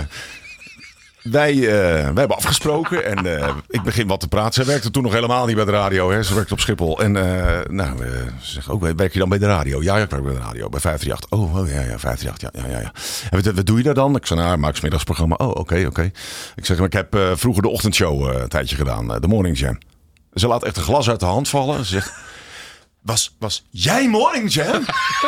wij, uh, wij hebben afgesproken en uh, ik begin wat te praten. Zij werkte toen nog helemaal niet bij de radio. Hè. Ze werkte op Schiphol. En uh, nou, uh, ze zegt ook, werk je dan bij de radio? Ja, ja, ik werk bij de radio. Bij vijf drie acht. Oh, oh ja, ja, vijf drie acht. Ja, ja, ja. ja. En wat, wat doe je daar dan? Ik zei, nou, ik maak 's middagsprogramma. Oh, oké, okay, oké. Okay. Ik zeg, maar ik heb uh, vroeger de ochtendshow uh, een tijdje gedaan. Uh, de Morning Jam. Ze laat echt een glas uit de hand vallen. Ze zegt, was, was jij Morning Jam?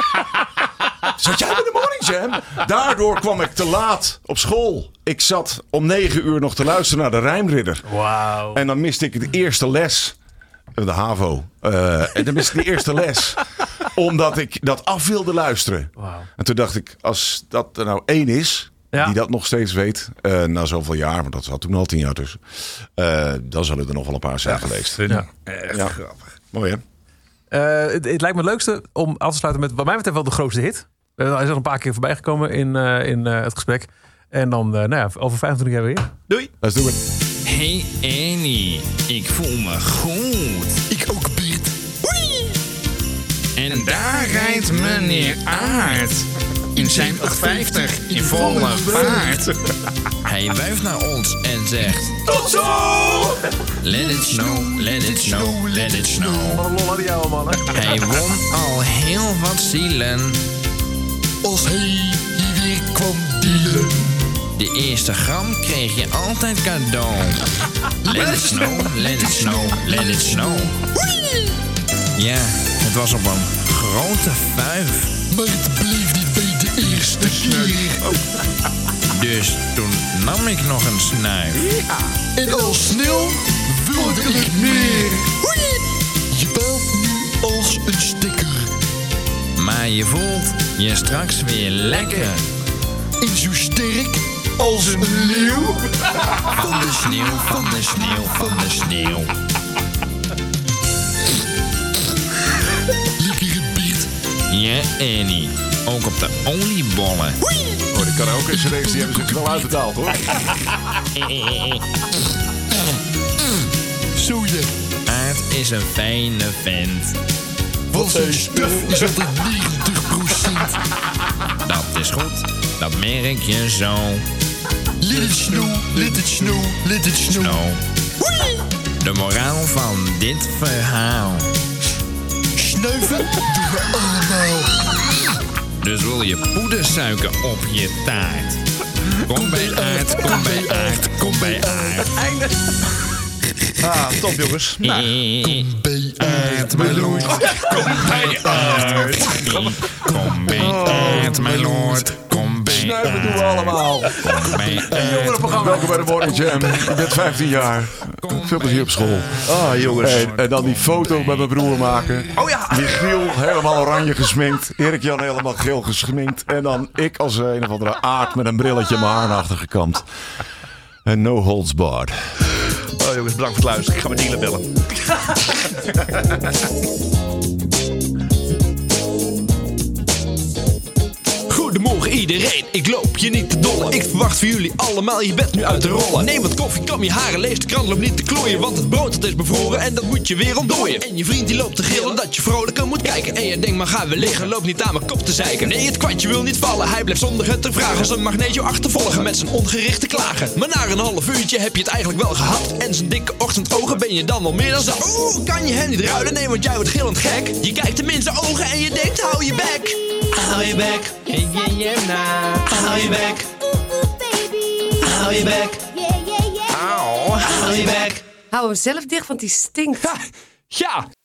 Zat jij bij de Morning Jam? Daardoor kwam ik te laat op school. Ik zat om negen uur nog te luisteren naar de Rijmridder. Wauw. En dan miste ik de eerste les. De HAVO. Uh, en dan miste ik de eerste les. Omdat ik dat af wilde luisteren. Wauw. En toen dacht ik, als dat er nou één is... Ja. die dat nog steeds weet, uh, na zoveel jaar... want dat zat toen al tien jaar tussen... Uh, dan zullen er nog wel een paar zijn Ja, geweest. Ja. Echt Ja. grappig. Mooi, hè? Uh, het, het lijkt me het leukste om af te sluiten met, wat mij betreft, wel de grootste hit. Uh, hij is al een paar keer voorbij gekomen in, uh, in uh, het gesprek. En dan, uh, nou ja, over vijfentwintig jaar weer. Doei. Let's do it. Hey Annie, ik voel me goed. Ik ook, Beert. En daar rijdt meneer Aard. In zijn vijftig in volle vaart. Hij wuift naar ons en zegt... Tot zo! Let it snow, let it snow, let it snow. Wat een lol aan die oude man, hè? Hij won al heel wat zielen. Als hij hier weer kwam dealen. De eerste gram kreeg je altijd cadeau. Let it snow, let it snow, let it snow. Ja, het was op een grote vuif. Maar het bleef niet bij de eerste keer. Dus toen nam ik nog een snuif. En al snel wilde ik meer. Je belt nu als een sticker. Maar je voelt je straks weer lekker. En zo sterk als een leeuw. Van de sneeuw, van de sneeuw, van de sneeuw. Lekkere Beert. Ja, Annie. Ook op de oliebollen. Oh, de karaoke cd's die hebben zich wel uitbetaald, hoor. Zo ja. Aard is een fijne vent. Want zijn stuf is altijd negentig procent. Dat is goed, dat merk je zo. Let it snow, let it snow, let it snow. Snow. De moraal van dit verhaal. Snuiven doen we allemaal. Dus wil je poedersuiker op je taart? Kom bij Aard, kom bij Aard, kom bij Aard. Einde. Ah, top jongens. Nou. Kom bij uit mijn lord. Kom bij uit. Kom bij uit mijn lord. Kom bij Snuiven doen we allemaal. Kom bij Welkom bij de Morning Jam. Ik ben vijftien jaar. Veel plezier op school. Ah, jongens. En, en dan die foto met mijn broer maken. Oh ja. Michiel helemaal oranje gesminkt. Erik Jan helemaal geel gesminkt. En dan ik als een of andere aard met een brilletje mijn haar naar achter gekamd. En no holds barred. Oh jongens, bedankt voor het luisteren. Ik ga mijn dealer bellen. Goedemorgen iedereen, ik loop je niet te dollen. Ik verwacht van jullie allemaal je bed nu uit te rollen. Neem wat koffie, kam je haren, lees de krant, loop niet te klooien. Want het brood dat is bevroren en dat moet je weer ontdooien. En je vriend die loopt te gillen dat je vrolijker moet kijken. En je denkt maar gaan we liggen, loop niet aan mijn kop te zeiken. Nee, het kwartje wil niet vallen, hij blijft zonder het te vragen. Als een magneet jou achtervolgen met zijn ongerichte klagen. Maar na een half uurtje heb je het eigenlijk wel gehad. En zijn dikke ochtendogen ben je dan wel meer dan zat. Oeh, kan je hem niet ruilen, nee want jij wordt gillend gek. Je kijkt hem in zijn ogen en je denkt hou je bek. Hou je bek. Yeah, yeah, yeah, nah. Hou je bek. Hou je bek. Hou je bek. Hou hem zelf dicht, want die stinkt. Ja.